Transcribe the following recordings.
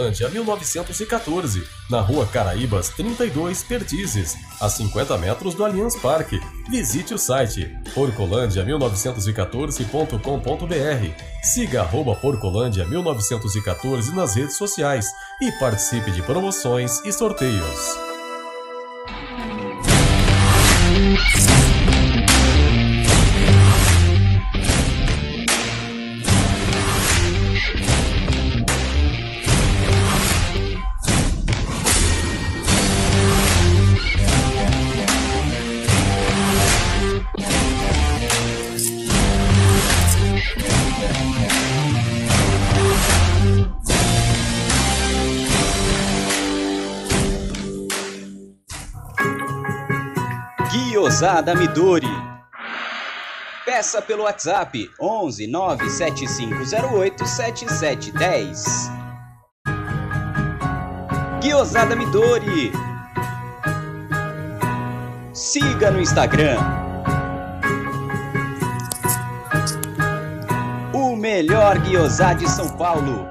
Porcolândia 1914, na Rua Caraíbas 32, Perdizes, a 50 metros do Allianz Parque. Visite o site porcolândia1914.com.br. Siga @Porcolândia 1914 nas redes sociais e participe de promoções e sorteios. Guiozada Midori. Peça pelo WhatsApp 11 97508 7710. Guiozada Midori. Siga no Instagram. O melhor guiozá de São Paulo.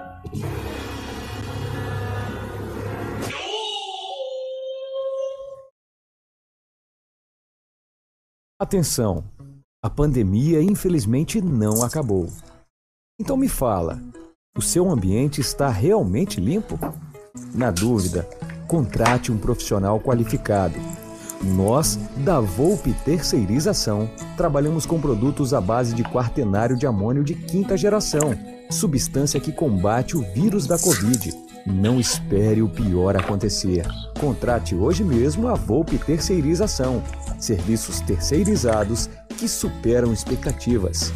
Atenção, a pandemia infelizmente não acabou. Então me fala, o seu ambiente está realmente limpo? Na dúvida, contrate um profissional qualificado. Nós, da Volpe Terceirização, trabalhamos com produtos à base de quaternário de amônio de 5ª geração, substância que combate o vírus da Covid. Não espere o pior acontecer. Contrate hoje mesmo a Volpe Terceirização. Serviços terceirizados que superam expectativas.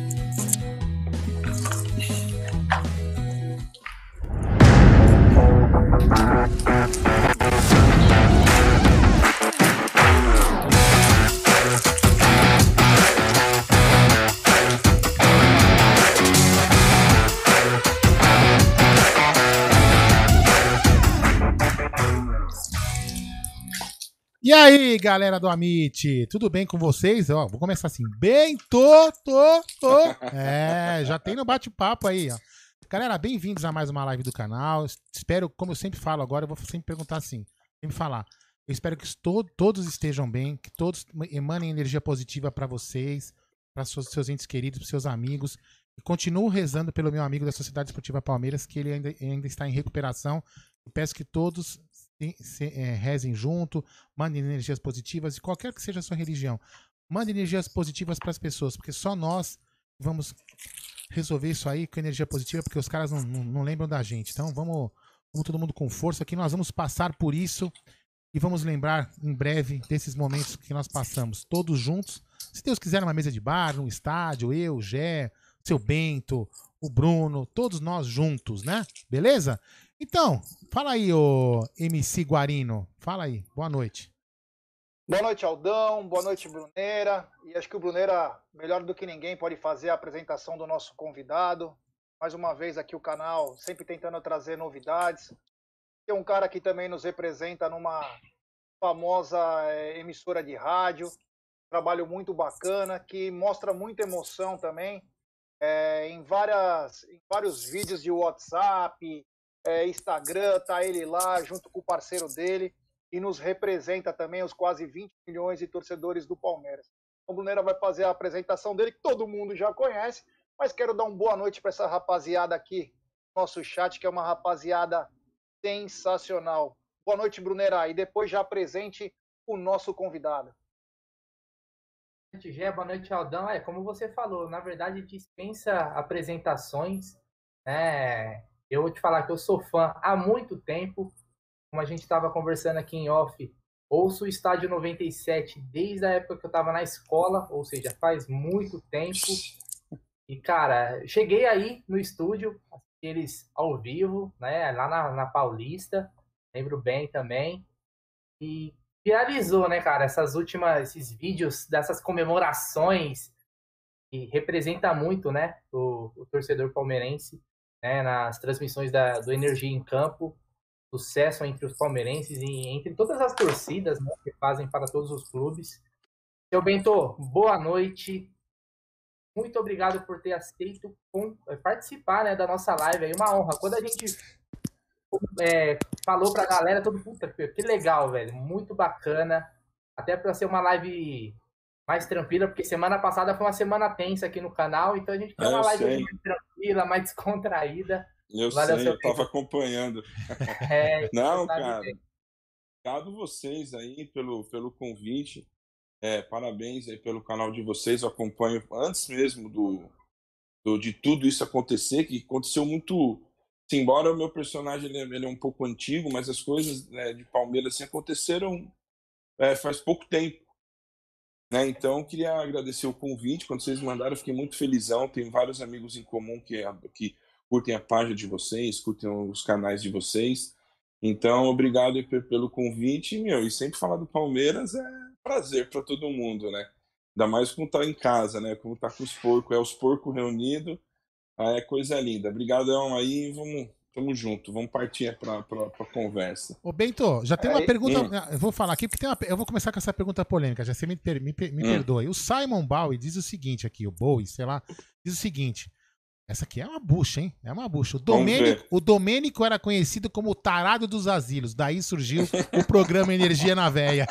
E aí, galera do Amit, tudo bem com vocês? Ó, vou começar assim, bem, já tem no bate-papo aí, ó. Galera, bem-vindos a mais uma live do canal. Espero, como eu sempre falo agora, eu vou sempre perguntar assim, sempre falar. Eu espero que todos estejam bem, que todos emanem energia positiva para vocês, para seus entes queridos, para seus amigos. E continuo rezando pelo meu amigo da Sociedade Esportiva Palmeiras, que ele ainda está em recuperação. Eu peço que todos rezem junto, mandem energias positivas, e qualquer que seja a sua religião, mandem energias positivas para as pessoas, porque só nós vamos resolver isso aí com energia positiva, porque os caras não lembram da gente. Então vamos todo mundo com força, que nós vamos passar por isso e vamos lembrar em breve desses momentos que nós passamos, todos juntos. Se Deus quiser, numa mesa de bar, num estádio, eu, o Gé, o seu Bento, o Bruno, todos nós juntos, né? Beleza? Então, fala aí, ô MC Guarino. Fala aí, boa noite. Boa noite, Aldão. Boa noite, Bruneira. E acho que o Bruneira, melhor do que ninguém, pode fazer a apresentação do nosso convidado. Mais uma vez aqui o canal, sempre tentando trazer novidades. Tem um cara que também nos representa numa famosa emissora de rádio. Trabalho muito bacana, que mostra muita emoção também. Em vários vídeos de WhatsApp, Instagram, tá ele lá junto com o parceiro dele e nos representa também os quase 20 milhões de torcedores do Palmeiras. O Bruneira vai fazer a apresentação dele, que todo mundo já conhece, mas quero dar uma boa noite para essa rapaziada aqui, nosso chat, que é uma rapaziada sensacional. Boa noite, Bruneira, e depois já apresente o nosso convidado. Boa noite, Gé, boa noite, Aldão. Como você falou, na verdade dispensa apresentações, Eu vou te falar que eu sou fã há muito tempo, como a gente estava conversando aqui em off, ouço o Estádio 97 desde a época que eu estava na escola, ou seja, faz muito tempo. E, cara, cheguei aí no estúdio, assisti eles ao vivo, né, lá na Paulista, lembro bem também. E viralizou, né, cara, esses vídeos dessas comemorações, que representa muito, né, o torcedor palmeirense. Nas transmissões do Energia em Campo, sucesso entre os palmeirenses e entre todas as torcidas, né, que fazem para todos os clubes. Seu Bento, boa noite. Muito obrigado por ter aceito participar, né, da nossa live. É uma honra. Quando a gente falou pra galera, todo puta, que legal, velho. Muito bacana. Até pra ser uma live mais tranquila, porque semana passada foi uma semana tensa aqui no canal, então a gente quer uma live mais tranquila, mais descontraída. Eu sei, eu tava acompanhando. Não, cara, obrigado vocês aí pelo convite. Parabéns aí pelo canal de vocês. Eu acompanho antes mesmo de tudo isso acontecer, que aconteceu muito. Assim, embora o meu personagem ele é um pouco antigo, mas as coisas, né, de Palmeiras assim, aconteceram faz pouco tempo. Né? Então, eu queria agradecer o convite. Quando vocês mandaram, eu fiquei muito felizão. Tenho vários amigos em comum que curtem a página de vocês, curtem os canais de vocês. Então, obrigado aí pelo convite. E sempre falar do Palmeiras é prazer para todo mundo, né? Ainda mais quando tá em casa, né? Como tá com os porcos, os porcos reunidos, é coisa linda. Obrigadão aí, tamo junto, vamos partir pra conversa. Ô Bento, já tem uma pergunta, eu vou falar aqui, porque eu vou começar com essa pergunta polêmica, já você me perdoe. O Simon Bowie diz o seguinte aqui, o Bowie, sei lá, diz o seguinte, essa aqui é uma bucha, hein? É uma bucha. O Domênico era conhecido como o tarado dos asilos, daí surgiu o programa Energia na Veia.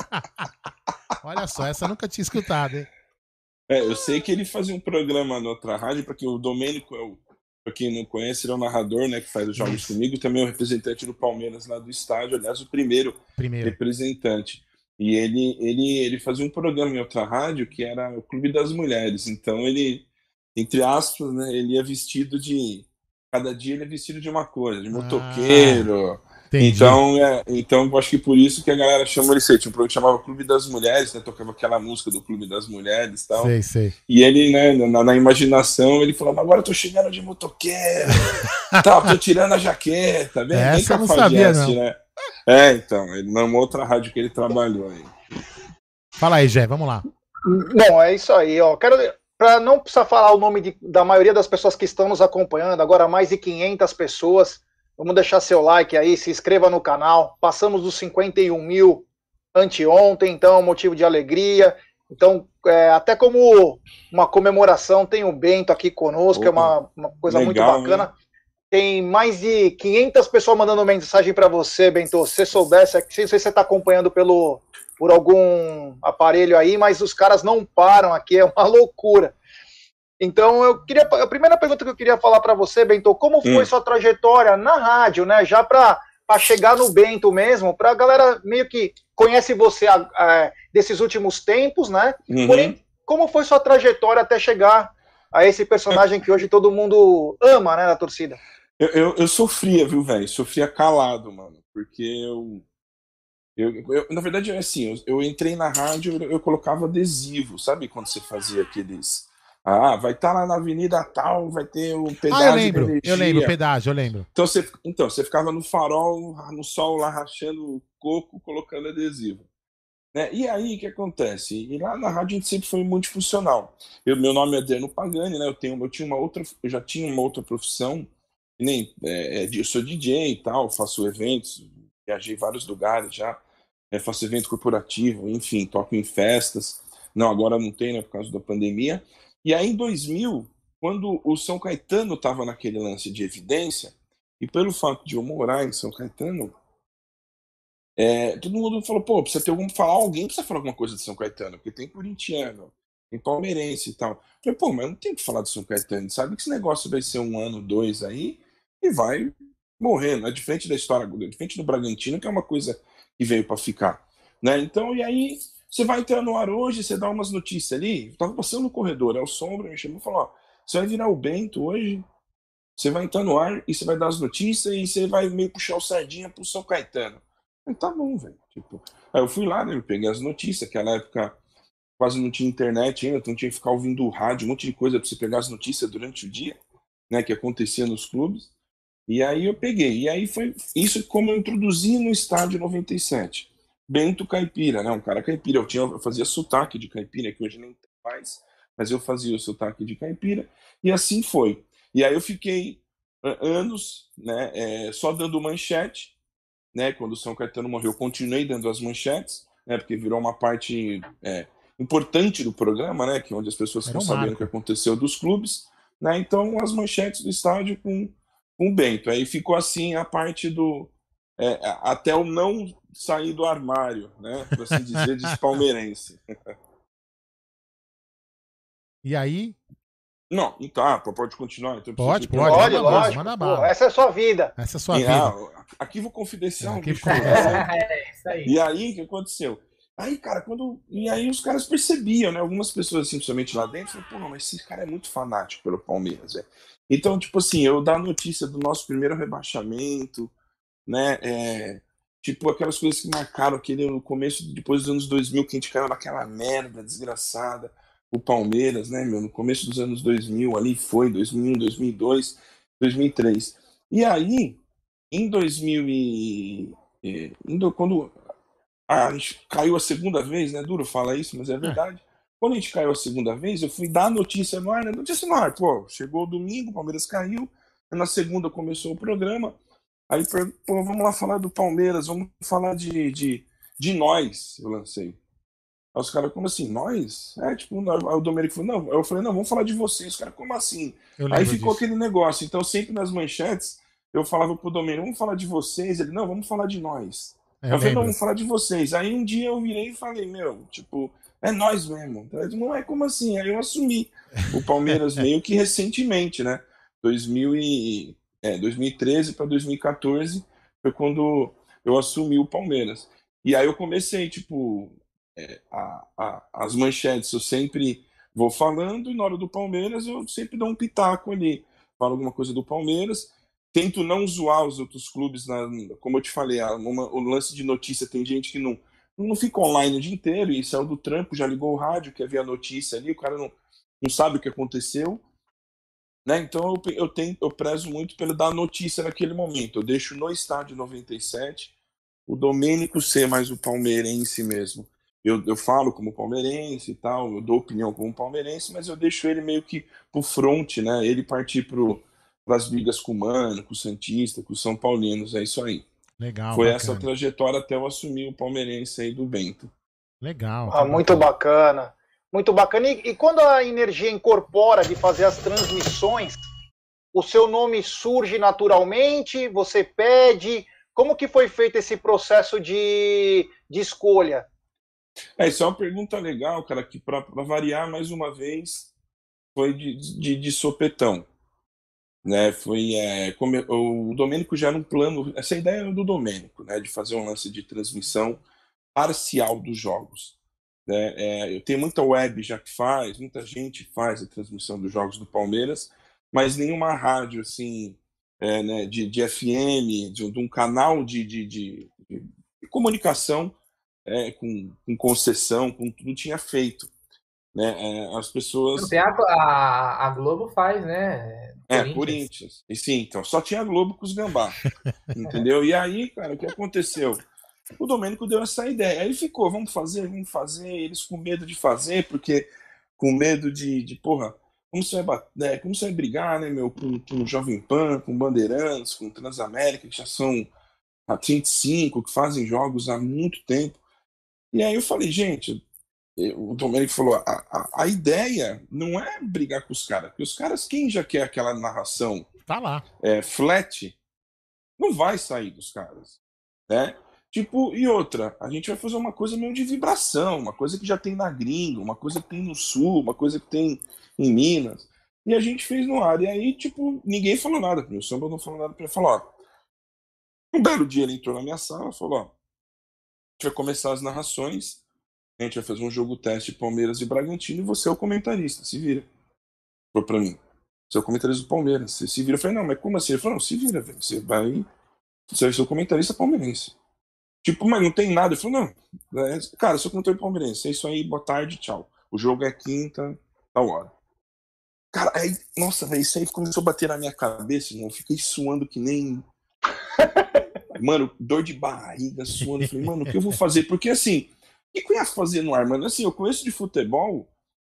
Olha só, essa eu nunca tinha escutado, hein? Eu sei que ele fazia um programa na outra rádio, porque o Domênico pra quem não conhece, ele é o narrador, né, que faz os jogos comigo, também é o representante do Palmeiras lá do estádio, aliás, o primeiro. Representante. E ele fazia um programa em outra rádio que era o Clube das Mulheres. Então ele, entre aspas, né, ele ia vestido de... Cada dia ele é vestido de uma coisa, de motoqueiro. Então eu acho que por isso que a galera chama ele, tinha um programa que chamava Clube das Mulheres, né, tocava aquela música do Clube das Mulheres e tal. Sei. E ele, né, na imaginação, ele falava, agora eu tô chegando de motoqueiro, tô tirando a jaqueta, bem essa eu não sabia, não. Né? Então, ele numa outra rádio que ele trabalhou aí. Fala aí, Jé, vamos lá. Bom, é isso aí, ó. Para não precisar falar o nome da maioria das pessoas que estão nos acompanhando, agora mais de 500 pessoas, vamos deixar seu like aí, se inscreva no canal. Passamos dos 51 mil anteontem, então motivo de alegria. Então, até como uma comemoração, tem o Bento aqui conosco, é uma coisa legal, muito bacana. Hein? Tem mais de 500 pessoas mandando mensagem para você, Bento. Se você soubesse, não sei se você está acompanhando por algum aparelho aí, mas os caras não param aqui, é uma loucura. Então, a primeira pergunta que eu queria falar para você, Bento, como foi sua trajetória na rádio, né? Já para chegar no Bento mesmo, para a galera meio que conhece você desses últimos tempos, né? Porém, como foi sua trajetória até chegar a esse personagem que hoje todo mundo ama, né, da torcida? Eu sofria, viu, velho? Sofria calado, mano, porque eu na verdade, assim, eu entrei na rádio, eu colocava adesivo, sabe quando você fazia aqueles... vai estar lá na avenida tal, vai ter o pedágio. Eu lembro, pedágio, eu lembro. Então, você ficava no farol, no sol lá, rachando o coco, colocando adesivo. Né? E aí, o que acontece? E lá na rádio a gente sempre foi multifuncional. Meu nome é Adriano Pagani, né? Eu já tinha uma outra profissão, eu sou DJ e tal, faço eventos, viajei vários lugares já, faço evento corporativo, enfim, toco em festas. Não, agora não tem, né, por causa da pandemia. E aí, em 2000, quando o São Caetano estava naquele lance de evidência, e pelo fato de eu morar em São Caetano, todo mundo falou, precisa ter alguém precisa falar alguma coisa de São Caetano, porque tem corintiano, tem palmeirense e tal. Eu falei, mas eu não tenho que falar de São Caetano, sabe que esse negócio vai ser 1 ano, 2 aí, e vai morrendo, é diferente da história, diferente do Bragantino, que é uma coisa que veio para ficar, né? Então, e aí, você vai entrar no ar hoje, você dá umas notícias ali, eu tava passando no corredor, o Sombra me chamou e falou, você vai virar o Bento hoje, você vai entrar no ar e você vai dar as notícias e você vai meio puxar o sardinha pro São Caetano. Eu, tá bom, velho. Aí eu fui lá, né, eu peguei as notícias, naquela época quase não tinha internet ainda, então tinha que ficar ouvindo rádio, um monte de coisa para você pegar as notícias durante o dia, né, que acontecia nos clubes. E aí eu peguei, e aí foi isso como eu introduzi no estádio 97. Bento Caipira, né? Um cara caipira. Eu fazia sotaque de caipira, que hoje nem tem mais, mas eu fazia o sotaque de caipira, e assim foi. E aí eu fiquei anos, né, só dando manchete, né? Quando o São Caetano morreu, eu continuei dando as manchetes, né? Porque virou uma parte importante do programa, né? Que é onde as pessoas estão sabendo o que aconteceu dos clubes, né? Então as manchetes do estádio com com o Bento. Aí ficou assim a parte do... até eu não sair do armário, né? Por assim dizer, de palmeirense. E aí? Não, então, pode continuar. Então Pode, Pode, manda bala, lógico. manda Pô, bala. essa é a sua vida. Essa é a sua vida. Arquivo confidencial. Arquivo bicho. confidencial. É isso aí. E aí, o que aconteceu? Aí, cara, E aí os caras percebiam, né? Algumas pessoas, assim, principalmente lá dentro, falaram, pô, mas esse cara é muito fanático pelo Palmeiras, velho. Então, tipo assim, eu dar notícia do nosso primeiro rebaixamento, né? Tipo, aquelas coisas que marcaram aquele no começo, depois dos anos 2000, que a gente caiu naquela merda desgraçada, o Palmeiras, né, meu? No começo dos anos 2000, ali foi 2001, 2002, 2003. E aí, em 2000 quando a gente caiu a segunda vez, né? Duro falar isso, mas é verdade. Quando a gente caiu a segunda vez, eu fui dar a notícia no ar, né? Notícia no ar, pô, chegou o domingo, o Palmeiras caiu, na segunda começou o programa, aí, pô, vamos lá falar do Palmeiras, vamos falar de nós, eu lancei. Aí os caras, como assim, nós? Tipo, aí o Domênico falou, não, eu falei, não, vamos falar de vocês. Os caras, como assim? Aí ficou aquele negócio, então sempre nas manchetes, eu falava pro Domênico, vamos falar de vocês, ele, não, vamos falar de nós. Eu falei, não, vamos falar de vocês. Aí um dia eu virei e falei, meu, tipo, é nós mesmo. Não é como assim? Aí eu assumi o Palmeiras meio que recentemente, né? 2013 para 2014 foi quando eu assumi o Palmeiras. E aí eu comecei, tipo, as manchetes eu sempre vou falando, e na hora do Palmeiras eu sempre dou um pitaco ali. Falo alguma coisa do Palmeiras. Tento não zoar os outros clubes, como eu te falei, o lance de notícia, tem gente que não fica online o dia inteiro, e saiu do trampo, já ligou o rádio, quer ver a notícia ali, o cara não sabe o que aconteceu, né? Então eu prezo muito pelo dar a notícia naquele momento. Eu deixo no estádio 97 o Domênico ser mais o palmeirense mesmo. Eu falo como palmeirense e tal, eu dou opinião como palmeirense, mas eu deixo ele meio que pro front, né? Ele partir para as brigas com o Mano, com o Santista, com os São Paulinos, é isso aí. Legal, foi bacana. Essa trajetória até eu assumir o palmeirense aí do Bento. Legal. Muito bacana. Muito bacana. E quando a energia incorpora de fazer as transmissões, o seu nome surge naturalmente? Você pede? Como que foi feito esse processo de escolha? Isso é uma pergunta legal, cara, que para variar mais uma vez foi de sopetão. Né, o Domênico já era um plano, essa ideia era do Domênico, né, de fazer um lance de transmissão parcial dos jogos, né, eu tenho muita web já que faz, muita gente faz a transmissão dos jogos do Palmeiras, mas nenhuma rádio assim, né, de FM, de um canal de comunicação, com concessão, com tudo tinha feito, né, as pessoas... A Globo faz, né? Corinthians. E sim, então, só tinha Globo com os gambá. Entendeu? E aí, cara, o que aconteceu? O Domênico deu essa ideia. Aí ficou, vamos fazer. Eles com medo de fazer, porque com medo de porra, como você vai brigar, né, meu, com Jovem Pan, com Bandeirantes, com Transamérica, que já são a 35, que fazem jogos há muito tempo. E aí eu falei, gente, o Domênico falou, a ideia não é brigar com os caras, porque os caras, quem já quer aquela narração tá lá. Flat, não vai sair dos caras, né? Tipo, e outra, a gente vai fazer uma coisa meio de vibração, uma coisa que já tem na gringa, uma coisa que tem no sul, uma coisa que tem em Minas, e a gente fez no ar, e aí, tipo, ninguém falou nada pra mim, o Samba não falou nada pra mim, falou, um belo dia ele entrou na minha sala, falou, a gente vai começar as narrações, a gente vai fazer um jogo teste Palmeiras e Bragantino e você é o comentarista, se vira. Falou pra mim, você é o comentarista do Palmeiras, você se vira. Eu falei, não, mas como assim? Ele falou, não, se vira, velho, você vai ser o comentarista palmeirense. Tipo, mas não tem nada. Ele falou, não, cara, eu sou comentarista palmeirense, é isso aí, boa tarde, tchau. O jogo é quinta, tal hora. Cara, aí, nossa, velho, isso aí começou a bater na minha cabeça, irmão, eu fiquei suando que nem... Mano, dor de barriga, suando. Eu falei, mano, o que eu vou fazer? Porque assim... O que eu ia fazer no ar, mano? Assim, eu conheço de futebol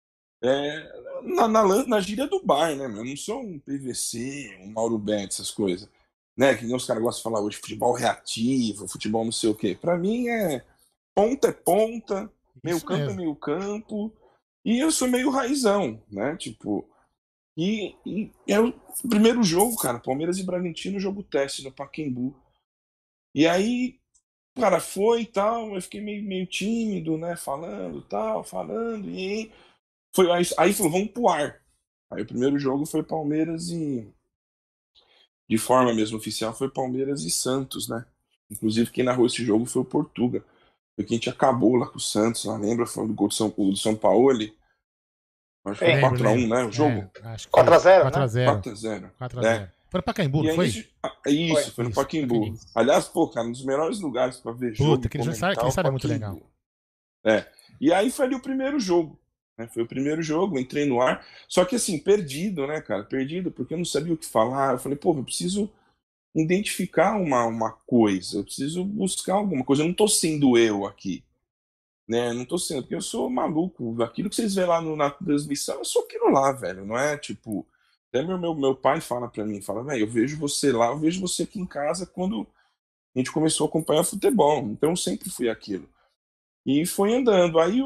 na gíria do bar, né, mano? Eu não sou um PVC, um Mauro Betti, essas coisas. Né? Que nem os caras gostam de falar hoje, futebol reativo, futebol não sei o quê. Pra mim é ponta, meio campo é meio campo. E eu sou meio raizão, né? Tipo, E era o primeiro jogo, cara, Palmeiras e Bragantino, jogo teste no Pacaembu. E aí, cara, foi e tal, eu fiquei meio tímido, né, falando, e aí falou, vamos pro ar. Aí o primeiro jogo foi Palmeiras e, de forma mesmo oficial, foi Palmeiras e Santos, né? Inclusive quem narrou esse jogo foi o Portuga. Foi quem a gente acabou lá com o Santos, lá, lembra? Foi o gol do São Paulo. Acho que foi 4x1, né? O jogo? Acho que 4x0, 4x0. 4x0. 4x0. Foi no Pacaembu, E não aí, foi? isso, foi no Isso, Pacaembu. isso. Aliás, pô, cara, um dos melhores lugares pra ver jogo. Puta, aquele estádio é muito legal. E aí foi ali o primeiro jogo. Né? Foi o primeiro jogo, entrei no ar. Só que assim, perdido, né, cara? Perdido, porque eu não sabia o que falar. Eu falei, pô, eu preciso identificar uma coisa. Eu preciso buscar alguma coisa. Eu não tô sendo eu aqui. Né? Não tô sendo, porque eu sou maluco. Aquilo que vocês vê lá na transmissão, eu sou aquilo lá, velho. Não é tipo. Até meu pai fala pra mim, fala, velho, eu vejo você lá, eu vejo você aqui em casa quando a gente começou a acompanhar futebol. Então eu sempre fui aquilo. E foi andando. Aí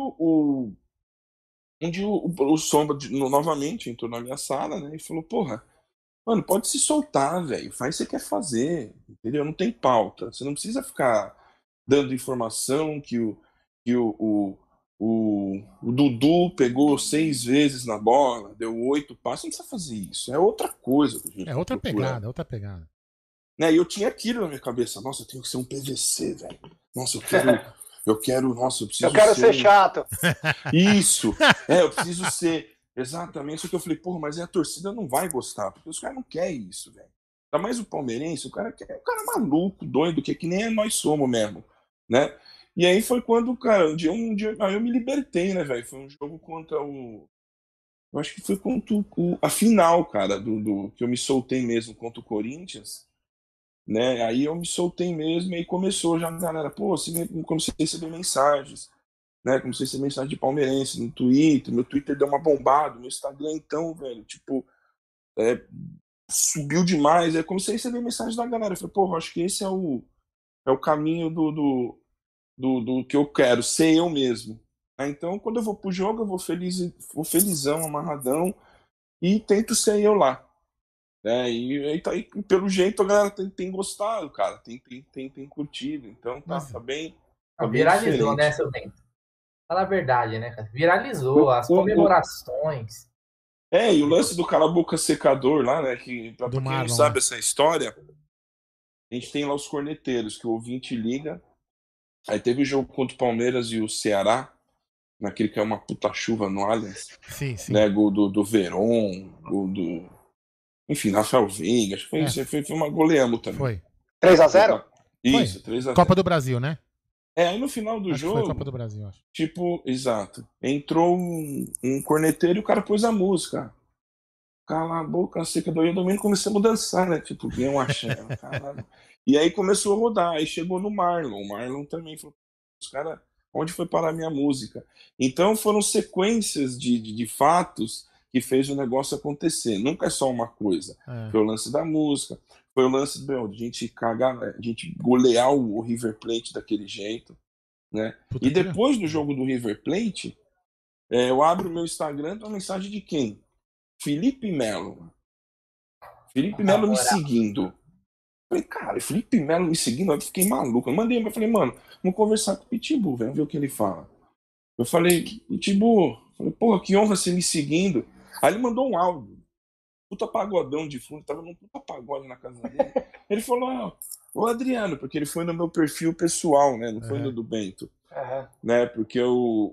um dia o Sombra novamente entrou na minha sala, né? E falou, porra, mano, pode se soltar, velho. Faz o que você quer fazer. Entendeu? Não tem pauta. Você não precisa ficar dando informação que o Dudu pegou 6 vezes na bola, deu 8 passos. Não precisa fazer isso. É outra coisa. Que a gente É tá outra procurando. pegada, outra pegada. Né? E eu tinha aquilo na minha cabeça. Nossa, eu tenho que ser um PVC, velho. Nossa, nossa, eu preciso Eu quero ser chato. Isso, eu preciso ser. Exatamente. Só que eu falei, porra, mas a torcida não vai gostar, porque os caras não querem isso, velho. Ainda mais o palmeirense, o cara é maluco, doido, que nem nós somos mesmo, né? E aí foi quando, cara, um dia aí eu me libertei, né, velho? Foi um jogo contra o. Eu acho que foi contra a final, cara, que eu me soltei mesmo contra o Corinthians. Né? Aí eu me soltei mesmo e aí começou já a galera, pô, comecei a receber mensagens, né? Comecei a receber mensagem de palmeirense no Twitter, meu Twitter deu uma bombada, meu Instagram então, velho, tipo, subiu demais, aí comecei a receber mensagem da galera, eu falei, pô, acho que esse é o caminho do que eu quero, ser eu mesmo. Então, quando eu vou pro jogo, eu vou felizão, amarradão, e tento ser eu lá. E pelo jeito a galera tem gostado, cara, tem curtido, então tá bem. Tá bem viralizou, diferente. né, seu Bento? Fala a verdade, né, cara? Viralizou, as comemorações. E o lance do cala-boca secador lá, né, que pra quem Marlon, não sabe né? essa história, a gente tem lá os corneteiros, que o ouvinte liga, aí teve o jogo contra o Palmeiras e o Ceará, naquele que é uma puta chuva no Allianz, Sim. né, gol do Veron, gol do... Enfim, Rafael Veiga, acho que foi isso, foi uma goleamos também. Foi. 3x0? Isso, 3x0. Copa do Brasil, né? Aí no final do Acho jogo, que foi Copa do Brasil, acho. tipo, exato, entrou um corneteiro e o cara pôs a música. Cala a boca, seca do Domingos, começamos a dançar, né? Tipo, vinha um axé. E aí começou a rodar, aí chegou no Marlon. O Marlon também falou, os caras, onde foi parar a minha música? Então foram sequências de fatos que fez o negócio acontecer. Nunca é só uma coisa. Foi o lance da música, foi o lance de a gente cagar, a gente golear o River Plate daquele jeito, né? Puta, E depois do jogo do River Plate, eu abro o meu Instagram, tem uma mensagem de quem? Felipe Melo. Felipe Melo me seguindo. Falei, cara, Felipe Melo me seguindo, eu fiquei maluco. Eu mandei, eu falei, mano, vamos conversar com o Pitbull, vamos ver o que ele fala. Eu falei, Pitbull, porra, que honra você me seguindo. Aí ele mandou um áudio, puta pagodão de fundo, tava num puta pagode na casa dele. Ele falou, ô Adriano, porque ele foi no meu perfil pessoal, né, não foi no do Bento. Né, porque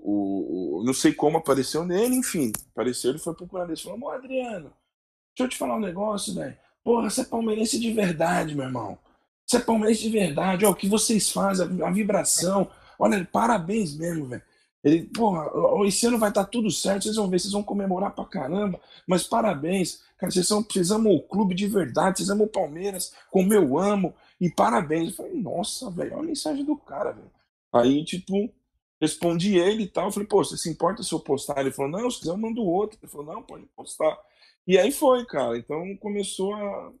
eu não sei como apareceu nele, enfim, apareceu, ele foi procurar ele, falou, ô Adriano, deixa eu te falar um negócio, velho. Porra, você é palmeirense de verdade, meu irmão. Você é palmeirense de verdade, ó, o que vocês fazem, a vibração, olha, parabéns mesmo, velho. Ele, porra, esse ano vai estar tudo certo, vocês vão ver, vocês vão comemorar pra caramba, mas parabéns, cara, vocês amam o clube de verdade, vocês amam o Palmeiras, como eu amo, e parabéns. Eu falei, nossa, velho, olha a mensagem do cara, velho. Aí, tipo, respondi ele e tal, eu falei, pô, você se importa se eu postar? Ele falou, não, se quiser eu mando outro. Ele falou, não, pode postar. E aí foi, cara, então começou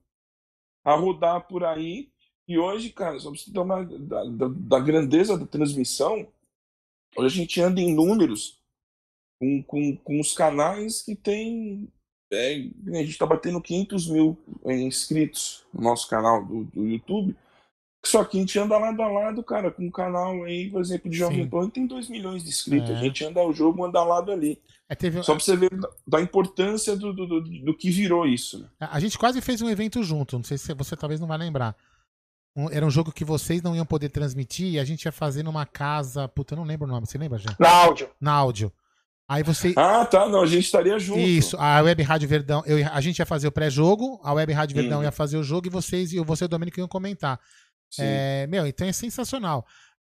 a rodar por aí, e hoje, cara, só pra você ter uma da grandeza da transmissão, hoje a gente anda em números com os canais que tem a gente está batendo 500 mil inscritos no nosso canal do YouTube. Só que a gente anda lado a lado, cara, com um canal aí, por exemplo, de Jovem Pan, que tem 2 milhões de inscritos. A gente anda o jogo, anda lado ali. Só pra você ver da importância do que virou isso. Né? A gente quase fez um evento junto, não sei se você talvez não vai lembrar. Era um jogo que vocês não iam poder transmitir e a gente ia fazer numa casa. Puta, eu não lembro o nome. Você lembra, gente? Na áudio. Aí você. Ah, tá. Não, a gente estaria junto. Isso, a Web Rádio Verdão. A gente ia fazer o pré-jogo, a Web Rádio Verdão ia fazer o jogo e você e o Domênico iam comentar. Então é sensacional.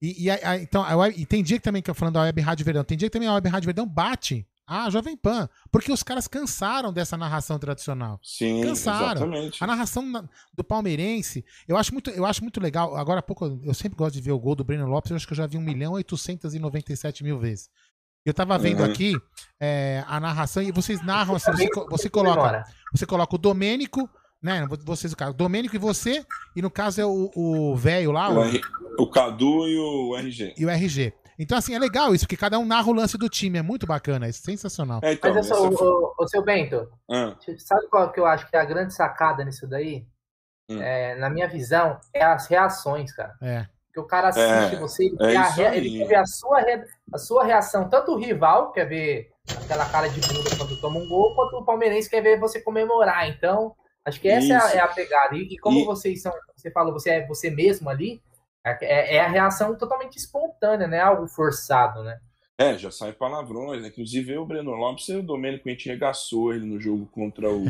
E tem dia que também, que eu falando da Web Rádio Verdão, tem dia que também a Web Rádio Verdão bate a Jovem Pan, porque os caras cansaram dessa narração tradicional. Sim, cansaram. Exatamente. A narração do palmeirense, eu acho muito legal. Agora há pouco, eu sempre gosto de ver o gol do Breno Lopes, eu acho que eu já vi 1.897.000 vezes. Eu tava vendo aqui a narração e vocês narram assim, você coloca o Domênico, né? Vocês, o Domênico e você, e no caso é o velho lá. O Cadu e o RG. E o RG. Então, assim, é legal isso, porque cada um narra o lance do time. É muito bacana, é sensacional. Então, mas o seu Bento, sabe qual que eu acho que é a grande sacada nisso daí? Na minha visão, é as reações, cara. Porque o cara assiste você, ele quer ver a sua reação. Tanto o rival quer ver aquela cara de bunda quando toma um gol, quanto o palmeirense quer ver você comemorar. Então, acho que essa é a pegada. E como vocês são, você falou, você é você mesmo ali, é a reação totalmente espontânea, né? Algo forçado, né? Já sai palavrões, né? Inclusive eu, o Breno Lopes e o Domênico, a gente regaçou ele no jogo contra o...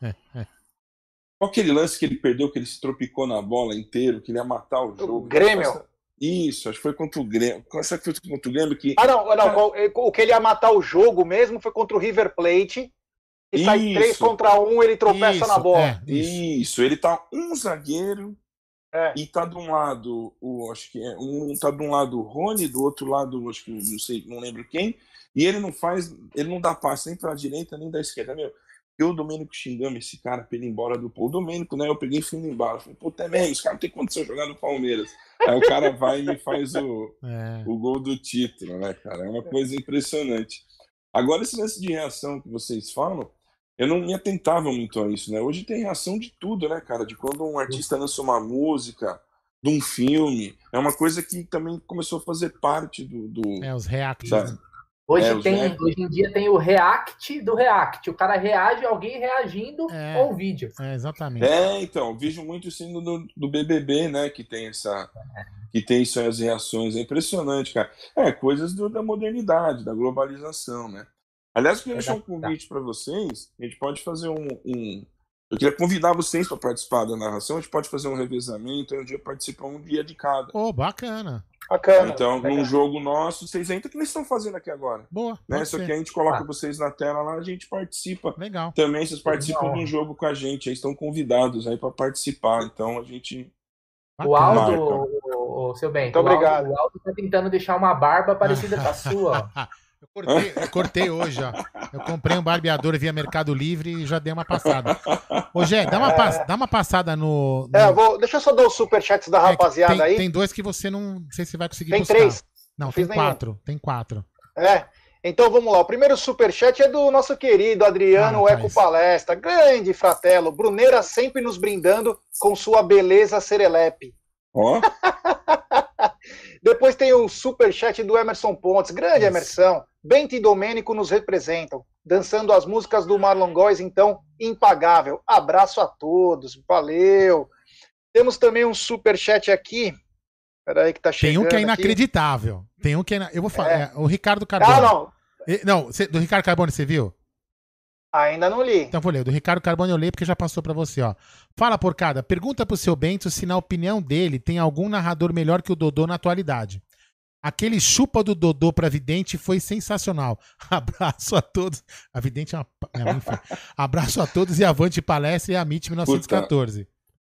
Qual aquele lance que ele perdeu, que ele se tropicou na bola inteiro, que ele ia matar o jogo? O Grêmio? Isso, acho que foi contra o Grêmio. Será que foi contra o Grêmio? O que ele ia matar o jogo mesmo foi contra o River Plate. E sai 3 contra 1, ele tropeça na bola. Isso, ele tá um zagueiro e tá de um lado, tá de um lado o Rony, do outro lado, acho que não lembro quem, e ele não dá passe nem pra direita nem da esquerda. O Domênico xingando esse cara pra ele ir embora do Pô. O Domênico, né? Eu peguei e fui embora. Falei, pô, também, os caras não tem condição de jogar no Palmeiras. Aí o cara vai e me faz o gol do título, né, cara? É uma coisa impressionante. Agora, esse lance de reação que vocês falam, eu não me atentava muito a isso, né? Hoje tem reação de tudo, né, cara? De quando um artista lança uma música, de um filme. É uma coisa que também começou a fazer parte os reacts, né? Hoje em dia tem o react do react. O cara reage a alguém reagindo ao vídeo. Exatamente. Então, vejo muito isso do BBB, né? Que tem essas reações. É impressionante, cara. Coisas da modernidade, da globalização, né? Aliás, eu queria deixar um convite para vocês. A gente pode fazer eu queria convidar vocês para participar da narração. A gente pode fazer um revezamento. Um dia participa um dia de cada. Bacana. Então, num jogo nosso, vocês entram que eles estão fazendo aqui agora. Boa. Né? Só que a gente coloca vocês na tela lá, a gente participa. Legal. Também vocês participam de um jogo com a gente, aí estão convidados aí para participar. Então a gente. O Aldo, o seu bem. Muito obrigado. O Aldo tá tentando deixar uma barba parecida com a sua. Eu cortei hoje, ó. Eu comprei um barbeador via Mercado Livre e já dei uma passada. Ô, Gé, dá uma passada no... Deixa eu só dar os superchats da rapaziada aí. Tem 2 que você não sei se vai conseguir buscar. Tem 3. Não, tem 4. Tem 4. Então vamos lá. O primeiro superchat é do nosso querido Adriano Eco Palestra. Grande fratelo. Bruneira sempre nos brindando com sua beleza serelepe. Depois tem o superchat do Emerson Pontes. Grande Emerson. Bento e Domênico nos representam, dançando as músicas do Marlon Góes, então, impagável. Abraço a todos, valeu. Temos também um superchat aqui. Peraí que tá chegando. Tem um que é inacreditável. Aqui. Tem um que é... Eu vou falar. O Ricardo Carbone. Não, do Ricardo Carbone, você viu? Ainda não li. Então vou ler. O do Ricardo Carbone eu leio porque já passou pra você, ó. Fala, porcada. Pergunta pro seu Bento se, na opinião dele, tem algum narrador melhor que o Dodô na atualidade. Aquele chupa do Dodô pra Vidente foi sensacional. Abraço a todos. A Vidente é uma... enfim. Abraço a todos e avante palestra e a MIT 1914.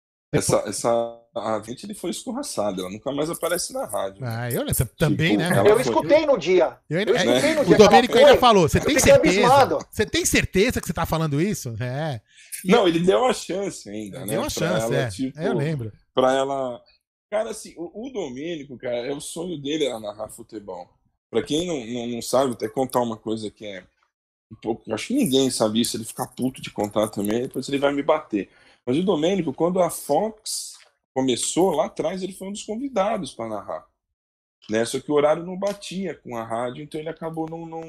A Vidente ele foi escorraçada. Ela nunca mais aparece na rádio. Eu também, né? Eu escutei no dia. O Domênico ainda falou. Você tem certeza? Você tem certeza que você tá falando isso? Não, ele deu a chance ainda, né? Deu a chance, eu lembro. Pra ela... Cara, assim, o Domênico, cara, o sonho dele era narrar futebol. Pra quem não sabe, até contar uma coisa que eu acho que ninguém sabe isso, ele ficar puto de contar também, depois ele vai me bater. Mas o Domênico, quando a Fox começou lá atrás, ele foi um dos convidados para narrar. Né? Só que o horário não batia com a rádio, então ele acabou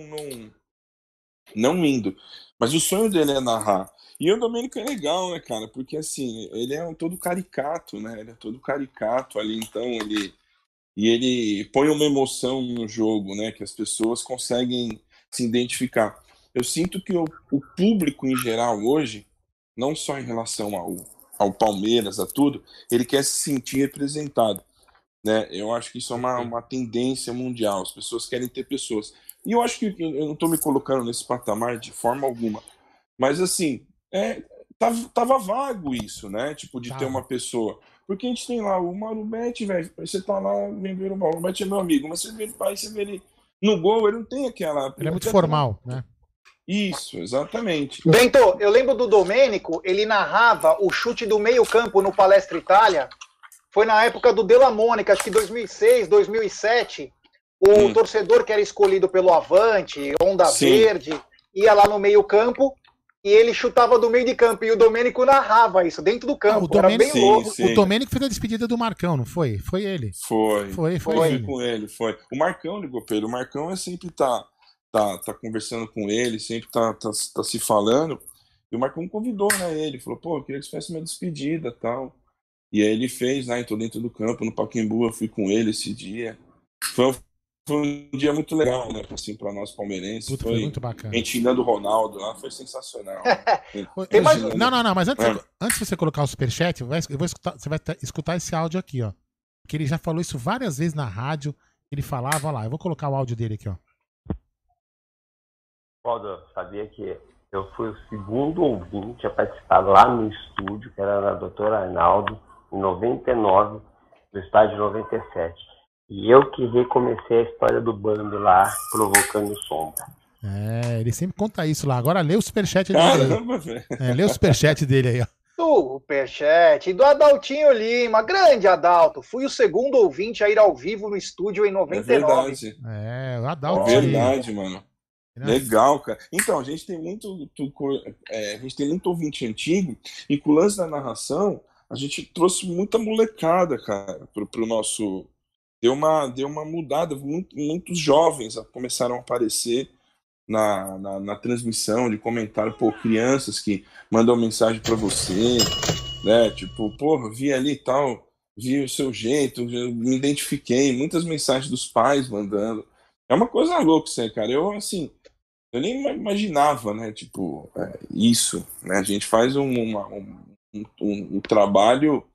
não indo. Mas o sonho dele é narrar. E o Domênico é legal, né, cara? Porque assim, ele é todo caricato, né? Ele é todo caricato ali, então ele põe uma emoção no jogo, né? Que as pessoas conseguem se identificar. Eu sinto que o público em geral hoje, não só em relação ao Palmeiras, a tudo, ele quer se sentir representado. Né? Eu acho que isso é uma tendência mundial. As pessoas querem ter pessoas. E eu acho que eu não estou me colocando nesse patamar de forma alguma. Mas assim, tava vago isso, né? Tipo, de ter uma pessoa. Porque a gente tem lá o Mauro Betti, velho. Você tá lá, vem ver o Mauro Betti é meu amigo, mas você vê ele no gol, ele não tem aquela. Ele é muito formal, né? Isso, exatamente. Bento, eu lembro do Domênico, ele narrava o chute do meio-campo no Palestra Itália. Foi na época do Della Monica, acho que 2006, 2007. O torcedor que era escolhido pelo Avante, Onda Verde, ia lá no meio-campo e ele chutava do meio de campo. E o Domênico narrava isso dentro do campo. Era bem louco. O Domênico fez a despedida do Marcão, não foi? Foi ele. Foi ele. Com ele, foi. O Marcão ligou pra ele. O Marcão sempre tá conversando com ele, sempre tá se falando. E o Marcão convidou, né, ele. Falou, pô, eu queria que você fizesse uma despedida e tal. E aí ele fez, né, entrou dentro do campo, no Pacaembu, eu fui com ele esse dia. Foi um dia muito legal, né, assim, pra nós palmeirenses. Foi muito bacana. A gente xingando o Ronaldo lá, foi sensacional. Mas antes de você colocar o superchat, você vai escutar esse áudio aqui, ó. Que ele já falou isso várias vezes na rádio, ele falava, lá, eu vou colocar o áudio dele aqui, ó. Valdo, sabia que eu fui o segundo ouvinte a participar lá no estúdio, que era da doutora Arnaldo, em 99, do estádio 97. E eu que recomecei a história do bando lá, provocando sombra. Ele sempre conta isso lá. Agora lê o superchat dele aí. Lê o superchat dele aí, ó. Superchat do Adaltinho Lima, grande Adalto. Fui o segundo ouvinte a ir ao vivo no estúdio em 99. É verdade. O Adalto. É verdade, mano. Legal, cara. Então, a gente tem muito ouvinte antigo, e com o lance da narração, a gente trouxe muita molecada, cara, pro nosso... Deu uma mudada, muitos jovens começaram a aparecer na transmissão de comentário, crianças que mandam mensagem para você, né, tipo, porra, vi ali e tal, vi o seu jeito, me identifiquei, muitas mensagens dos pais mandando. É uma coisa louca isso aí, cara. Eu nem imaginava, né, tipo, isso, né, a gente faz um trabalho,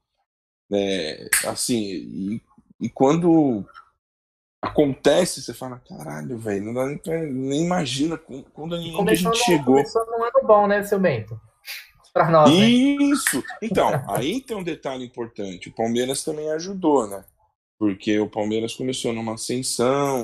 assim, e quando acontece, você fala, caralho, velho, não dá nem imagina quando a gente chegou. Começou num ano bom, né, seu Bento? Pra nós, isso! Né? Então, aí tem um detalhe importante, o Palmeiras também ajudou, né, porque o Palmeiras começou numa ascensão,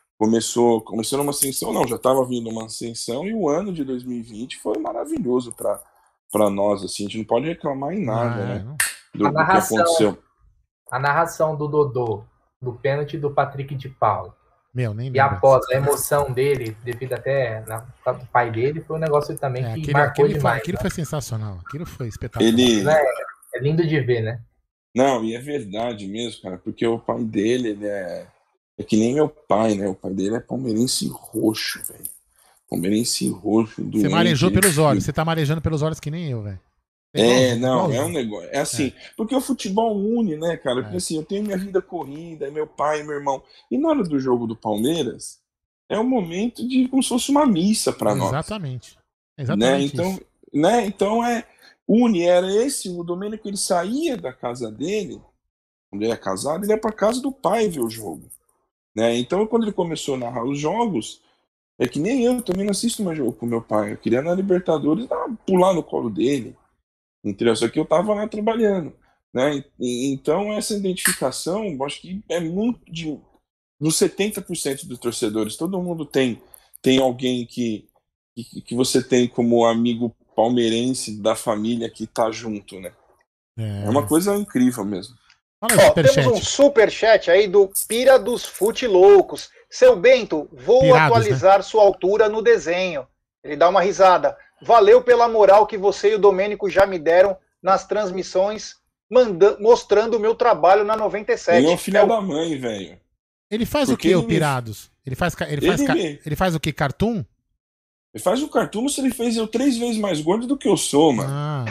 já estava vindo uma ascensão, e o ano de 2020 foi maravilhoso para nós, assim, a gente não pode reclamar em nada, né, do que aconteceu. A narração do Dodô, do pênalti do Patrick de Paula, nem e após a emoção dele, devido até do pai dele, foi um negócio também que marcou demais. Aquilo foi sensacional, aquilo foi espetacular. É lindo de ver, né? Não, e é verdade mesmo, cara, porque o pai dele, ele é que nem meu pai, né? O pai dele é palmeirense roxo, velho. Palmeirense roxo. Você marejou pelos olhos, você tá marejando pelos olhos que nem eu, velho. É um negócio. É assim, porque o futebol une, né, cara? Porque assim, eu tenho minha vida corrida, meu pai, meu irmão. E na hora do jogo do Palmeiras, é um momento de como se fosse uma missa pra nós. Exatamente. Né? Então une, era esse, o Domênico, ele saía da casa dele, quando ele é casado, ele ia pra casa do pai ver o jogo. Né? Então, quando ele começou a narrar os jogos, é que nem eu também não assisto mais jogo com meu pai. Eu queria na Libertadores pular no colo dele. Entendeu? Só que eu tava lá trabalhando, né? Então essa identificação, eu acho que é muito nos 70% dos torcedores, todo mundo tem alguém que você tem como amigo palmeirense da família que tá junto, né? É uma coisa incrível mesmo. Temos um superchat aí do Pira dos Fute Loucos. Seu Bento, vou atualizar sua altura no desenho. Ele dá uma risada. Valeu pela moral que você e o Domênico já me deram nas transmissões, mostrando o meu trabalho na 97. Ele é o filho da mãe, velho. Ele faz Porque o quê, ele o Pirados? Ele faz o quê? Cartoon? Ele faz o cartoon, se ele fez eu 3 vezes mais gordo do que eu sou, mano. Ah.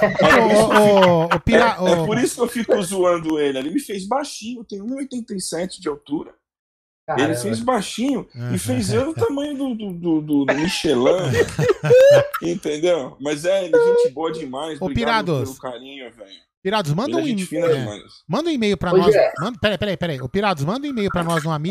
É por isso que eu fico zoando ele. Ele me fez baixinho, tem 1,87 de altura. Caramba. Ele fez baixinho e fez eu no tamanho do Michelin. Entendeu? Mas ele é gente boa demais. Obrigado Pirados, pelo carinho, velho. Pirados, manda um e-mail. Manda um e-mail pra nós. Peraí. Ô, Pirados, manda um e-mail pra nós no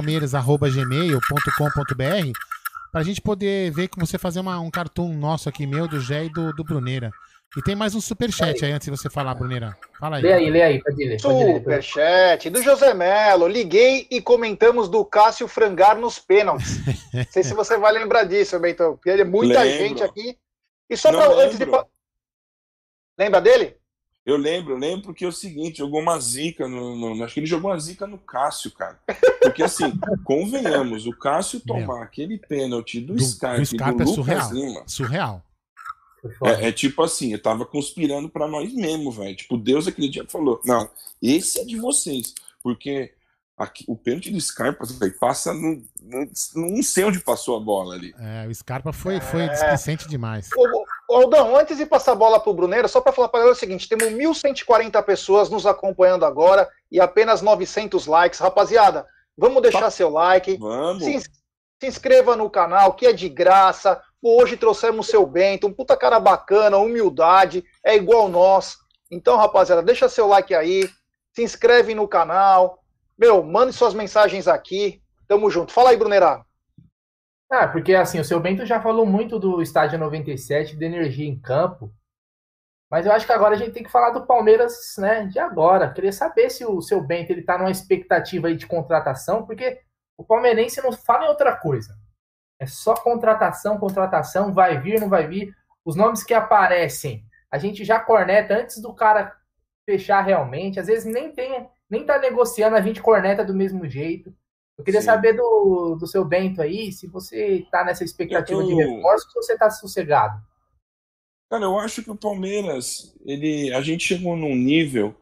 amitepalmeiras@gmail.com.br pra gente poder ver que você fazer um cartoon nosso aqui, meu, do Gé e do Bruneira. E tem mais um superchat aí antes de você falar, Bruneira. Fala aí. Lê aí, pode ler. Superchat do José Melo. Liguei e comentamos do Cássio frangar nos pênaltis. Não sei se você vai lembrar disso, Bento. Porque muita gente aqui. E só pra, antes de. Lembra dele? Eu lembro porque é o seguinte, jogou uma zica acho que ele jogou uma zica no Cássio, cara. Porque assim, convenhamos, o Cássio tomar aquele pênalti do Scarpa e do é Lucas Lima. Surreal. É tipo assim, eu tava conspirando pra nós mesmo, velho. Tipo, Deus aquele dia falou, não, esse é de vocês. Porque aqui, o pênalti do Scarpa, véio, passa não sei onde passou a bola ali. O Scarpa foi displicente demais. Aldão, antes de passar a bola pro Bruneiro, só para falar para ele o seguinte, temos 1.140 pessoas nos acompanhando agora e apenas 900 likes. Rapaziada, vamos deixar seu like. Vamos. Se inscreva no canal, que é de graça. Hoje trouxemos o seu Bento, um puta cara bacana, humildade, é igual nós. Então, rapaziada, deixa seu like aí, se inscreve no canal. Mande suas mensagens aqui. Tamo junto. Fala aí, Brunerá. Porque assim, o seu Bento já falou muito do estádio 97, de energia em campo, mas eu acho que agora a gente tem que falar do Palmeiras, né, de agora. Queria saber se o seu Bento ele tá numa expectativa aí de contratação, porque o palmeirense não fala em outra coisa. É só contratação, vai vir, não vai vir. Os nomes que aparecem, a gente já corneta antes do cara fechar realmente, às vezes nem tá negociando, a gente corneta do mesmo jeito. Eu queria saber do seu Bento aí, se você tá nessa expectativa de reforço ou se você tá sossegado. Cara, eu acho que o Palmeiras, a gente chegou num nível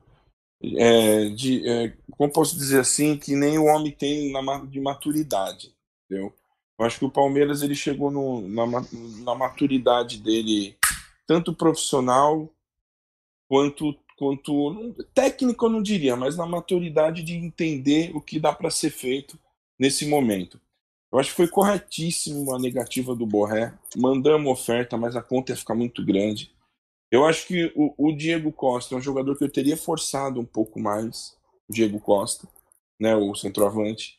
como posso dizer assim, que nem o homem tem de maturidade, entendeu? Eu acho que o Palmeiras ele chegou na maturidade dele, tanto profissional quanto técnico, eu não diria, mas na maturidade de entender o que dá para ser feito nesse momento. Eu acho que foi corretíssimo a negativa do Borré. Mandamos oferta, mas a conta ia ficar muito grande. Eu acho que o Diego Costa é um jogador que eu teria forçado um pouco mais, o Diego Costa, né, o centroavante.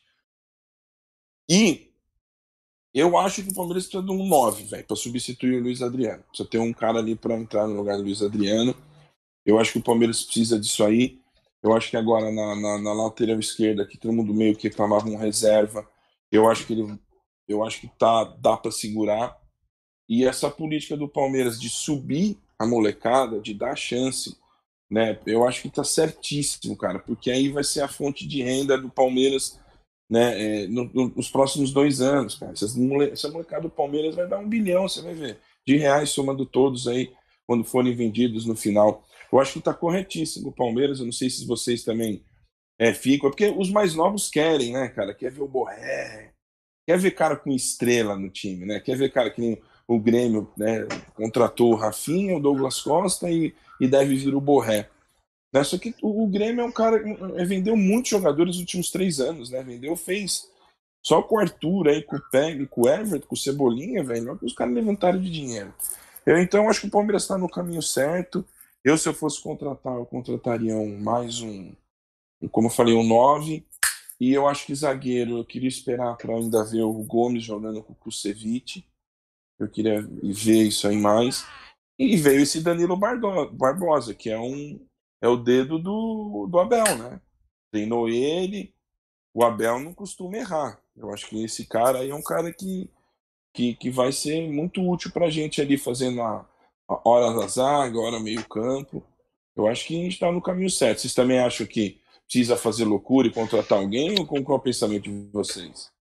E eu acho que o Palmeiras precisa de um 9, velho, para substituir o Luiz Adriano. Precisa ter um cara ali para entrar no lugar do Luiz Adriano. Eu acho que o Palmeiras precisa disso aí. Eu acho que agora na lateral esquerda, que todo mundo meio que reclamava um reserva, eu acho que dá para segurar. E essa política do Palmeiras de subir a molecada, de dar chance, né? Eu acho que tá certíssimo, cara, porque aí vai ser a fonte de renda do Palmeiras, né? Nos próximos 2 anos, cara. Essa molecada do Palmeiras vai dar 1 bilhão, você vai ver, de reais somando todos aí quando forem vendidos no final. Eu acho que tá corretíssimo o Palmeiras. Eu não sei se vocês também ficam, porque os mais novos querem, né, cara? Quer ver o Borré, quer ver cara com estrela no time, né? Quer ver cara que nem o Grêmio, né? Contratou o Rafinha, o Douglas Costa e deve vir o Borré. Né? Só que o Grêmio é um cara vendeu muitos jogadores nos últimos 3 anos, né? Fez só com o Arthur aí, com o Peg, com o Everton, com o Cebolinha, velho. Olha que os caras levantaram de dinheiro. Então acho que o Palmeiras está no caminho certo. Se eu fosse contratar, eu contrataria como eu falei, um 9. E eu acho que zagueiro, eu queria esperar para ainda ver o Gomes jogando com o Kusevich. Eu queria ver isso aí mais. E veio esse Danilo Barbosa, que é o dedo do Abel, né? Treinou ele, o Abel não costuma errar. Eu acho que esse cara aí é um cara que vai ser muito útil pra gente ali, fazendo a hora da zaga, hora meio campo. Eu acho que a gente tá no caminho certo. Vocês também acham que precisa fazer loucura e contratar alguém, ou qual é o pensamento de vocês?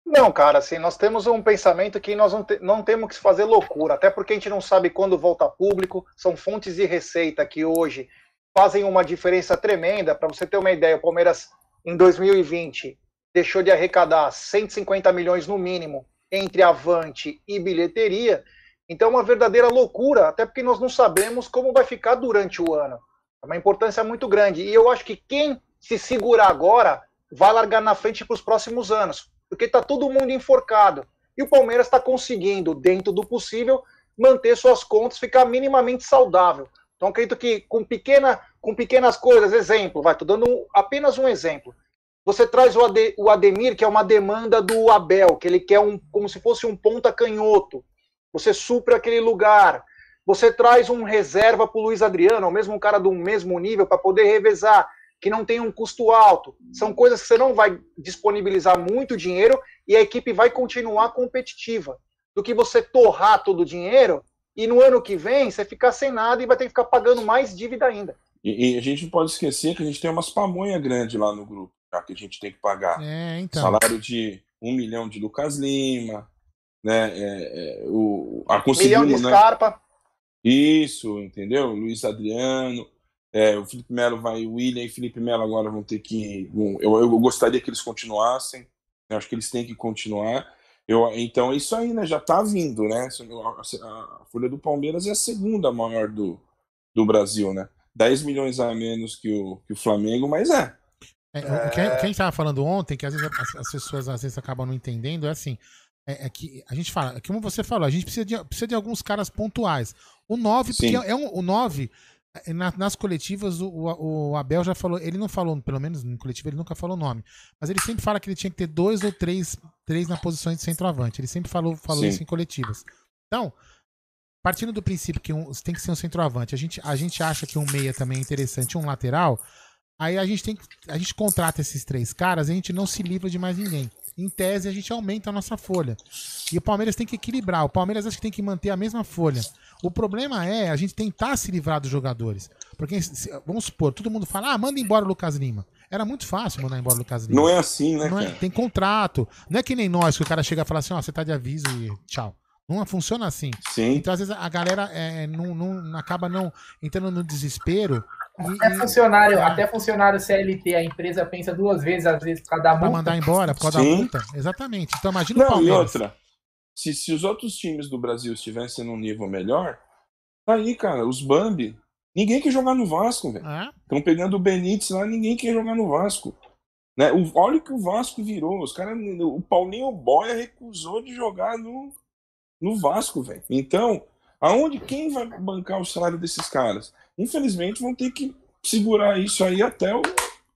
Não, cara, assim, nós temos um pensamento que nós não temos que fazer loucura, até porque a gente não sabe quando volta a público, são fontes de receita que hoje fazem uma diferença tremenda. Para você ter uma ideia, o Palmeiras, em 2020, deixou de arrecadar 150 milhões no mínimo entre avante e bilheteria, então é uma verdadeira loucura, até porque nós não sabemos como vai ficar durante o ano. É uma importância muito grande, e eu acho que quem se segurar agora vai largar na frente para os próximos anos, porque está todo mundo enforcado. E o Palmeiras está conseguindo, dentro do possível, manter suas contas, ficar minimamente saudável. Então, acredito que com pequenas coisas, exemplo, estou dando apenas um exemplo. Você traz o Ademir, que é uma demanda do Abel, que ele quer como se fosse um ponta canhoto. Você supra aquele lugar. Você traz um reserva para o Luiz Adriano, ou mesmo um cara do mesmo nível, para poder revezar, que não tem um custo alto. São coisas que você não vai disponibilizar muito dinheiro e a equipe vai continuar competitiva. Do que você torrar todo o dinheiro e no ano que vem você ficar sem nada e vai ter que ficar pagando mais dívida ainda. E a gente não pode esquecer que a gente tem umas pamonha grande lá no grupo, já que a gente tem que pagar. Então. Salário de 1 milhão de Lucas Lima, né? $1 milhão de Scarpa. Né? Isso, entendeu? Luiz Adriano. O Felipe Melo o William e Felipe Melo agora vão ter que. Eu gostaria que eles continuassem. Eu acho que eles têm que continuar. Então é isso aí, né? Já tá vindo, né? A folha do Palmeiras é a segunda maior do Brasil, né? 10 milhões a menos que o Flamengo, mas Quem estava falando ontem, que às vezes as pessoas às vezes acabam não entendendo, é assim. Que a gente fala, como você falou, a gente precisa de alguns caras pontuais. O 9, porque o 9. Nas coletivas, o Abel já falou, ele não falou, pelo menos no coletivo ele nunca falou o nome, mas ele sempre fala que ele tinha que ter 2 ou 3 na posição de centroavante. Ele sempre falou isso em coletivas. Então, partindo do princípio que tem que ser um centroavante, a gente acha que um meia também é interessante, um lateral, aí a gente contrata esses 3 caras e a gente não se livra de mais ninguém. Em tese, a gente aumenta a nossa folha. E o Palmeiras tem que equilibrar. O Palmeiras acho que tem que manter a mesma folha. O problema é a gente tentar se livrar dos jogadores. Porque, vamos supor, todo mundo fala, manda embora o Lucas Lima. Era muito fácil mandar embora o Lucas Lima. Não é assim, né, cara? Tem contrato. Não é que nem nós, que o cara chega e fala assim, você tá de aviso e tchau. Não funciona assim. Sim. Então, às vezes, a galera não acaba não entrando no desespero. Até funcionário CLT, a empresa pensa 2 vezes, às vezes, por causa da multa. Pra mandar embora, por causa da multa. Exatamente. Então, imagina o Palmeiras. E outra, se os outros times do Brasil estivessem num nível melhor, aí, cara, os Bambi, ninguém quer jogar no Vasco, velho. Estão pegando o Benítez lá, ninguém quer jogar no Vasco. Né? Olha o que o Vasco virou. O Paulinho Boia recusou de jogar no Vasco, velho. Então, quem vai bancar o salário desses caras? Infelizmente vão ter que segurar isso aí até o.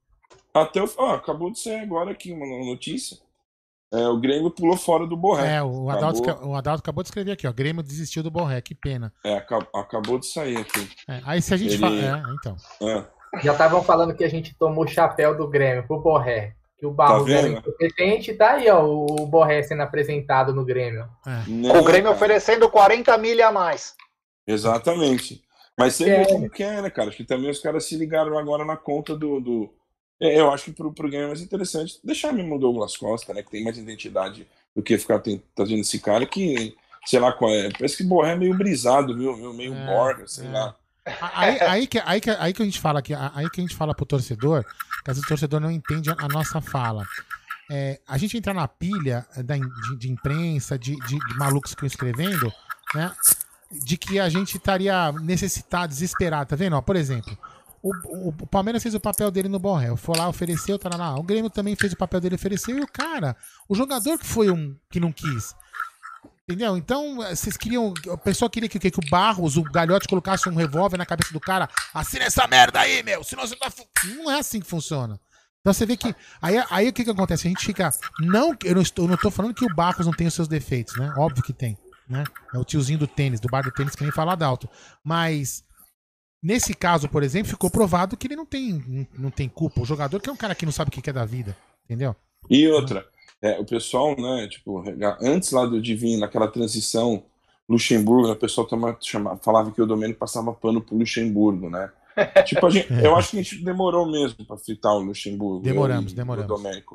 Acabou de sair agora aqui uma notícia. O Grêmio pulou fora do Borré. O Adalto acabou de escrever aqui, ó. Grêmio desistiu do Borré, que pena. Acabou de sair aqui. Aí se a gente fala. Então. Já estavam falando que a gente tomou o chapéu do Grêmio pro Borré. Que o Barros era incompetente, tá aí, ó, o Borré sendo apresentado no Grêmio. O Grêmio oferecendo 40 milha a mais. Exatamente. Mas você vê como que né, cara? Acho que também os caras se ligaram agora na conta do... Eu acho que pro Grêmio é mais interessante deixar mesmo o Douglas Costa, né? Que tem mais identidade do que ficar trazendo esse cara que, sei lá qual é. Parece que o Borré é meio brisado, viu? Meio Borga, sei lá. Aí que a gente fala aí que a gente fala pro torcedor, que às vezes o torcedor não entende a nossa fala. A gente entra na pilha de imprensa, de malucos que estão escrevendo, né? De que a gente estaria necessitado, desesperado, tá vendo? Ó, por exemplo, o Palmeiras fez o papel dele no Borré, foi lá, ofereceu, tá lá. O Grêmio também fez o papel dele, ofereceu, e o jogador que foi que não quis. Entendeu? Então, vocês queriam. O pessoal queria que o Barros, o Galhote, colocasse um revólver na cabeça do cara. Assina essa merda aí, meu! Senão você tá. Não é assim que funciona. Então você vê que. Aí o que acontece? A gente fica. Eu não tô falando que o Barros não tem os seus defeitos, né? Óbvio que tem. Né? É o tiozinho do tênis, do bar do tênis, que nem fala Adalto. Mas. Nesse caso, por exemplo, ficou provado que ele não tem culpa. O jogador que é um cara que não sabe o que é da vida. Entendeu? E outra. O pessoal, né, tipo, antes lá do Divino, naquela transição Luxemburgo, o pessoal falava que o Domênico passava pano pro Luxemburgo, né? Tipo, eu acho que a gente demorou mesmo pra fritar o Luxemburgo. Demoramos. O Domênico.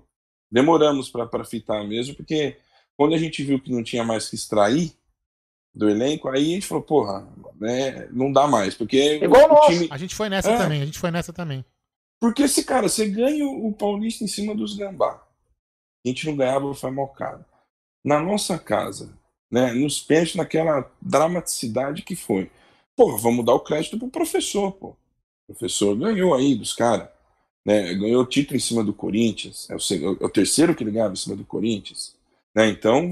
Demoramos para fitar mesmo, porque quando a gente viu que não tinha mais que extrair do elenco, aí a gente falou, porra, né, não dá mais, porque Igual nós. time... A gente foi nessa também, a gente foi nessa também. Porque esse cara, você ganha o Paulista em cima dos Gambá. A gente não ganhava, foi mal caro. Na nossa casa, né, nos pênaltis, naquela dramaticidade que foi. Pô, vamos dar o crédito pro professor, pô. O professor ganhou aí dos caras, né, ganhou o título em cima do Corinthians, é o terceiro que ele ganhava em cima do Corinthians, né, então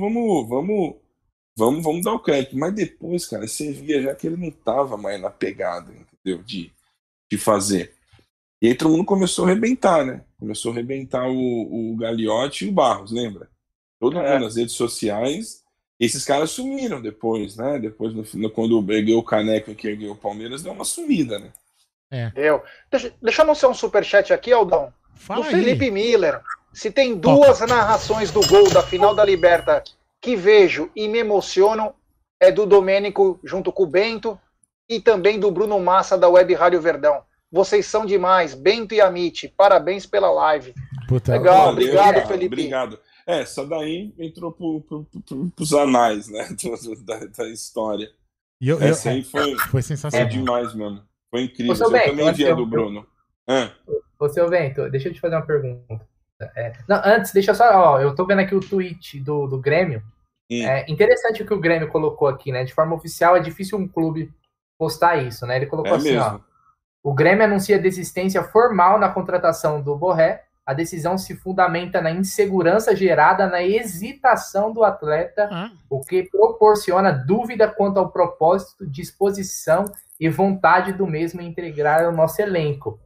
vamos dar o crédito. Mas depois, cara, você via já que ele não tava mais na pegada, entendeu, de fazer. E aí todo mundo começou a arrebentar, né? Começou a arrebentar o Gagliotti e o Barros, lembra? Todo mundo nas redes sociais. Esses caras sumiram depois, né? Depois, quando ergueu o caneco e que ergueu o Palmeiras, deu uma sumida, né? Deu. Deixa eu anunciar um superchat aqui, Aldão. Fala do aí. Felipe Miller. Se tem duas narrações do gol da final da Liberta que vejo e me emocionam, é do Domênico junto com o Bento e também do Bruno Massa da Web Rádio Verdão. Vocês são demais, Bento e Amit. Parabéns pela live. Puta, legal, Valeu, obrigado, cara, Felipe. Obrigado. Essa daí entrou pros anais, né? Da história. Essa aí foi sensacional. Foi demais, mano. Foi incrível. Ô, seu Eu Bento, também vi a do Bruno. Ô, seu Bento, deixa eu te fazer uma pergunta. Não, antes, deixa eu só. Ó, eu tô vendo aqui o tweet do Grêmio. É interessante o que o Grêmio colocou aqui, né? De forma oficial, é difícil um clube postar isso, né? Ele colocou assim, mesmo. ó. O Grêmio anuncia desistência formal na contratação do Borré. A decisão se fundamenta na insegurança gerada na hesitação do atleta, o que proporciona dúvida quanto ao propósito, disposição e vontade do mesmo em integrar o nosso elenco.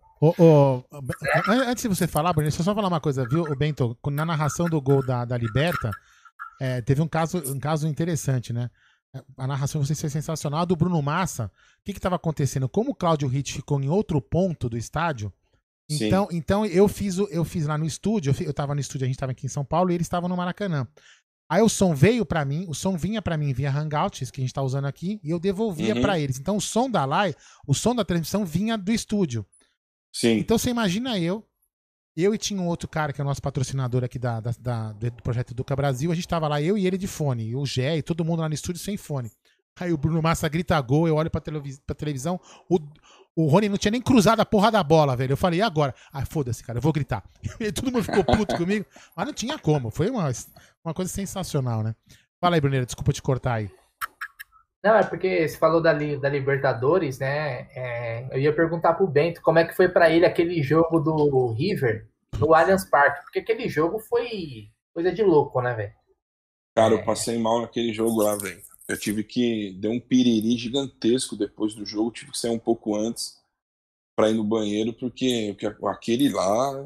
Antes de você falar, Bruno, deixa eu só falar uma coisa, viu, Bento? Na narração do gol da Liberta, teve um caso interessante, né? A narração de vocês foi sensacional. A do Bruno Massa, o que estava acontecendo? Como o Cláudio Ritt ficou em outro ponto do estádio, então eu fiz lá no estúdio, eu tava no estúdio, a gente tava aqui em São Paulo e eles estavam no Maracanã. Aí o som veio pra mim, o som vinha pra mim via Hangouts, que a gente tá usando aqui, e eu devolvia pra eles. Então o som da live, o som da transmissão vinha do estúdio. Sim. Então você imagina eu e tinha um outro cara que é o nosso patrocinador aqui do Projeto Educa Brasil, a gente tava lá, eu e ele de fone, e o Gé e todo mundo lá no estúdio sem fone. Aí o Bruno Massa grita gol, eu olho pra televisão, o Rony não tinha nem cruzado a porra da bola, velho. Eu falei, e agora? Ah, foda-se, cara, eu vou gritar. E todo mundo ficou puto comigo, mas não tinha como. Foi uma coisa sensacional, né? Fala aí, Bruneira, desculpa te cortar aí. Não, é porque você falou da Libertadores, né? Eu ia perguntar pro Bento como é que foi pra ele aquele jogo do River no Allianz Parque, porque aquele jogo foi coisa de louco, né, velho? Cara, eu passei mal naquele jogo lá, velho. Eu tive que... Deu um piriri gigantesco depois do jogo. Tive que sair um pouco antes pra ir no banheiro, porque aquele lá...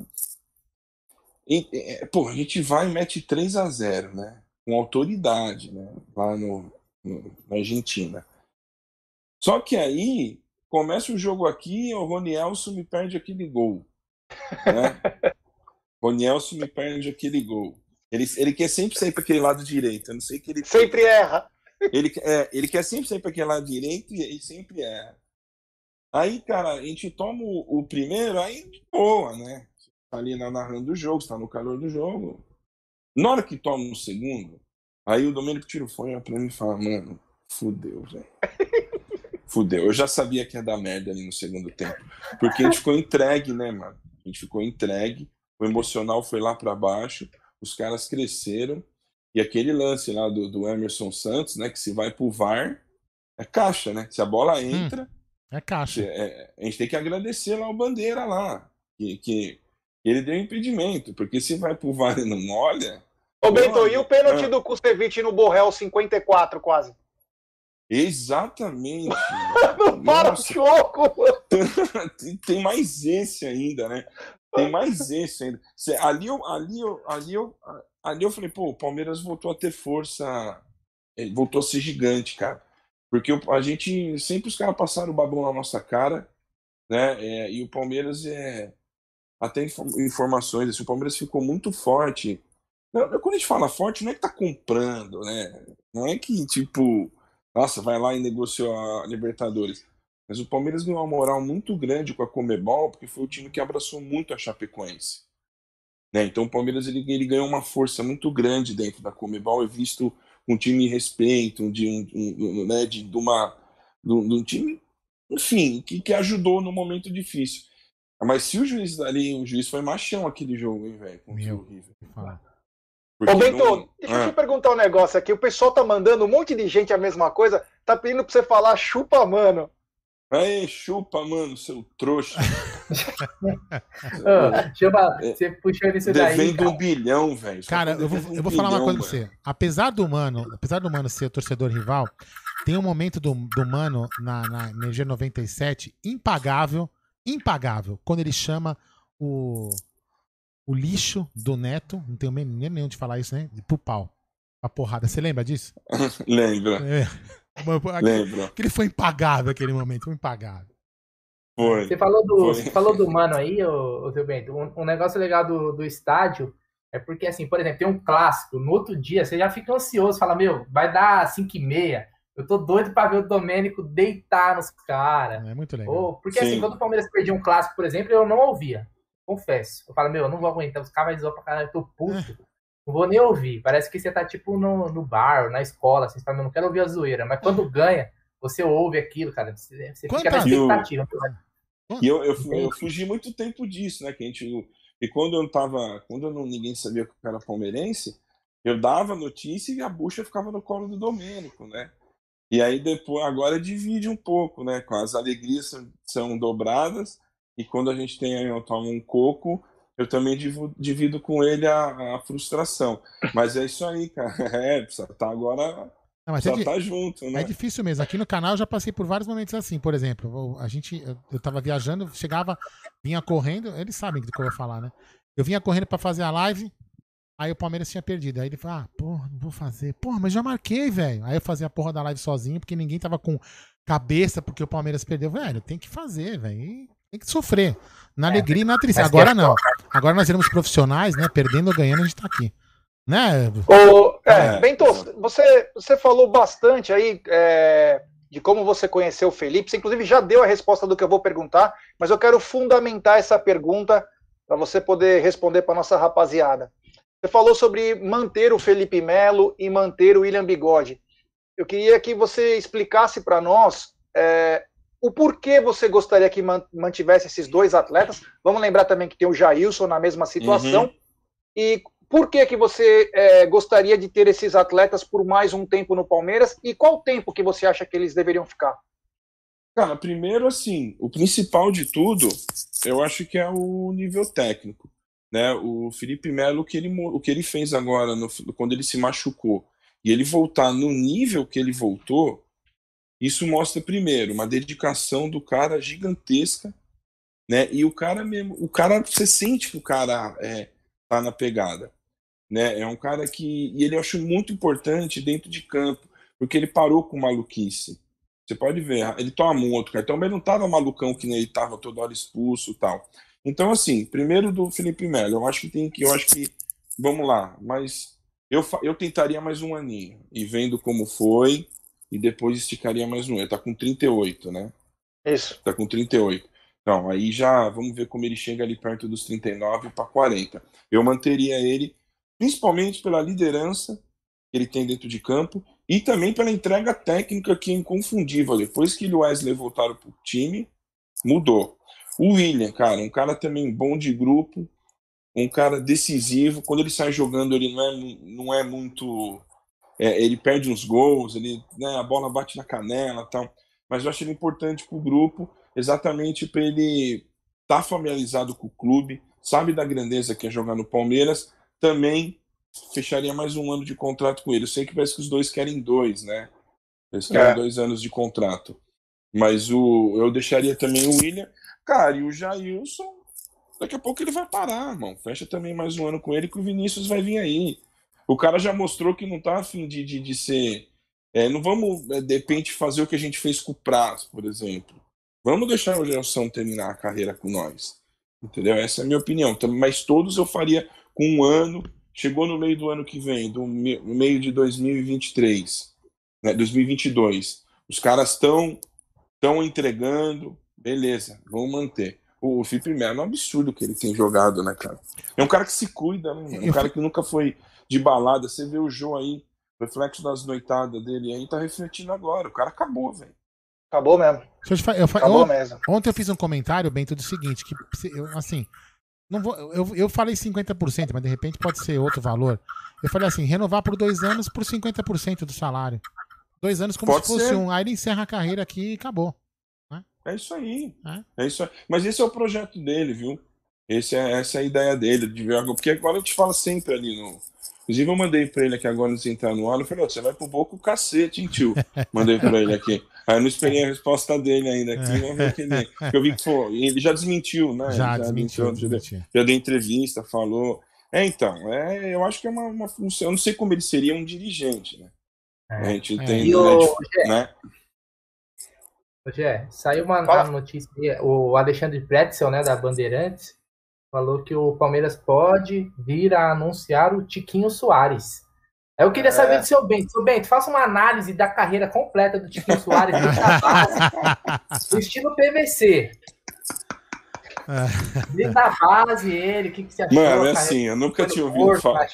Pô, a gente vai e mete 3-0, né? Com autoridade, né? Lá na Argentina. Só que aí, começa o jogo aqui e o Ronielson me perde aquele gol. Né? Ronielson me perde aquele gol. Ele quer sempre sair para aquele lado direito. Eu não sei que ele... Sempre erra. Ele quer sempre sair para aquele lado direito e sempre erra. Aí, cara, a gente toma o primeiro, aí de boa, né? Você tá ali narrando o jogo, você tá no calor do jogo. Na hora que toma o segundo, aí o Domênico tira o fone pra mim e fala, mano, fudeu, velho. Fudeu. Eu já sabia que ia dar merda ali no segundo tempo. Porque a gente ficou entregue, né, mano? A gente ficou entregue, o emocional foi lá pra baixo, os caras cresceram. E aquele lance lá do Emerson Santos, né, que se vai pro VAR, é caixa, né? Se a bola entra... É caixa. A gente tem que agradecer lá o Bandeira lá, que ele deu impedimento, porque se vai pro VAR e não olha... Ô, Bento, e o pênalti do Kusevich no Borrell, 54 quase? Exatamente. Não para o jogo! Tem mais esse ainda, né? Tem mais esse ainda. Ali eu falei, pô, o Palmeiras voltou a ter força, voltou a ser gigante, cara. Porque a gente, sempre os caras passaram o babão na nossa cara, né? E o Palmeiras até informações, assim, o Palmeiras ficou muito forte. Quando a gente fala forte, não é que tá comprando, né? Não é que, tipo, nossa, vai lá e negociou a Libertadores. Mas o Palmeiras ganhou uma moral muito grande com a Conmebol, porque foi o time que abraçou muito a Chapecoense. né? Então o Palmeiras ele ganhou uma força muito grande dentro da Conmebol, é visto um time de respeito, né, de um time, enfim, que ajudou no momento difícil. Mas se o juiz foi machão aquele jogo, hein, velho, contra o River. Ô, Bento, deixa eu te perguntar um negócio aqui. O pessoal tá mandando um monte de gente a mesma coisa, tá pedindo pra você falar chupa, mano. Aí, chupa, mano, seu trouxa. Você puxou isso daí. Devendo $1 bilhão, velho. Cara, eu vou falar uma coisa pra você. Apesar do Mano ser torcedor rival, tem um momento do Mano na Energia 97 impagável, quando ele chama o lixo do Neto, não tenho nem nenhum de falar isso, né? Pro pau. A porrada. Você lembra disso? Lembro. Lembro. Aquele foi impagável, aquele momento. Foi impagável. Foi. Você falou do Mano aí, ô seu Bento. Um negócio legal do estádio é porque, assim, por exemplo, tem um clássico. No outro dia, você já fica ansioso. Fala, meu, vai dar 5h30. Eu tô doido pra ver o Domênico deitar nos caras. É muito legal. Porque, assim, quando o Palmeiras perdia um clássico, por exemplo, eu não ouvia. Confesso. Eu falo, meu, eu não vou aguentar. Os caras vão zoar pra caralho, eu tô puto. Não vou nem ouvir. Parece que você tá, tipo, no bar, na escola. Assim, você fala, eu não quero ouvir a zoeira. Mas quando ganha, você ouve aquilo, cara. Você fica na expectativa. E eu fugi muito tempo disso, né? E quando ninguém sabia que eu era palmeirense, eu dava notícia e a bucha ficava no colo do Domênico, né? E aí depois, agora divide um pouco, né? As alegrias são dobradas, e quando a gente eu tomo um coco, eu também divido com ele a frustração. Mas é isso aí, cara. Precisa estar agora. Tá junto, né? É difícil mesmo. Aqui no canal eu já passei por vários momentos assim. Por exemplo, eu tava viajando, vinha correndo, eles sabem do que eu vou falar, né? Eu vinha correndo pra fazer a live, aí o Palmeiras tinha perdido. Aí ele falou, porra, não vou fazer. Porra, mas já marquei, velho. Aí eu fazia a porra da live sozinho, porque ninguém tava com cabeça porque o Palmeiras perdeu. Velho, tem que fazer, velho. Tem que sofrer. Na alegria e na tristeza. Agora não. Agora nós seremos profissionais, né? Perdendo ou ganhando, a gente tá aqui. Né? Bento, você falou bastante aí de como você conheceu o Felipe. Você, inclusive, já deu a resposta do que eu vou perguntar, mas eu quero fundamentar essa pergunta para você poder responder para nossa rapaziada. Você falou sobre manter o Felipe Melo e manter o William Bigode. Eu queria que você explicasse para nós o porquê você gostaria que mantivesse esses dois atletas. Vamos lembrar também que tem o Jailson na mesma situação. E por que você gostaria de ter esses atletas por mais um tempo no Palmeiras? E qual tempo que você acha que eles deveriam ficar? Cara, primeiro, assim, o principal de tudo, eu acho que é o nível técnico, né? O Felipe Melo, o que ele fez agora, quando ele se machucou, e ele voltar no nível que ele voltou, isso mostra, primeiro, uma dedicação do cara gigantesca, né? E o cara, você sente que o cara tá na pegada. Né? É um cara e ele eu acho muito importante dentro de campo, porque ele parou com maluquice. Você pode ver, ele toma um outro cartão, mas ele não tava malucão que nem ele tava toda hora expulso e tal. Então, assim, primeiro do Felipe Melo, eu acho que, vamos lá, mas eu tentaria mais um aninho, e vendo como foi, e depois esticaria mais um. Ele tá com 38, né? Isso. Tá com 38. Então, aí já, vamos ver como ele chega ali perto dos 39 para 40. Eu manteria ele, principalmente pela liderança que ele tem dentro de campo e também pela entrega técnica que é inconfundível. Depois que o Wesley voltaram pro time, mudou. O William, cara, um cara também bom de grupo, um cara decisivo. Quando ele sai jogando, ele não é muito... ele perde uns gols, né, a bola bate na canela e tal. Mas eu acho ele importante pro grupo, exatamente para ele estar familiarizado com o clube, sabe da grandeza que é jogar no Palmeiras. Também fecharia mais um ano de contrato com ele. Eu sei que parece que os dois querem 2, né? Eles querem 2 anos de contrato. Mas eu deixaria também o William. Cara, e o Jailson, daqui a pouco ele vai parar, irmão. Fecha também mais um ano com ele, que o Vinícius vai vir aí. O cara já mostrou que não tá afim de ser... não vamos, de repente, fazer o que a gente fez com o Praz, por exemplo. Vamos deixar o Gelson terminar a carreira com nós. Entendeu? Essa é a minha opinião. Mas todos eu faria com um ano. Chegou no meio do ano que vem, no meio de 2023, né, 2022. Os caras estão entregando, beleza, vamos manter. O Felipe Melo é um absurdo que ele tem jogado, né, cara? É um cara que se cuida, né? Um cara que nunca foi de balada. Você vê o Jô aí, o reflexo das noitadas dele aí, tá refletindo agora. O cara acabou, velho. Acabou mesmo. Acabou mesmo. Ontem eu fiz um comentário, Bento, do seguinte, que assim, não vou, eu falei 50%, mas de repente pode ser outro valor. Eu falei assim, renovar por 2 anos por 50% do salário. 2 anos como Pode se fosse ser. Aí ele encerra a carreira aqui e acabou. É isso aí. É isso aí. Mas esse é o projeto dele, viu? Essa é a ideia dele, de ver algo. Porque agora eu te falo sempre ali no. Inclusive, eu mandei pra ele aqui agora antes de entrar no ar. Eu falei, você vai pro boco o cacete, hein, tio? Mandei pra ele aqui. Aí eu não esperei a resposta dele ainda aqui. Vamos ver o que ele. Eu vi que ele já desmentiu, né? Já desmentiu. Já deu entrevista, falou. Então, eu acho que é uma função. Eu não sei como ele seria um dirigente, né? A gente tem. Né? Rogé, saiu uma notícia aí, o Alexandre Pretzel, né, da Bandeirantes, falou que o Palmeiras pode vir a anunciar o Tiquinho Soares. Eu queria saber do seu Bento. Seu Bento, faça uma análise da carreira completa do Tiquinho Soares, do estilo PVC. Desde a base, ele, o que você achou? Mano, assim, eu nunca tinha ouvido falar.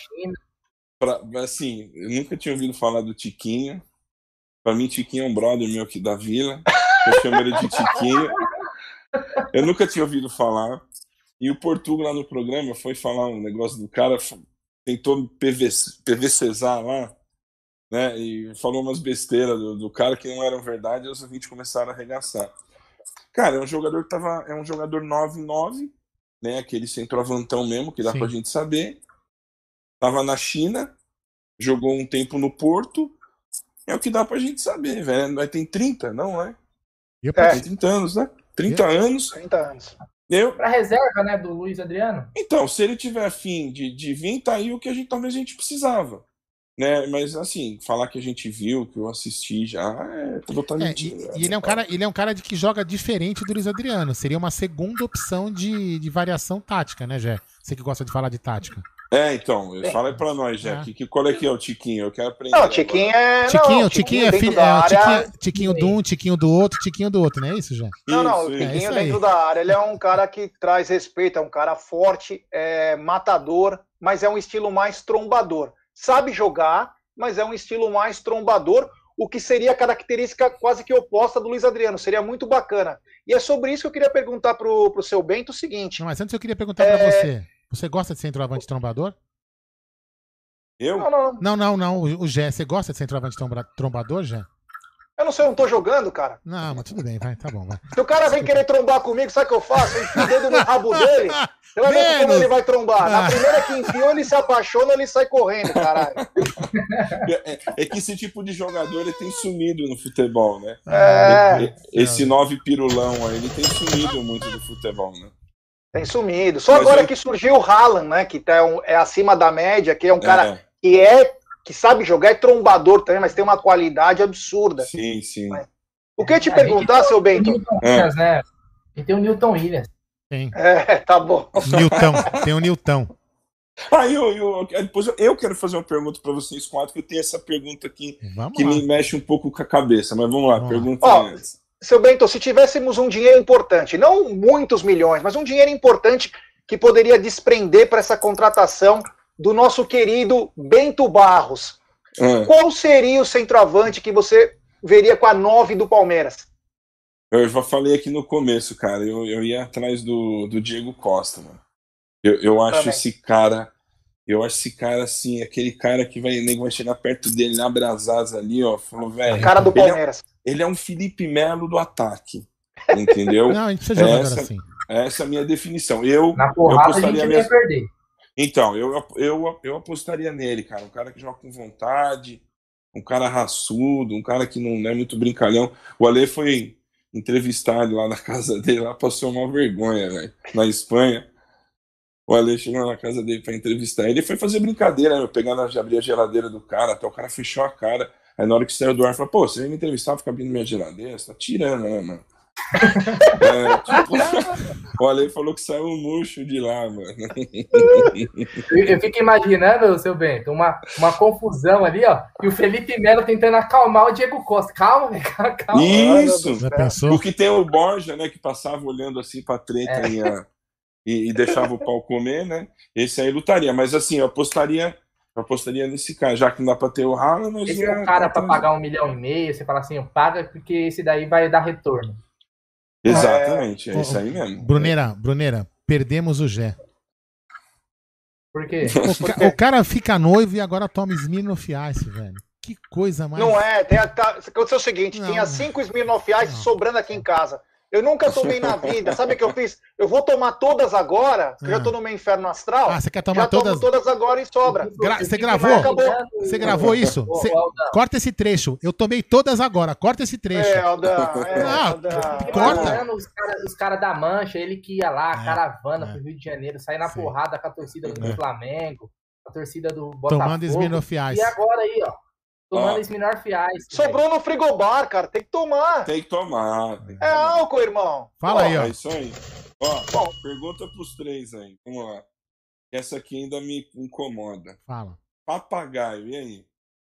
Assim, eu nunca tinha ouvido falar do Tiquinho. Pra mim, Tiquinho é um brother meu aqui da vila. Eu chamo ele de Tiquinho. Eu nunca tinha ouvido falar. E o Portugal lá no programa foi falar um negócio do cara, tentou PVCzar lá, né? E falou umas besteiras do cara que não eram verdade, e os ouvintes começaram a arregaçar. Cara, é um jogador que é um jogador 9-9, né? Aquele centroavantão mesmo, que dá pra gente saber. Tava na China, jogou um tempo no Porto. É o que dá pra gente saber, velho. Vai ter 30, não é? Tem 30 anos, né? 30 anos. 30 anos. Pra reserva, né, do Luiz Adriano? Então, se ele tiver afim de vir, tá aí o que talvez a gente precisava. Né? Mas, assim, falar que a gente viu, que eu assisti já, totalmente... E ele é um cara que joga diferente do Luiz Adriano. Seria uma segunda opção de variação tática, né, Jé? Você que gosta de falar de tática. Então, fala aí pra nós, Jé. Qual é que é o Tiquinho? Eu quero aprender. Não, o Tiquinho é... Tiquinho é filho... Tiquinho de um, Tiquinho do outro, não é isso, Jé? Não, o Tiquinho dentro da área, ele é um cara que traz respeito, é um cara forte, matador, mas é um estilo mais trombador. Sabe jogar, mas é um estilo mais trombador, o que seria a característica quase que oposta do Luiz Adriano. Seria muito bacana. E é sobre isso que eu queria perguntar pro seu Bento o seguinte... Não, mas antes eu queria perguntar pra você... Você gosta de centroavante trombador? Eu? Não. O Jé, você gosta de centroavante trombador, Jé? Eu não sei, eu não tô jogando, cara. Não, mas tudo bem, vai, tá bom, vai. Se o cara vem querer trombar comigo, sabe o que eu faço? Eu enfio o dedo no rabo dele, você vai ver como ele vai trombar. Na primeira que enfiou, ele se apaixona, ele sai correndo, caralho. É que esse tipo de jogador, ele tem sumido no futebol, né? Esse 9 pirulão aí, ele tem sumido muito do futebol, né? Tem sumido. Só agora que surgiu o Haaland, né? Que é acima da média, que é um cara que sabe jogar, é trombador também, mas tem uma qualidade absurda. Sim. O que eu ia te perguntar, seu Bento? Né? E tem o Newton Williams. Tem. Tá bom. Tem o Newton. Depois eu quero fazer uma pergunta para vocês quatro, que eu tenho essa pergunta aqui que me mexe um pouco com a cabeça, mas vamos lá, pergunta antes. Seu Bento, se tivéssemos um dinheiro importante, não muitos milhões, mas um dinheiro importante que poderia desprender para essa contratação do nosso querido Bento Barros, qual seria o centroavante que você veria com a 9 do Palmeiras? Eu já falei aqui no começo, cara, eu ia atrás do Diego Costa, mano. Eu acho esse cara, assim, aquele cara que vai chegar perto dele, abre as asas ali, ó, falou, velho. Cara do Palmeiras. Ele é um Felipe Melo do ataque, entendeu? Não, a gente precisa jogar assim. Essa é a minha definição. Eu apostaria a gente ia perder. Então, eu apostaria nele, cara. Um cara que joga com vontade, um cara raçudo, um cara que não é muito brincalhão. O Ale foi entrevistado lá na casa dele, lá passou uma vergonha, velho, na Espanha. O Ale chegou na casa dele pra entrevistar ele, foi fazer brincadeira, né? Pegando, abrir a geladeira do cara, até o cara fechou a cara. Aí na hora que saiu do ar, falou, pô, você vem me entrevistar, fica abrindo minha geladeira, você tá tirando, né, mano? Olha, ele falou que saiu um murcho de lá, mano. Eu fico imaginando, seu Bento, uma confusão ali, ó, e o Felipe Melo tentando acalmar o Diego Costa. Calma, velho, calma. Isso! Já pensou? Porque tem o Borja, né, que passava olhando assim pra treta e deixava o pau comer, né? Esse aí lutaria. Mas assim, eu apostaria nesse cara, já que não dá pra ter o Haaland, mas Esse é um cara pra pagar 1,5 milhão, você fala assim, paga porque esse daí vai dar retorno. Exatamente, é isso aí mesmo. Brunera, perdemos o Gé. Por quê? O cara fica noivo e agora toma Smirnoff Ice, velho. Que coisa mais... Não é, aconteceu o seguinte, tinha 5 Smirnoff Ice sobrando aqui em casa. Eu nunca tomei na vida. Sabe o que eu fiz? Eu vou tomar todas agora, que eu já tô no meu inferno astral. Ah, você quer tomar já todas? tomo todas agora e sobra. Você gravou? Você gravou isso? Corta esse trecho. Eu tomei todas agora. Corta esse trecho. Aldão. Corta. Os caras da Mancha, ele que ia lá, caravana pro Rio de Janeiro, sair na porrada com a torcida do Flamengo, a torcida do Botafogo. Tomando Smirnoff Ice. E agora aí, ó. Tomando Smirnoff Ice. Sobrou no frigobar, cara. Tem que tomar. Tem que tomar. É álcool, irmão. Fala aí, ó. É isso aí. Ó, pergunta pros três aí. Vamos lá. Essa aqui ainda me incomoda. Fala. Papagaio, e aí?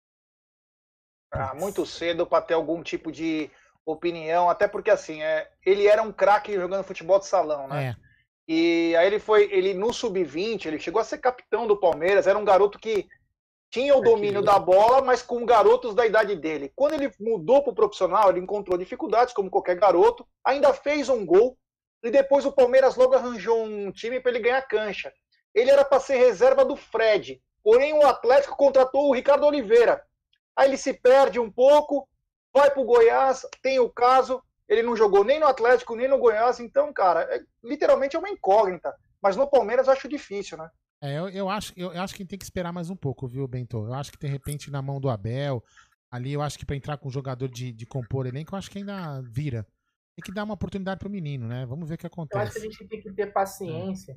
Muito cedo para ter algum tipo de opinião, até porque assim, ele era um craque jogando futebol de salão, né? E aí ele no sub-20, ele chegou a ser capitão do Palmeiras, era um garoto que tinha o domínio da bola, mas com garotos da idade dele. Quando ele mudou para o profissional, ele encontrou dificuldades, como qualquer garoto, ainda fez um gol, e depois o Palmeiras logo arranjou um time para ele ganhar cancha. Ele era para ser reserva do Fred, porém o Atlético contratou o Ricardo Oliveira. Aí ele se perde um pouco, vai para o Goiás, tem o caso, ele não jogou nem no Atlético, nem no Goiás, então, cara, literalmente é uma incógnita. Mas no Palmeiras eu acho difícil, né? Eu acho que tem que esperar mais um pouco, viu, Bento? Eu acho que de repente na mão do Abel, ali eu acho que pra entrar com um jogador de compor elenco, eu acho que ainda vira. Tem que dar uma oportunidade pro menino, né? Vamos ver o que acontece. Eu acho que a gente tem que ter paciência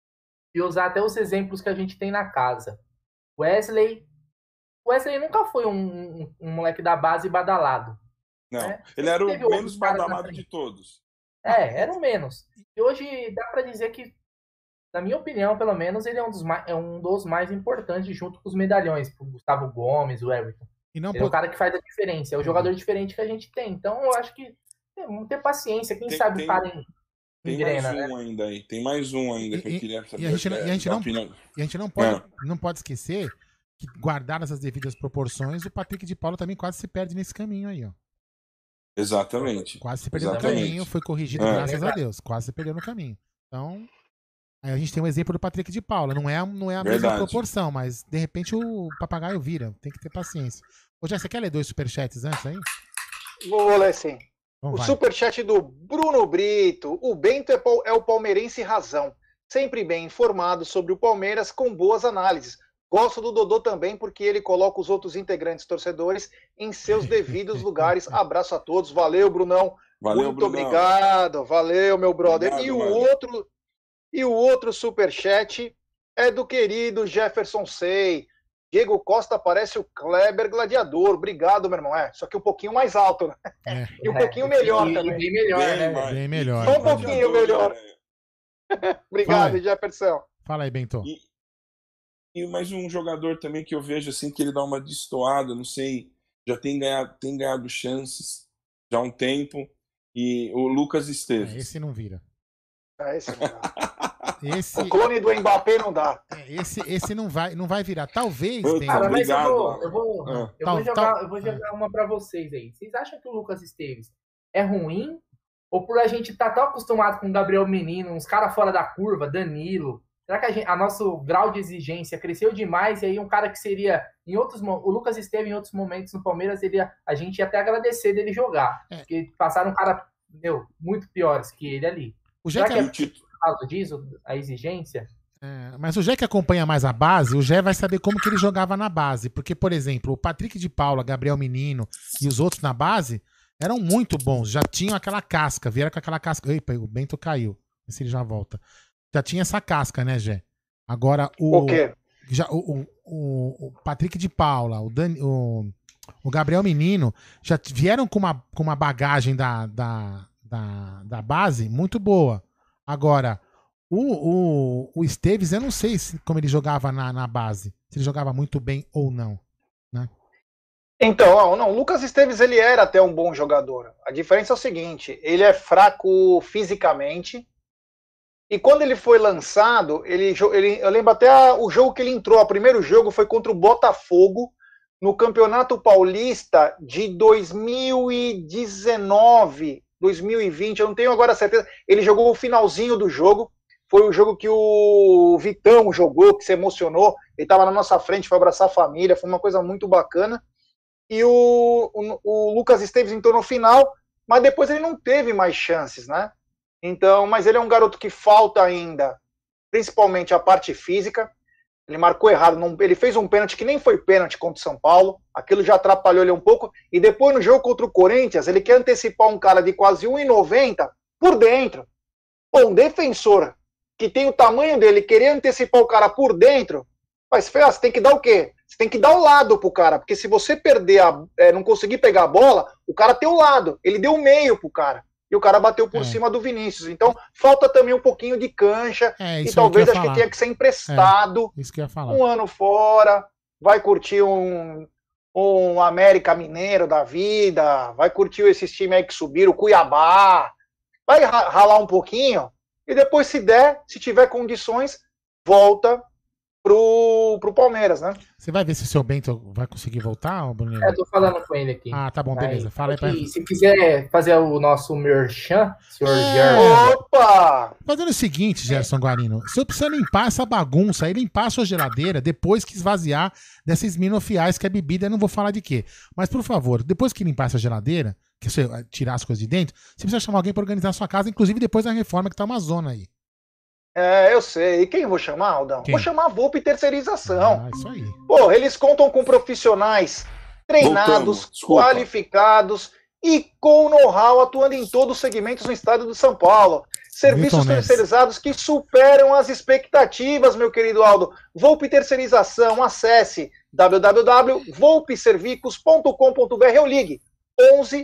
e usar até os exemplos que a gente tem na casa. Wesley nunca foi um moleque da base badalado. Não, né? Ele era o menos badalado de todos. Era o menos. E hoje dá pra dizer que, na minha opinião, pelo menos, ele é um dos mais importantes junto com os medalhões, o Gustavo Gomes, o Everton. Ele é o cara que faz a diferença, é o jogador diferente que a gente tem. Então, eu acho que vamos ter paciência. Quem sabe o cara engrena, mais um ainda aí. Tem mais um ainda que eu queria saber. E a gente não pode esquecer que, guardadas as devidas proporções, o Patrick de Paula também quase se perde nesse caminho aí, ó. Exatamente. Quase se perdeu no caminho, foi corrigido, graças a Deus. Quase se perdeu no caminho. Então, aí a gente tem um exemplo do Patrick de Paula. Não é a mesma proporção, mas de repente o papagaio vira. Tem que ter paciência. Ô, Jé, você quer ler 2 superchats antes aí? Vou ler sim. Então o superchat do Bruno Brito. O Bento é o palmeirense razão. Sempre bem informado sobre o Palmeiras, com boas análises. Gosto do Dodô também, porque ele coloca os outros integrantes torcedores em seus devidos lugares. Abraço a todos. Valeu, Brunão. Valeu, muito Brunão. Obrigado. Valeu, meu brother. Obrigado, E o outro superchat é do querido Jefferson Sei. Diego Costa parece o Kleber Gladiador. Obrigado, meu irmão. Só que um pouquinho mais alto, né? E um pouquinho melhor também. Bem melhor, né? Bem melhor. Só um pouquinho melhor. Obrigado, Jefferson. Fala aí, Bento. E mais um jogador também que eu vejo assim que ele dá uma destoada, não sei, já tem ganhado chances já há um tempo, e o Lucas Esteves. Esse não vira. Esse não dá. O clone do Mbappé não dá. Esse não vai virar. Talvez tenha. Cara, mas eu vou jogar uma pra vocês aí. Vocês acham que o Lucas Esteves é ruim? Ou por a gente estar tão acostumado com o Gabriel Menino, uns caras fora da curva, Danilo? Será que a nosso grau de exigência cresceu demais? E aí um cara que seria, o Lucas Esteves em outros momentos no Palmeiras, a gente ia até agradecer dele jogar. Porque passaram um cara, muito piores que ele ali. Será que é por causa disso, a exigência? Mas o Jé que acompanha mais a base, o Jé vai saber como que ele jogava na base. Porque, por exemplo, o Patrick de Paula, Gabriel Menino e os outros na base eram muito bons. Já tinham aquela casca, vieram com aquela casca. Eita, o Bento caiu. Vê se ele já volta. Já tinha essa casca, né, Jé? Agora o quê? O Patrick de Paula, o Gabriel Menino já vieram com uma bagagem da da base muito boa. Agora, o Esteves, eu não sei como ele jogava na base. Se ele jogava muito bem ou não, né? Então, não, o Lucas Esteves ele era até um bom jogador. A diferença é o seguinte, ele é fraco fisicamente e quando ele foi lançado, eu lembro até o jogo que ele entrou, o primeiro jogo foi contra o Botafogo no Campeonato Paulista de 2019, 2020, eu não tenho agora certeza, ele jogou o finalzinho do jogo, foi o jogo que o Vitão jogou, que se emocionou, ele estava na nossa frente, foi abraçar a família, foi uma coisa muito bacana. E o Lucas Esteves entrou no final, mas depois ele não teve mais chances, né? Então, mas ele é um garoto que falta ainda, principalmente a parte física. Ele marcou errado, ele fez um pênalti que nem foi pênalti contra o São Paulo, aquilo já atrapalhou ele um pouco, e depois no jogo contra o Corinthians, ele quer antecipar um cara de quase 1,90 por dentro. Pô, um defensor que tem o tamanho dele, querer antecipar o cara por dentro, mas você tem que dar o quê? Você tem que dar o lado pro cara, porque se você perder, não conseguir pegar a bola, o cara tem o lado, ele deu o meio pro cara, e o cara bateu por cima do Vinícius. Então, falta também um pouquinho de cancha, e talvez acho que tinha que ser emprestado, isso que eu ia falar. Um ano fora, vai curtir um América Mineiro da vida, vai curtir esses times aí que subiram, o Cuiabá, vai ralar um pouquinho, e depois se der, se tiver condições, volta pro Palmeiras, né? Você vai ver se o seu Bento vai conseguir voltar, Bruno? Eu tô falando com ele aqui. Ah, tá bom, beleza. Fala aí pra ele. Se quiser fazer o nosso merchan, senhor Gerson. Opa! Fazendo o seguinte, Gerson Guarino, você precisa limpar essa bagunça aí, limpar a sua geladeira depois que esvaziar dessas minofiais que é bebida, eu não vou falar de quê. Mas, por favor, depois que limpar essa geladeira, que você tirar as coisas de dentro, você precisa chamar alguém pra organizar a sua casa, inclusive depois da reforma, que tá uma zona aí. Eu sei. E quem eu vou chamar, Aldão? Quem? Vou chamar a Volpe Terceirização. Isso aí. Pô, eles contam com profissionais treinados, qualificados e com know-how atuando em todos os segmentos no estado de São Paulo. Serviços terceirizados que superam as expectativas, meu querido Aldo. Volpe Terceirização, acesse www.volpeservicos.com.br ou ligue 11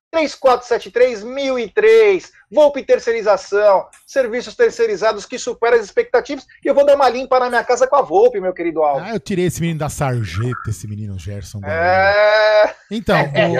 3473-1003, Volpe Terceirização, serviços terceirizados que superam as expectativas, e eu vou dar uma limpa na minha casa com a Volpe, meu querido Aldo. Eu tirei esse menino da sarjeta, esse menino Gerson. Então,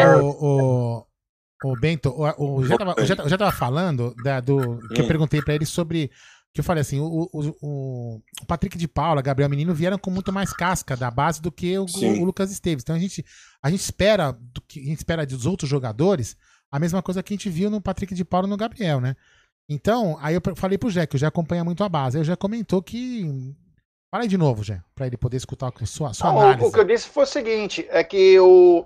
o Bento, já tava falando que eu perguntei pra ele sobre, que eu falei assim, o Patrick de Paula, Gabriel Menino vieram com muito mais casca da base do que o Lucas Esteves. Então a gente espera dos outros jogadores a mesma coisa que a gente viu no Patrick de Paula e no Gabriel, né? Então, aí eu falei pro Jé, que o Jé acompanha muito a base. Aí o Jé comentou que... Fala aí de novo, Jé, pra ele poder escutar a sua análise. O que eu disse foi o seguinte, é que o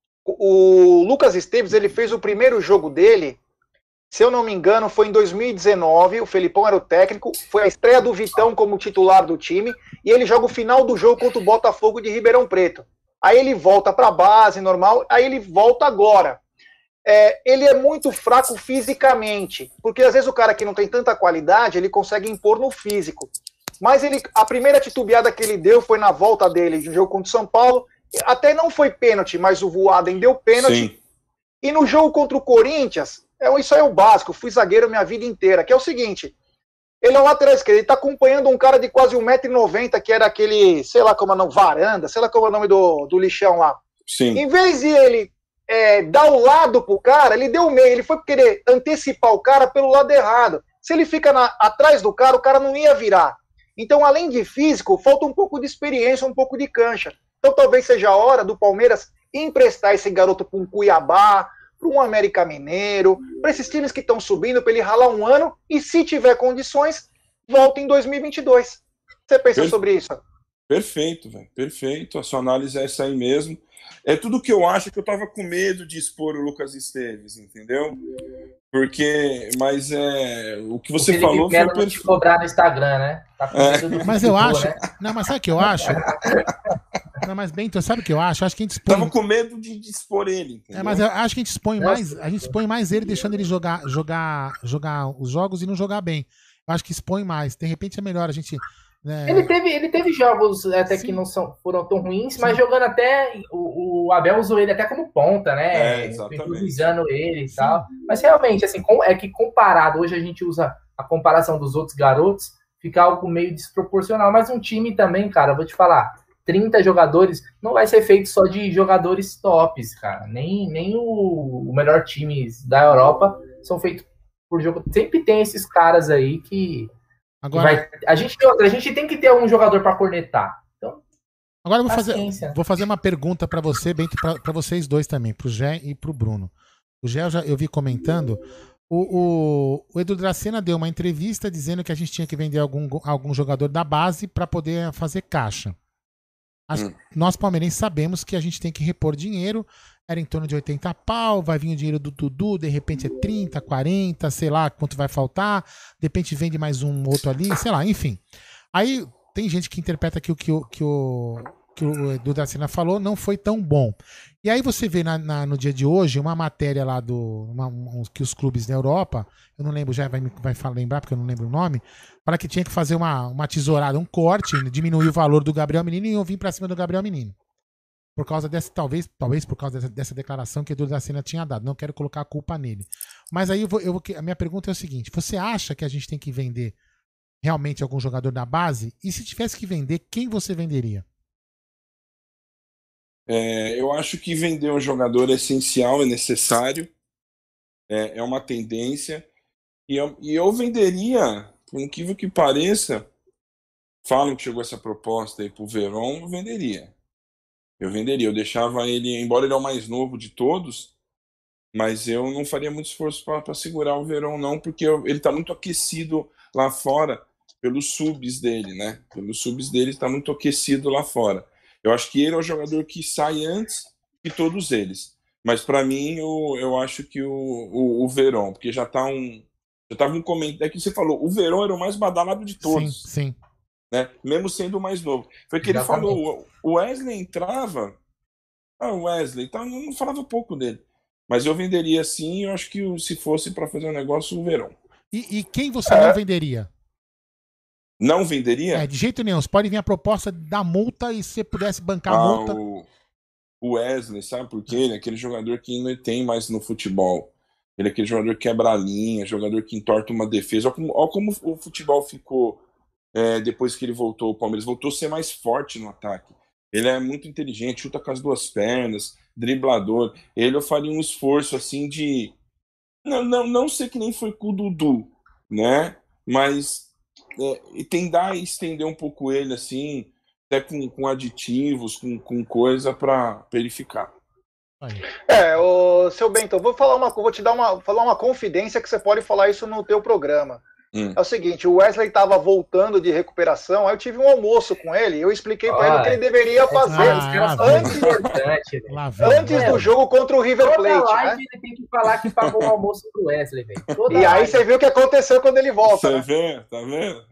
Lucas Esteves, ele fez o primeiro jogo dele, se eu não me engano, foi em 2019, o Felipão era o técnico, foi a estreia do Vitão como titular do time, e ele joga o final do jogo contra o Botafogo de Ribeirão Preto. Aí ele volta para a base normal, aí ele volta agora. Ele é muito fraco fisicamente, porque às vezes o cara que não tem tanta qualidade, ele consegue impor no físico. Mas a primeira titubeada que ele deu foi na volta dele de um jogo contra o São Paulo, até não foi pênalti, mas o Voaden deu pênalti. Sim. E no jogo contra o Corinthians, isso aí é o básico, eu fui zagueiro minha vida inteira, que é o seguinte, ele é o lateral esquerdo, ele tá acompanhando um cara de quase 1,90 m, que era aquele, sei lá como é o nome, Varanda, sei lá como é o nome do lixão lá. Sim. Em vez de ele dar o lado pro cara, ele deu o meio, ele foi querer antecipar o cara pelo lado errado. Se ele fica atrás do cara, o cara não ia virar. Então, além de físico, falta um pouco de experiência, um pouco de cancha. Então, talvez seja a hora do Palmeiras emprestar esse garoto para um Cuiabá, para um América Mineiro, para esses times que estão subindo, para ele ralar um ano e, se tiver condições, volta em 2022. Você pensa sobre isso? Perfeito, velho. Perfeito. A sua análise é essa aí mesmo. É tudo que eu acho, que eu tava com medo de expor o Lucas Esteves, entendeu? Mas o que você falou foi perfeito. Te cobrar no Instagram, né? Tá com medo do mas eu acho... Né? Não, mas sabe o que eu acho? Não, mas Bento, sabe o que eu acho? Acho que a gente expõe... Tava com medo de expor ele, entendeu? Mas eu acho que a gente expõe mais ele, deixando ele jogar os jogos e não jogar bem. Eu acho que expõe mais. De repente é melhor a gente Ele teve jogos até que não foram tão ruins, mas jogando até. O Abel usou ele até como ponta, né? Improvisando ele e tal. Mas realmente, assim, é que comparado, hoje a gente usa a comparação dos outros garotos, fica algo meio desproporcional. Mas um time também, cara, vou te falar, 30 jogadores não vai ser feito só de jogadores tops, cara. Nem o melhor time da Europa são feitos por jogo. Sempre tem esses caras aí que. Agora, a gente tem que ter um jogador para cornetar. Então, agora eu vou fazer uma pergunta para você, bem para vocês dois também, pro Gé e pro Bruno. O Gé eu vi comentando. O Edu Dracena deu uma entrevista dizendo que a gente tinha que vender algum jogador da base para poder fazer caixa. Nós palmeirenses sabemos que a gente tem que repor dinheiro. Era em torno de 80 pau, vai vir o dinheiro do Dudu, de repente é 30, 40, sei lá quanto vai faltar, de repente vende mais um outro ali, sei lá, enfim. Aí tem gente que interpreta que o Edu Dracena falou não foi tão bom. E aí você vê no dia de hoje uma matéria lá que os clubes da Europa, eu não lembro, já vai lembrar porque eu não lembro o nome, fala que tinha que fazer uma tesourada, um corte, diminuir o valor do Gabriel Menino e eu vim pra cima do Gabriel Menino. Por causa dessa, talvez por causa dessa declaração que o Edu Dracena tinha dado. Não quero colocar a culpa nele. Mas aí a minha pergunta é o seguinte: você acha que a gente tem que vender realmente algum jogador da base? E se tivesse que vender, quem você venderia? Eu acho que vender um jogador é essencial, é necessário, é uma tendência. E eu venderia, por incrível que pareça, falam que chegou essa proposta aí pro Verón, eu venderia. Eu deixava ele, embora ele é o mais novo de todos, mas eu não faria muito esforço para segurar o Verón, não, porque ele está muito aquecido lá fora pelos subs dele, né? Pelos subs dele está muito aquecido lá fora. Eu acho que ele é o jogador que sai antes de todos eles. Mas para mim, eu acho que o Verón, porque já estava um comentário, é que você falou, o Verón era o mais badalado de todos. Sim. Né? Mesmo sendo o mais novo. Foi o que ele falou, o Wesley entrava, o Wesley, então eu não falava pouco dele. Mas eu venderia sim, eu acho que se fosse para fazer um negócio, o Verón. E quem você não venderia? Não venderia? De jeito nenhum. Você pode vir a proposta da multa e se você pudesse bancar a multa. O Wesley, sabe por quê? Ele é aquele jogador que não tem mais no futebol. Ele é aquele jogador que quebra a linha, jogador que entorta uma defesa. Olha como o futebol ficou depois que ele voltou. O Palmeiras voltou a ser mais forte no ataque. Ele é muito inteligente, chuta com as duas pernas, driblador. Eu faria um esforço assim de... Não sei que nem foi com o Dudu, né? Mas tentar estender um pouco ele assim, até com aditivos, com coisa para ele ficar. Seu Bento, vou te falar uma confidência que você pode falar isso no teu programa. É o seguinte, o Wesley estava voltando de recuperação, aí eu tive um almoço com ele, eu expliquei para ele o que ele deveria fazer antes do jogo contra o River Plate. Toda live ele tem que falar que pagou um almoço pro Wesley, velho. E aí você viu o que aconteceu quando ele volta. Você vê, tá vendo?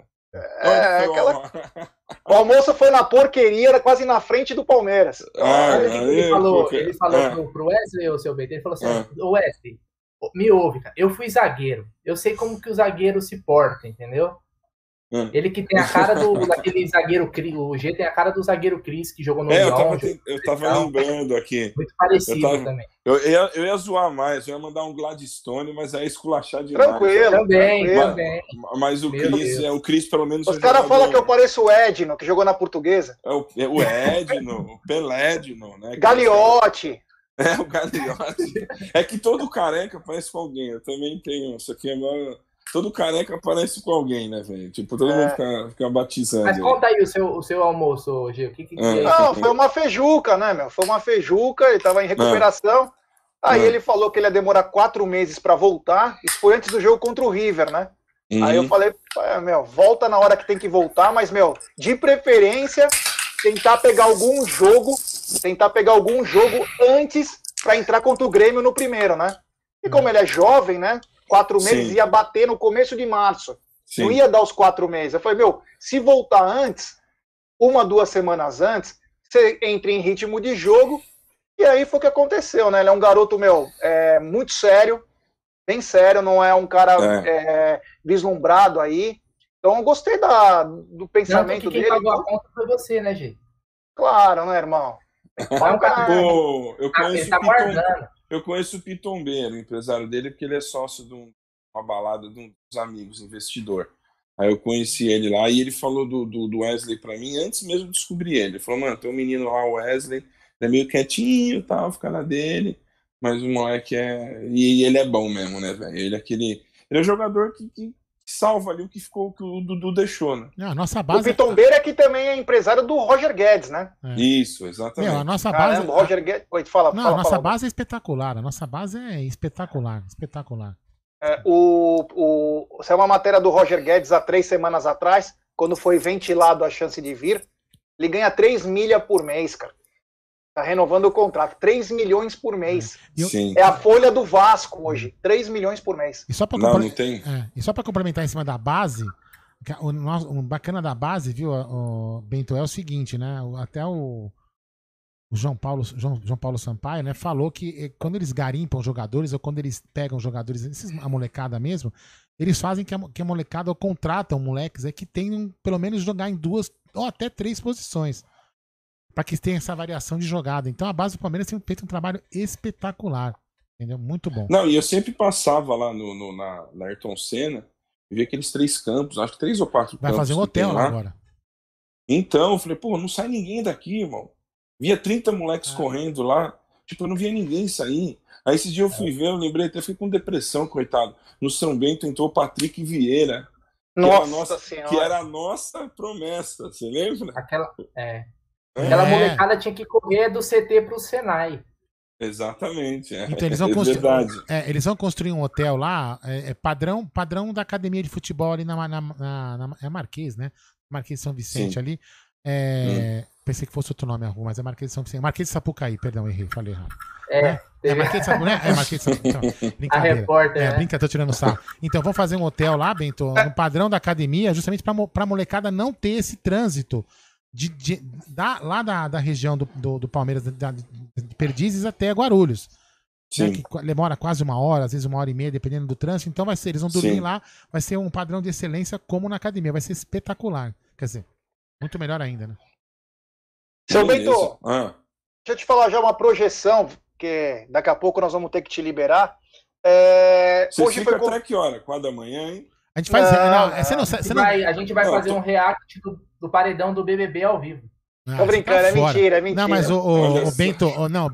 O almoço foi na porqueria, era quase na frente do Palmeiras. Ele falou pro Wesley, o seu Bento, ele falou assim, Wesley, me ouve, cara. Eu fui zagueiro. Eu sei como que o zagueiro se porta, entendeu? Ele que tem a cara daquele zagueiro Cris. O G tem a cara do zagueiro Cris que jogou no Lyon. Eu tava lembrando aqui. Muito parecido também. Eu ia zoar mais, eu ia mandar um Gladstone, mas aí esculachar demais. Tranquilo. Também. Mas o Cris pelo menos... Os caras falam que eu pareço o Edno, que jogou na Portuguesa. O Edno, o Pelédino, né? Gagliotti. O Gagliotti. É que todo careca parece com alguém. Eu também tenho isso aqui agora. Todo careca parece com alguém, né, velho? Tipo, todo mundo fica batizando. Mas conta aí o seu almoço, Gil. O que é? Não, foi uma feijuca, né, meu? Foi uma feijuca, ele tava em recuperação. Aí ele falou que ele ia demorar 4 meses pra voltar. Isso foi antes do jogo contra o River, né? Aí eu falei, volta na hora que tem que voltar, mas, de preferência, tentar pegar algum jogo antes pra entrar contra o Grêmio no primeiro, né? E como ele é jovem, né? 4 meses ia bater no começo de março. Não ia dar os 4 meses. Eu falei, se voltar antes, 1, 2 semanas antes, você entra em ritmo de jogo. E aí foi o que aconteceu, né? Ele é um garoto, muito sério, bem sério, não é um cara vislumbrado aí. Então eu gostei do pensamento quem dele. pagou a conta foi você, né, Gê? Claro, né, irmão? Pô, Ele tá guardando. eu conheço o Pitombeiro, o empresário dele, porque ele é sócio de uma balada de um dos amigos, investidor. Aí eu conheci ele lá e ele falou do Wesley pra mim antes mesmo de descobrir ele. Ele falou, mano, tem um menino lá, o Wesley, ele é meio quietinho e tal, fica na dele, mas o moleque E ele é bom mesmo, né, velho? Ele é um jogador que salva ali o que o Dudu deixou, né? Não, a nossa base... O Pitombeiro aqui também é empresário do Roger Guedes, né? Isso, exatamente. Meu, a nossa base... Caramba, Roger Guedes... Oi, fala. Não, a nossa base é espetacular. A nossa base é espetacular. Espetacular. Saiu uma matéria do Roger Guedes há 3 semanas atrás, quando foi ventilado a chance de vir. Ele ganha 3 milha por mês, cara. Tá renovando o contrato. 3 milhões por mês. Sim. É a folha do Vasco hoje. 3 milhões por mês. E só pra Não tem. E só para complementar em cima da base, o bacana da base, viu, o Bento, é o seguinte, né? Até o João Paulo Sampaio, né, falou que quando eles garimpam jogadores ou quando eles pegam jogadores, a molecada mesmo, eles fazem que a molecada ou contratam moleques que tenham pelo menos jogar em 2 ou até 3 posições, para que tenha essa variação de jogada. Então a base do Palmeiras tem feito um trabalho espetacular, entendeu? Muito bom. Não, e eu sempre passava lá na Ayrton Senna e via aqueles 3 campos, acho que 3 ou 4 campos. Vai fazer um hotel lá agora. Então, eu falei, pô, não sai ninguém daqui, irmão. Via 30 moleques correndo lá, tipo, eu não via ninguém sair. Aí esses dias eu fui ver, eu lembrei, até fiquei com depressão, coitado. No São Bento entrou o Patrick Vieira, que era a nossa promessa, você lembra? Aquela molecada tinha que correr do CT pro Senai. Exatamente, Então eles vão construir um hotel lá, padrão da academia de futebol ali na Marquês, né? Marquês de São Vicente. Sim. Ali. Pensei que fosse outro nome, mas é Marquês de São Vicente. Marquês de Sapucaí, perdão, errei, falei errado. É Marquês de Sapucaí, é Marquês de Sapucaí. Então, brincadeira. A repórter, né? Brincadeira, tô tirando sarro. Então, vamos fazer um hotel lá, Bento, no padrão da academia, justamente pra molecada não ter esse trânsito lá da região do Palmeiras, de Perdizes até Guarulhos. Né, que demora quase 1 hora, às vezes 1h30, dependendo do trânsito. Então eles vão dormir lá, vai ser um padrão de excelência como na academia, vai ser espetacular. Quer dizer, muito melhor ainda, né? Seu Bento, deixa eu te falar já uma projeção, que daqui a pouco nós vamos ter que te liberar. Você hoje fica até que hora? 4h, hein? A gente faz... A gente vai fazer um react do paredão do BBB ao vivo. Tô brincando, é mentira. Não, mas o Bento,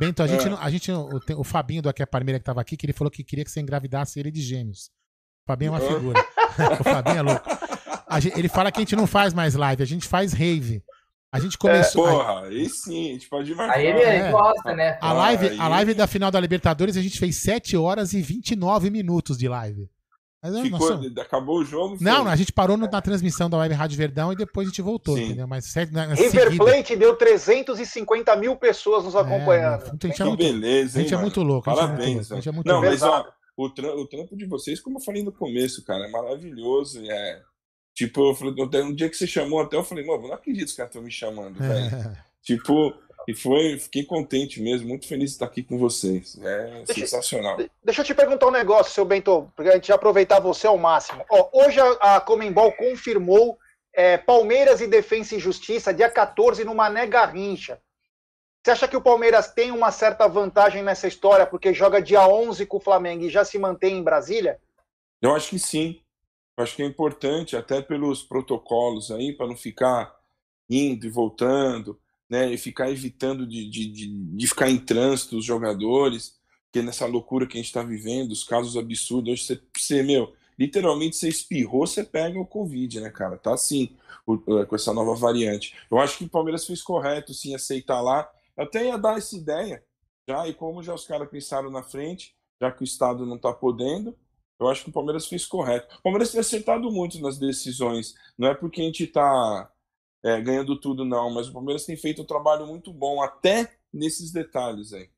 o Fabinho do Aqui é Parmeira que tava aqui, que ele falou que queria que você engravidasse ele de gêmeos. O Fabinho é uma figura. O Fabinho é louco. Ele fala que a gente não faz mais live, a gente faz rave. A gente começou. Aí sim, a gente pode marcar. Aí ele gosta, né? A live da final da Libertadores, a gente fez 7 horas e 29 minutos de live. Mas, acabou o jogo? Não, a gente parou na transmissão da Web Rádio Verdão e depois a gente voltou, entendeu? Mas River Plate deu 350 mil pessoas nos acompanhando. Beleza, a gente é muito louco. Parabéns. A gente é muito louco. Mas o trampo de vocês, como eu falei no começo, cara, é maravilhoso. Tipo, eu falei, um dia que você chamou até, eu falei, mano, não acredito que os caras estão me chamando, velho. Tipo, fiquei contente mesmo, muito feliz de estar aqui com vocês. Sensacional. Deixa eu te perguntar um negócio, seu Bento, porque a gente vai aproveitar você ao máximo. Hoje a Conmebol confirmou Palmeiras e Defensa e Justiça, dia 14, no Mané Garrincha. Você acha que o Palmeiras tem uma certa vantagem nessa história, porque joga dia 11 com o Flamengo e já se mantém em Brasília? Eu acho que sim. Eu acho que é importante, até pelos protocolos aí, para não ficar indo e voltando, né, e ficar evitando de ficar em trânsito os jogadores, porque nessa loucura que a gente está vivendo, os casos absurdos, hoje literalmente você espirrou, você pega o Covid, né, cara? Tá assim, com essa nova variante. Eu acho que o Palmeiras fez correto, sim, aceitar lá. Eu até ia dar essa ideia, já, e como já os caras pensaram na frente, já que o Estado não está podendo, eu acho que o Palmeiras fez correto. O Palmeiras tem acertado muito nas decisões. Não é porque a gente está ganhando tudo, não. Mas o Palmeiras tem feito um trabalho muito bom, até nesses detalhes aí.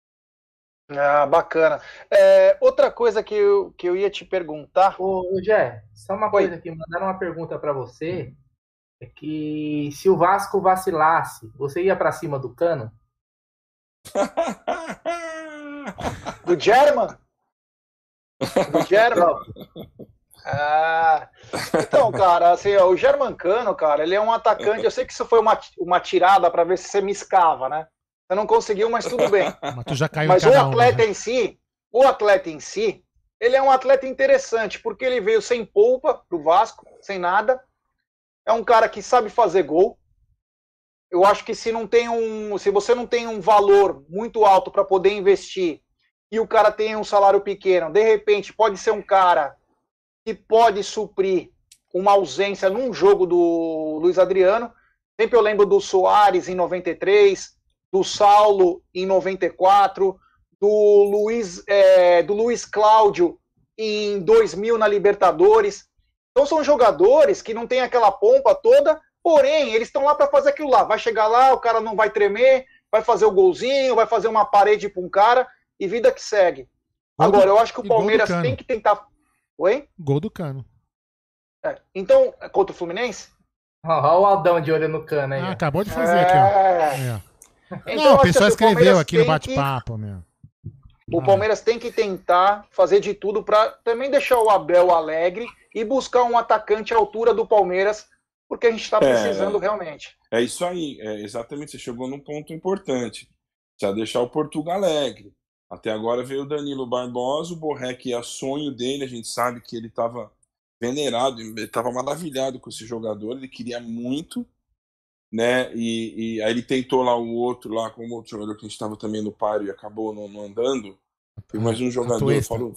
Bacana. Outra coisa que eu ia te perguntar... Ô, Jé, só uma coisa aqui. Mandaram uma pergunta para você. É que se o Vasco vacilasse, você ia para cima do Cano? Do German? Então, cara, assim, ó, o Germancano, cara, ele é um atacante. Eu sei que isso foi uma tirada para ver se você me escava, né? Você não conseguiu, mas tudo bem. Mas tu já caiu Mas em cada uma, né? o atleta em si, ele é um atleta interessante, porque ele veio sem polpa pro Vasco, sem nada. É um cara que sabe fazer gol. Eu acho que se você não tem um valor muito alto para poder investir e o cara tem um salário pequeno, de repente pode ser um cara que pode suprir uma ausência num jogo do Luiz Adriano. Sempre eu lembro do Soares em 93, do Saulo em 94, do Luiz Cláudio em 2000 na Libertadores. Então são jogadores que não tem aquela pompa toda, porém eles estão lá para fazer aquilo lá. Vai chegar lá, o cara não vai tremer, vai fazer o golzinho, vai fazer uma parede para um cara e vida que segue. Agora, eu acho que o Palmeiras tem que tentar... Oi? Gol do Cano. Então, contra o Fluminense? Olha o Aldão de olho no Cano aí. Acabou de fazer aqui, ó. Então, não, o pessoal assim, escreveu aqui no bate-papo, meu. O Palmeiras tem que tentar fazer de tudo para também deixar o Abel alegre e buscar um atacante à altura do Palmeiras, porque a gente está precisando realmente. É isso aí, exatamente, você chegou num ponto importante. Precisa deixar o Portugal alegre. Até agora veio o Danilo Barbosa, o Borré, que é sonho dele, a gente sabe que ele estava venerado, ele estava maravilhado com esse jogador, ele queria muito, né? E aí ele tentou lá o outro, lá como outro jogador que a gente estava também no páreo e acabou não andando. E mais um jogador falou.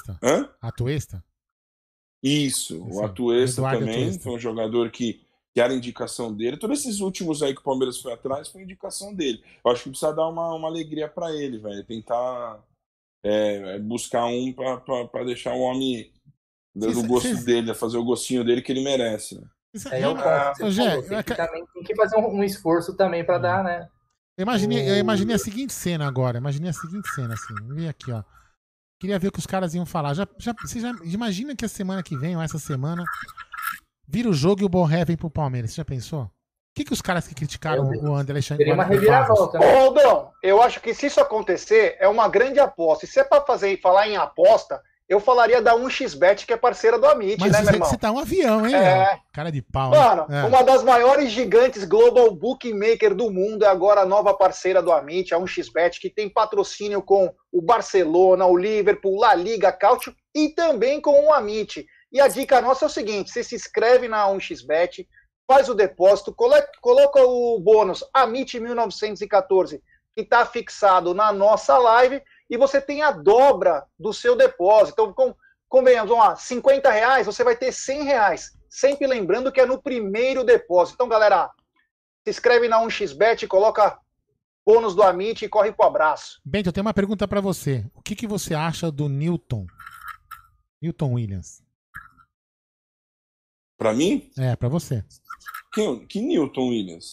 Atuesta? Isso, o Atuesta também, Atuesta. Foi um jogador que era indicação dele. Todos esses últimos aí que o Palmeiras foi atrás foi indicação dele. Eu acho que precisa dar uma alegria para ele, velho. Tentar buscar um para deixar o homem do gosto dele, fazer o gostinho dele que ele merece. Né? Também tem que fazer um esforço também para dar, né? Eu imaginei a seguinte cena agora. Assim. Vem aqui, ó. Queria ver o que os caras iam falar. Você já imagina que a semana que vem, ou essa semana, vira o jogo e o Borré vem pro Palmeiras. Você já pensou? O que os caras que criticaram o André Alexandre... Seria uma reviravolta. Ô, Aldão, eu acho que se isso acontecer, é uma grande aposta. E se é pra falar em aposta, eu falaria da 1xBet, que é parceira do Amit, né, meu irmão? Você tá um avião, hein? Cara de pau. Mano, uma das maiores gigantes global bookmaker do mundo é agora a nova parceira do Amit, a 1xBet, que tem patrocínio com o Barcelona, o Liverpool, La Liga, Cautio e também com o Amit. E a dica nossa é o seguinte, você se inscreve na 1xBet, faz o depósito, coloca o bônus Amit 1914, que está fixado na nossa live, e você tem a dobra do seu depósito. Então, convenhamos, vamos lá, R$50, você vai ter R$100. Sempre lembrando que é no primeiro depósito. Então, galera, se inscreve na 1xBet, coloca bônus do Amit e corre pro abraço. Bento, eu tenho uma pergunta para você. O que você acha do Newton Williams? Pra mim? Pra você. Que Newton Williams?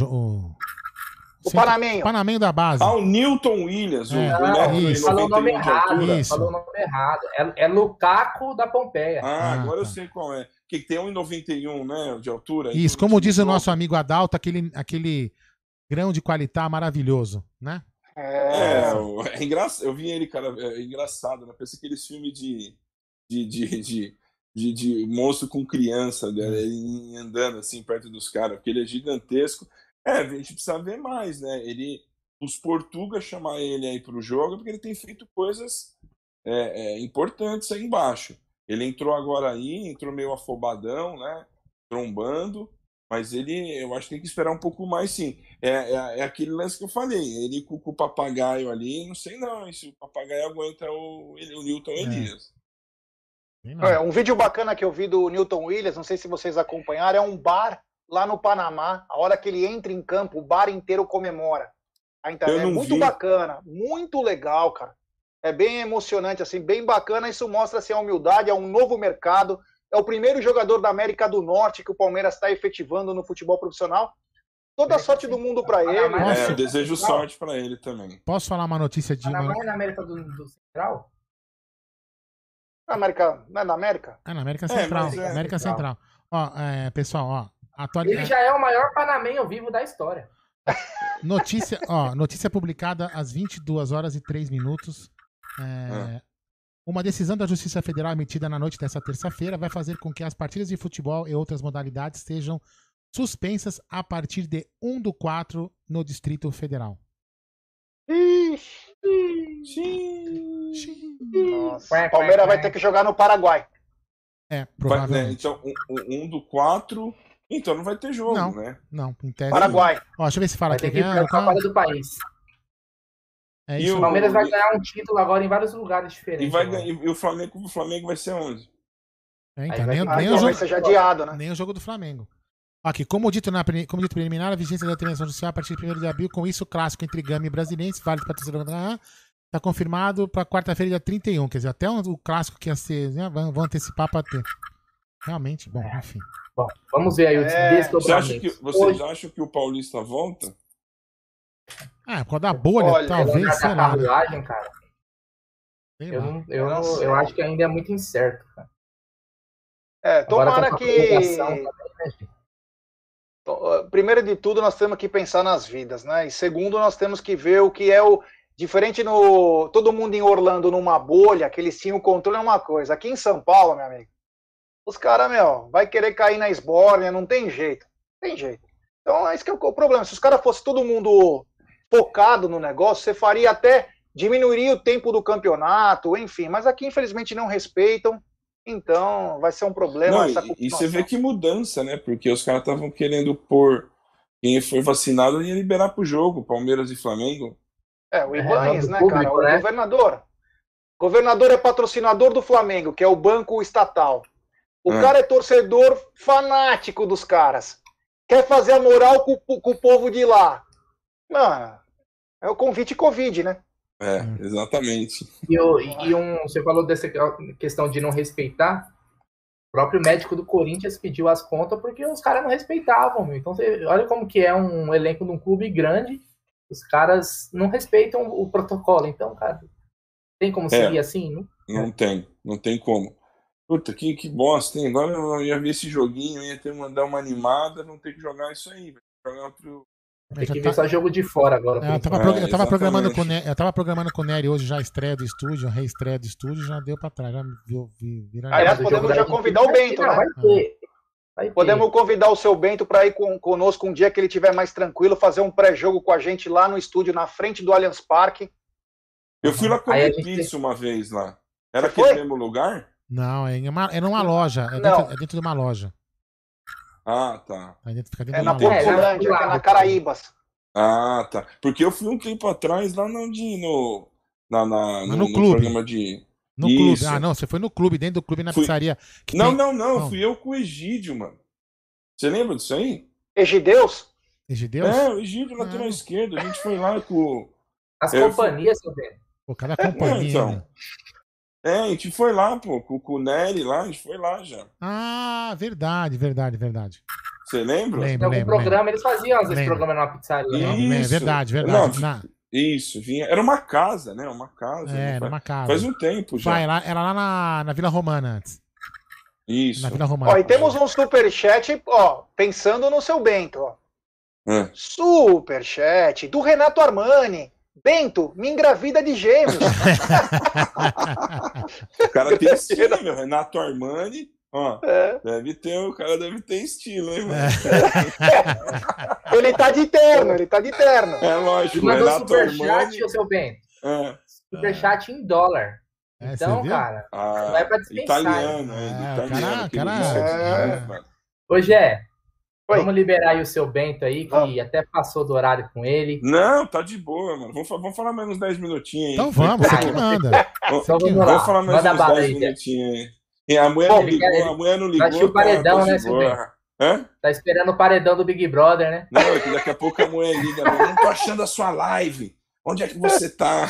O Panamenho. Panamenho da base. O Newton Williams. Falou o nome errado. É Lukaku da Pompeia. Agora eu sei qual é. Que tem 1,91, né, de altura. Isso, como diz o nosso amigo Adalto, aquele grão de qualitá maravilhoso, né? É engraçado. Eu vi ele, cara, é engraçado, né? Parece aqueles filmes de monstro com criança, né? Andando assim perto dos caras, porque ele é gigantesco. A gente precisa ver mais, né? Os portugueses chamar ele aí pro jogo porque ele tem feito coisas importantes aí embaixo. Ele entrou agora aí, entrou meio afobadão, né? Trombando, mas eu acho que tem que esperar um pouco mais, sim. É aquele lance que eu falei, ele com o papagaio ali, não sei não, se o papagaio aguenta o Newton Elias. Um vídeo bacana que eu vi do Newton Williams, não sei se vocês acompanharam, é um bar lá no Panamá, a hora que ele entra em campo, o bar inteiro comemora. É muito bacana, muito legal, cara. É bem emocionante, assim, bem bacana. Isso mostra assim, a humildade, é um novo mercado. É o primeiro jogador da América do Norte que o Palmeiras está efetivando no futebol profissional. Toda a sorte do mundo para ele. Eu desejo sorte para ele também. Posso falar uma notícia de... Panamá é na América do Central? Não é na América? É na América Central. América Central. Ó, pessoal, ó. Ele já é o maior panamenho vivo da história. Notícia publicada às 22h03. Uma decisão da Justiça Federal emitida na noite desta terça-feira vai fazer com que as partidas de futebol e outras modalidades sejam suspensas a partir de 1/4 no Distrito Federal. Nossa, o Palmeiras vai ter que jogar no Paraguai. Provavelmente. Então, 1/4. Então não vai ter jogo, Não. né? Não, em tese. Paraguai. Ó, deixa eu ver se fala Vai ter aqui. que ficar fora do país. É E isso. O Palmeiras vai ganhar um título agora em vários lugares diferentes. E, vai agora. ganhar, e o Flamengo vai ser onde? Então, Aí vai nem, ficar- nem o Talvez jogo, seja adiado, né? nem o jogo do Flamengo. Aqui, como dito preliminar, a vigência da determinação judicial a partir de 1º de abril, com isso o clássico entre Gama e Brasiliense, válido para a terceira rodada, está confirmado para quarta-feira, dia 31. Quer dizer, até o clássico que ia ser, né, vão antecipar para ter. Realmente, bom, enfim. Bom, vamos ver aí o desdobramento. Vocês acham que o Paulista volta? Por causa da bolha, Olha, talvez, sei lá. Né? Carruagem, cara. Sei lá. Eu acho que ainda é muito incerto, cara. Tomara Agora, com a prorrogação que. também, né, gente? Primeiro de tudo, nós temos que pensar nas vidas, né? E segundo, nós temos que ver o que é o. Diferente no. Todo mundo em Orlando numa bolha, que eles tinham o controle é uma coisa. Aqui em São Paulo, meu amigo, os caras, vai querer cair na esbórnia, não tem jeito. Não tem jeito. Então, é isso que é o problema. Se os caras fossem todo mundo focado no negócio, você faria até. Diminuiria o tempo do campeonato, enfim. Mas aqui, infelizmente, não respeitam. Então, vai ser um problema. Não, e você vê que mudança, né? Porque os caras estavam querendo pôr quem foi vacinado ia liberar pro jogo, Palmeiras e Flamengo. O Ibanez, né, público, cara? O né? governador. O governador é patrocinador do Flamengo, que é o banco estatal. O cara é torcedor fanático dos caras. Quer fazer a moral com o povo de lá. Mano, é o convite Covid, né? Exatamente. Você falou dessa questão de não respeitar. O próprio médico do Corinthians pediu as contas porque os caras não respeitavam, meu. Então, olha como que é um elenco de um clube grande. Os caras não respeitam o protocolo. Então, cara, tem como seguir assim, né? Não tem como. Puta, que bosta, hein? Agora eu ia ver esse joguinho, ia ter que mandar uma animada, vão ter que jogar isso aí. Jogar outro. Tem que ver só jogo de fora agora. Eu tava programando com o Nery hoje já a estreia do estúdio, a reestreia do estúdio, já deu pra trás. Já viraram. Aliás, podemos já convidar o Bento, né? Vai ter. Podemos convidar o seu Bento para ir conosco um dia que ele estiver mais tranquilo, fazer um pré-jogo com a gente lá no estúdio, na frente do Allianz Parque. Eu fui lá comer pizza uma vez lá. Era aquele mesmo lugar? Não, é numa loja. É dentro de uma loja. Ah, tá. Fica dentro de na uma loja. Portolândia, que é na Caraíbas. Ah, tá. Porque eu fui um tempo atrás lá no clube. Programa de... No Isso. clube. Não, você foi no clube, dentro do clube, na pizzaria. Não. Fui eu com o Egídio, mano. Você lembra disso aí? Egideus? Egideus? O Egídio, lateral esquerdo. A gente foi lá com... As companhias, seu Bento. Pô, cada companhia. Então. A gente foi lá, pô, com o Nery lá, a gente foi lá já. Ah, verdade. Você lembra? Em algum programa, eles faziam às vezes programa numa pizzaria. Isso. Verdade. Isso, vinha. Era uma casa, né? Uma casa. Era uma casa. Faz um tempo já. Era lá na Vila Romana antes. Isso. Na Vila Romana. Ó, e temos um superchat, pensando no seu Bento, ó. Superchat do Renato Armani. Bento, me engravida de gêmeos. O cara tem estilo, meu. Renato Armani. Ó, o cara deve ter estilo, hein, mano? Ele tá de terno. É lógico, Mandou Renato superchat, Armani. o seu Bento. Superchat em dólar. Então, cara, não é pra dispensar. Italiano, italiano. Ô, Gé, vamos liberar aí o seu Bento aí, que até passou do horário com ele. Não, tá de boa, mano. Vamos falar mais uns 10 minutinhos aí. Então vamos, você que manda. Vamos falar mais uns 10 minutinhos aí. E a mulher não ligou. Vai o paredão, né, seu Bento? Tá esperando o paredão do Big Brother, né? Não, é que daqui a pouco a mulher liga. Não tô achando a sua live. Onde é que você tá?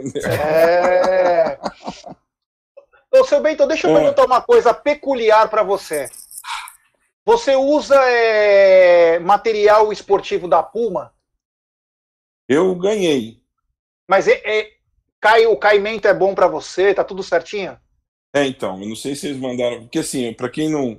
Ô, seu Bento, deixa eu perguntar uma coisa peculiar pra você. Você usa material esportivo da Puma? Eu ganhei. Mas o caimento é bom pra você? Tá tudo certinho? Então, eu não sei se eles mandaram... Porque assim, pra quem não...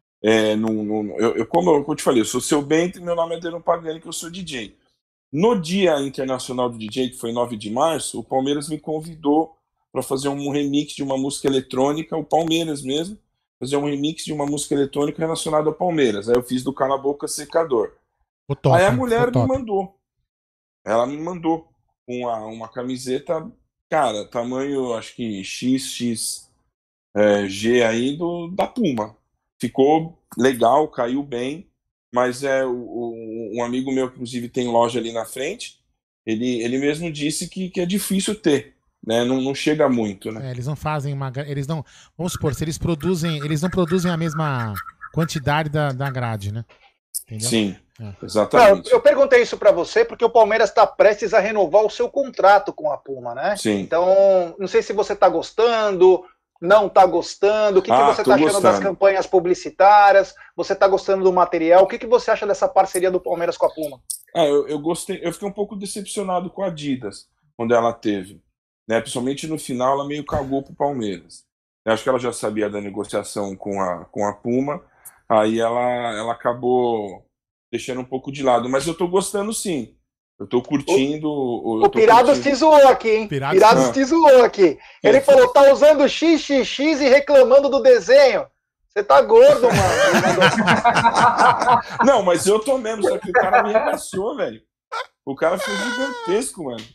como eu te falei, eu sou seu Bento e meu nome é Adriano Pagani, que eu sou DJ. No Dia Internacional do DJ, que foi 9 de março, o Palmeiras me convidou para fazer um remix de uma música eletrônica, o Palmeiras mesmo, fazer um remix de uma música eletrônica relacionada ao Palmeiras. Aí eu fiz do Cala a Boca Secador. Top, aí a mulher top. me mandou. Ela me mandou uma camiseta, cara, tamanho acho que XXG aí da Puma. Ficou legal, caiu bem, mas um amigo meu, inclusive, tem loja ali na frente, ele mesmo disse que é difícil ter, né? Não chega muito, né? Eles não fazem eles não, vamos supor, se eles não produzem a mesma quantidade da grade, né? Entendeu? Sim, exatamente. Eu perguntei isso para você porque o Palmeiras está prestes a renovar o seu contrato com a Puma, né? Sim. Então, não sei se você está gostando, não está gostando, o que você está achando das campanhas publicitárias, você está gostando do material, o que você acha dessa parceria do Palmeiras com a Puma? Eu gostei, eu fiquei um pouco decepcionado com a Adidas, quando ela teve, né? Principalmente no final, ela meio cagou pro Palmeiras. Eu acho que ela já sabia da negociação com a Puma, aí ela acabou deixando um pouco de lado, mas eu tô gostando sim. Eu tô curtindo. O Pirados te zoou aqui, hein? Pirados te zoou aqui. Ele falou, tá usando XXX e reclamando do desenho. Você tá gordo, mano. Não, mas eu tô mesmo, só que o cara me regaçou, velho. O cara foi gigantesco, mano.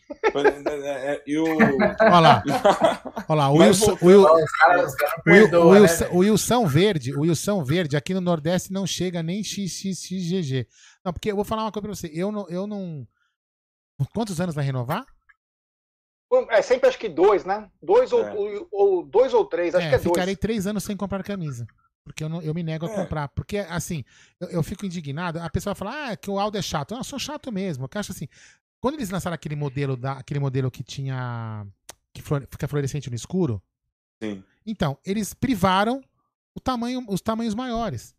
Olha lá, o Wilson Verde aqui no Nordeste não chega nem XXXGG. Não, porque eu vou falar uma coisa pra você. Eu não. Quantos anos vai renovar? Sempre acho que 2, né? 2 ou 2 ou 3, acho que é 2. Ficarei 3 anos sem comprar camisa. Porque eu me nego a comprar. Porque, assim, eu fico indignado. A pessoa fala, que o Aldo é chato. Eu sou chato mesmo. Eu acho assim, quando eles lançaram aquele modelo que tinha. Que fica fluorescente no escuro. Sim. Então, eles privaram os tamanhos maiores.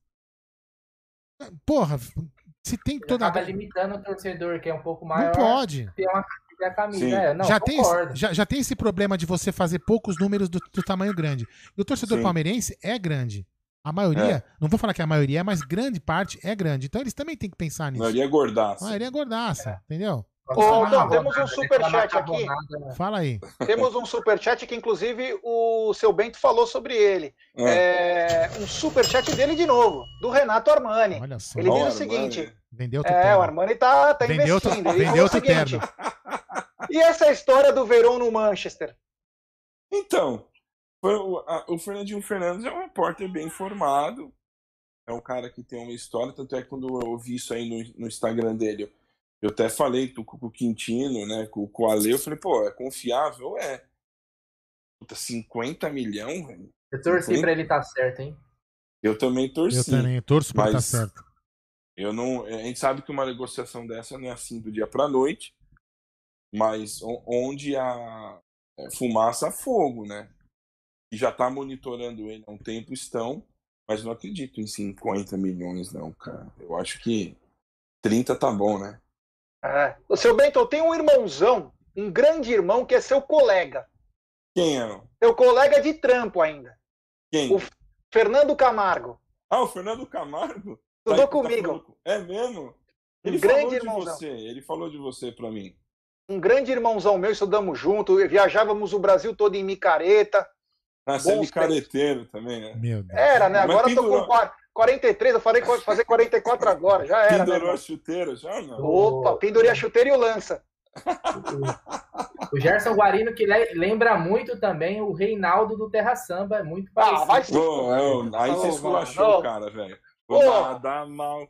Porra, se tem toda. Acaba limitando o torcedor, que é um pouco maior. Não pode. Ter uma camisa. Não, já tem esse problema de você fazer poucos números do tamanho grande. E o torcedor palmeirense é grande. A maioria, não vou falar que a maioria, mas grande parte é grande. Então eles também têm que pensar nisso. A maioria é gordaça. A maioria é gordaça, entendeu? Temos um superchat aqui. Fala aí. Temos um superchat que, inclusive, o seu Bento falou sobre ele. Um superchat dele de novo, do Renato Armani. Olha só. Ele diz o seguinte: vendeu outro terno. O Armani tá investindo. Vendeu outro terno. E essa história do Verón no Manchester? Então, o Fernandinho Fernandes é um repórter bem informado. É um cara que tem uma história. Tanto é que quando eu vi isso aí no Instagram dele, eu até falei com o Quintino, né, com o Ale, eu falei, é confiável? Puta, 50 milhões, velho? Eu torci pra ele estar certo, hein? Eu também torci. Eu também torço pra ele estar certo. A gente sabe que uma negociação dessa não é assim do dia pra noite, mas onde a fumaça há fogo, né? E já tá monitorando ele há um tempo, mas não acredito em 50 milhões, não, cara. Eu acho que 30 tá bom, né? O seu Bento, tem um irmãozão, um grande irmão que é seu colega. Quem é? Seu colega de trampo ainda. Quem? O Fernando Camargo. O Fernando Camargo? Estudou comigo. É mesmo? Ele falou de você pra mim. Um grande irmãozão meu, estudamos junto, viajávamos o Brasil todo em micareta. Você é micareteiro também, né? Meu Deus. Era, né? Agora eu tô com 43, eu falei fazer 44 agora, já era. Pendurou a chuteira, já não? Opa, pendurei a chuteira e o lança. O Gerson Guarino, que lembra muito também o Reinaldo do Terra Samba, é muito parecido. Vai se aí você esculachou o cara, velho. Dá mal.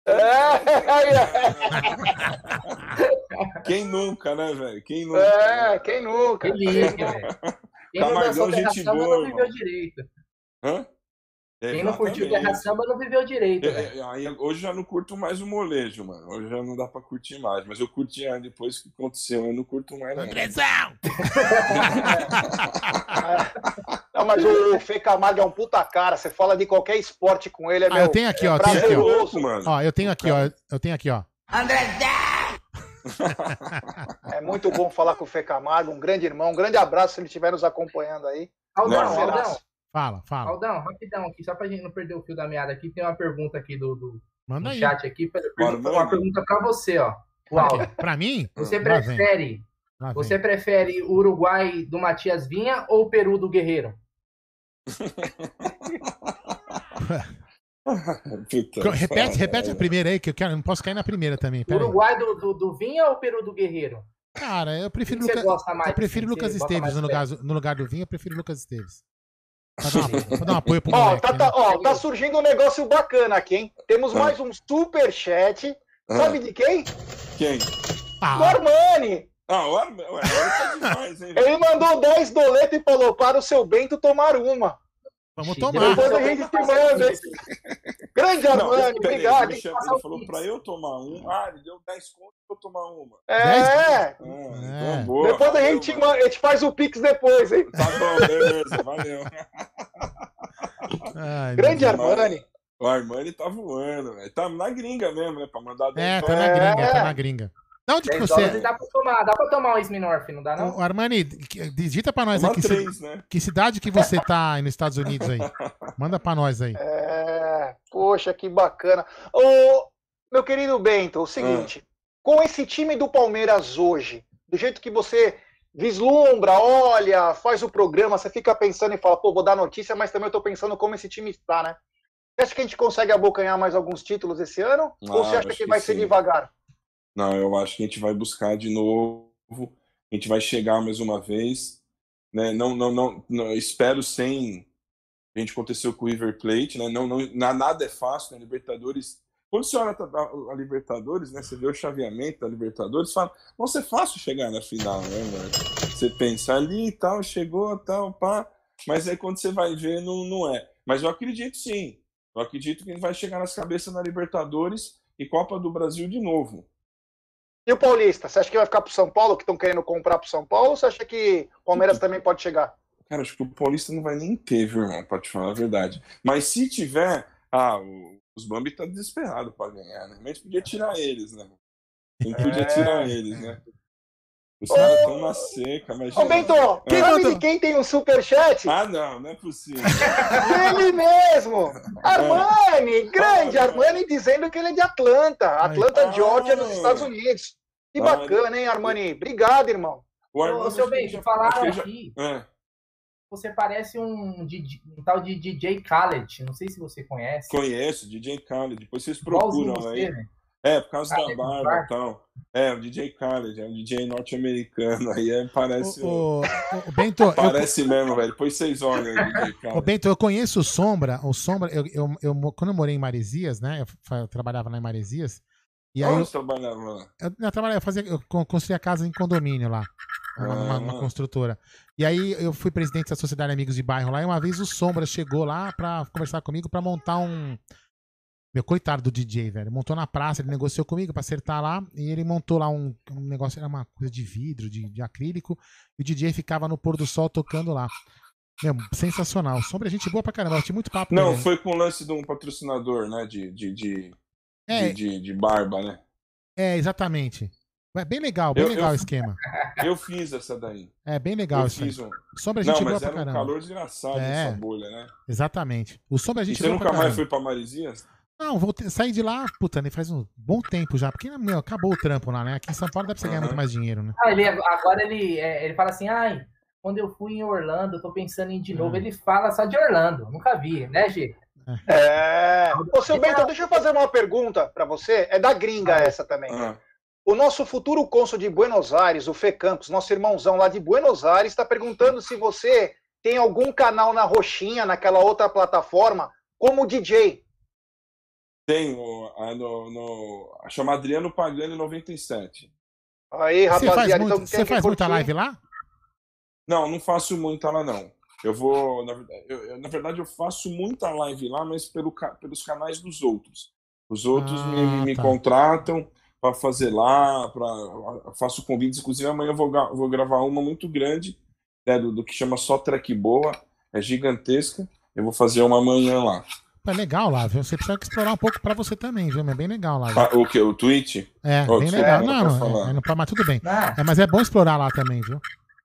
Quem nunca, né, velho? Quem nunca? Quem nunca? Que lindo, velho. Quem não dançou Terra Samba não viveu direito. Quem não curtiu Terra Samba não viveu direito. Hoje já não curto mais o molejo, mano. Hoje já não dá pra curtir mais. Mas eu curti depois que aconteceu. Eu não curto mais, não. Andrezão! Não, mas o Fê Camargo é um puta cara. Você fala de qualquer esporte com ele, eu tenho aqui, ó. Prazeroso. Eu tenho aqui, ó. Andrezão! É muito bom falar com o Fê Camargo, um grande irmão. Um grande abraço se ele estiver nos acompanhando aí. Aldão. Fala. Aldão, rapidão aqui, só pra gente não perder o fio da meada aqui, tem uma pergunta aqui do chat aqui, uma pergunta pra você, ó. Pra mim? Você prefere Você prefere o Uruguai do Matias Vinha ou o Peru do Guerreiro? Repete a primeira aí, que eu não posso cair na primeira também. Uruguai do Vinha ou o Peru do Guerreiro? Cara, eu prefiro Lucas Esteves no lugar do Vinha, eu prefiro Lucas Esteves. Pra dar um apoio pro moleque, tá surgindo um negócio bacana aqui, hein? Temos mais um superchat. Sabe de quem? Quem? Do Armani. O Armani tá demais, hein? Ele mandou 10 doletas e falou: para o seu Bento tomar uma. Vamos tomar. Depois a gente te manda. Grande Armani, obrigado. Ele falou pra eu tomar um. Ele deu 10 contos pra eu tomar uma. Então, boa. Depois a gente faz o Pix depois, hein? Tá bom, beleza, valeu. Grande Armani. O Armani tá voando, velho. Tá na gringa mesmo, né? Pra mandar 10 tá na gringa. Da onde que você... Dá pra tomar o Smirnoff, não dá não? O Armani, digita pra nós aí que cidade que você tá aí nos Estados Unidos aí. Manda pra nós aí. Poxa, que bacana. Meu querido Bento, o seguinte, com esse time do Palmeiras hoje, do jeito que você vislumbra, olha, faz o programa, você fica pensando e fala, vou dar notícia, mas também eu tô pensando como esse time está, né? Você acha que a gente consegue abocanhar mais alguns títulos esse ano? Ou você acha que vai ser devagar? Não, eu acho que a gente vai buscar de novo, a gente vai chegar mais uma vez, né? Não, espero sem a gente aconteceu com o River Plate, né? Nada é fácil, né? Libertadores. Quando você olha a Libertadores, né? Você vê o chaveamento da Libertadores, fala, não é fácil chegar na final, né, mano? Você pensa ali e tal, chegou, tal, pá, mas aí quando você vai ver, não é. Mas eu acredito sim. Eu acredito que a gente vai chegar nas cabeças na Libertadores e Copa do Brasil de novo. E o Paulista? Você acha que vai ficar pro São Paulo, que estão querendo comprar pro São Paulo, ou você acha que o Palmeiras também pode chegar? Cara, acho que o Paulista não vai nem ter, viu, irmão? Pra te falar a verdade. Mas se tiver, os Bambi tá desesperado pra ganhar, né? Mas podia tirar eles, né? Não podia tirar eles, né? Os caras estão na seca, mas... Ô, Bento, sabe de quem tem um superchat? Não é possível. Ele mesmo! Armani! Grande Armani dizendo que ele é de Atlanta, Georgia, nos Estados Unidos. Que bacana, hein, Armani? Obrigado, irmão. Ô, seu Bento, falaram aqui... Você parece um tal de DJ Khaled. Não sei se você conhece. Conheço, DJ Khaled. Depois vocês procuram aí. Né? Por causa da barba e tal. O DJ Khaled, é um DJ norte-americano. Aí parece. O Bento. Parece mesmo, velho. Depois vocês olham o DJ Khaled. Ô, Bento, eu conheço o Sombra. Quando eu morei em Maresias, né? Eu trabalhava lá em Maresias. E aí você trabalhava lá? Eu construía casa em condomínio lá. Uma construtora. E aí eu fui presidente da Sociedade Amigos de Bairro lá, e uma vez o Sombra chegou lá pra conversar comigo pra montar um... Meu, coitado do DJ, velho. Montou na praça, ele negociou comigo pra acertar lá, e ele montou lá um negócio, era uma coisa de vidro, de acrílico, e o DJ ficava no pôr do sol tocando lá. Meu, sensacional. O Sombra é gente boa pra caramba, eu tinha muito papo. Não, foi com o lance de um patrocinador, né, de barba, né? Exatamente. É bem legal o esquema. Eu fiz essa daí. É bem legal isso. Sombra a gente boa pra caramba. Não, mas era um calor desgraçado essa bolha, né? Exatamente. O Sombra a gente boa pra caramba. Você nunca mais foi pra Maresias? Não, sair de lá, faz um bom tempo já, porque, acabou o trampo lá, né? Aqui em São Paulo dá pra você ganhar muito mais dinheiro, né? Agora ele fala assim, quando eu fui em Orlando, eu tô pensando em ir de novo. Ele fala só de Orlando, nunca vi, né, Gê? Ô, seu Bento, deixa eu fazer uma pergunta pra você, é da gringa essa também. O nosso futuro cônsul de Buenos Aires, o Fê Campos, nosso irmãozão lá de Buenos Aires, está perguntando se você tem algum canal na Roxinha, naquela outra plataforma, como DJ. Tenho, chama Adriano Pagani 97. Aí, rapaziada, você faz muita live lá? Não faço muita lá, não. Eu vou, na verdade, eu faço muita live lá, mas pelos canais dos outros. Os outros me contratam para fazer lá, faço convites, inclusive amanhã eu vou gravar uma muito grande, né, do que chama Só Track Boa, é gigantesca, eu vou fazer uma amanhã lá. É legal lá, viu? Você precisa explorar um pouco para você também, viu? É bem legal lá. O que? O Twitch? Bem legal. Mas tudo bem. Mas é bom explorar lá também, viu?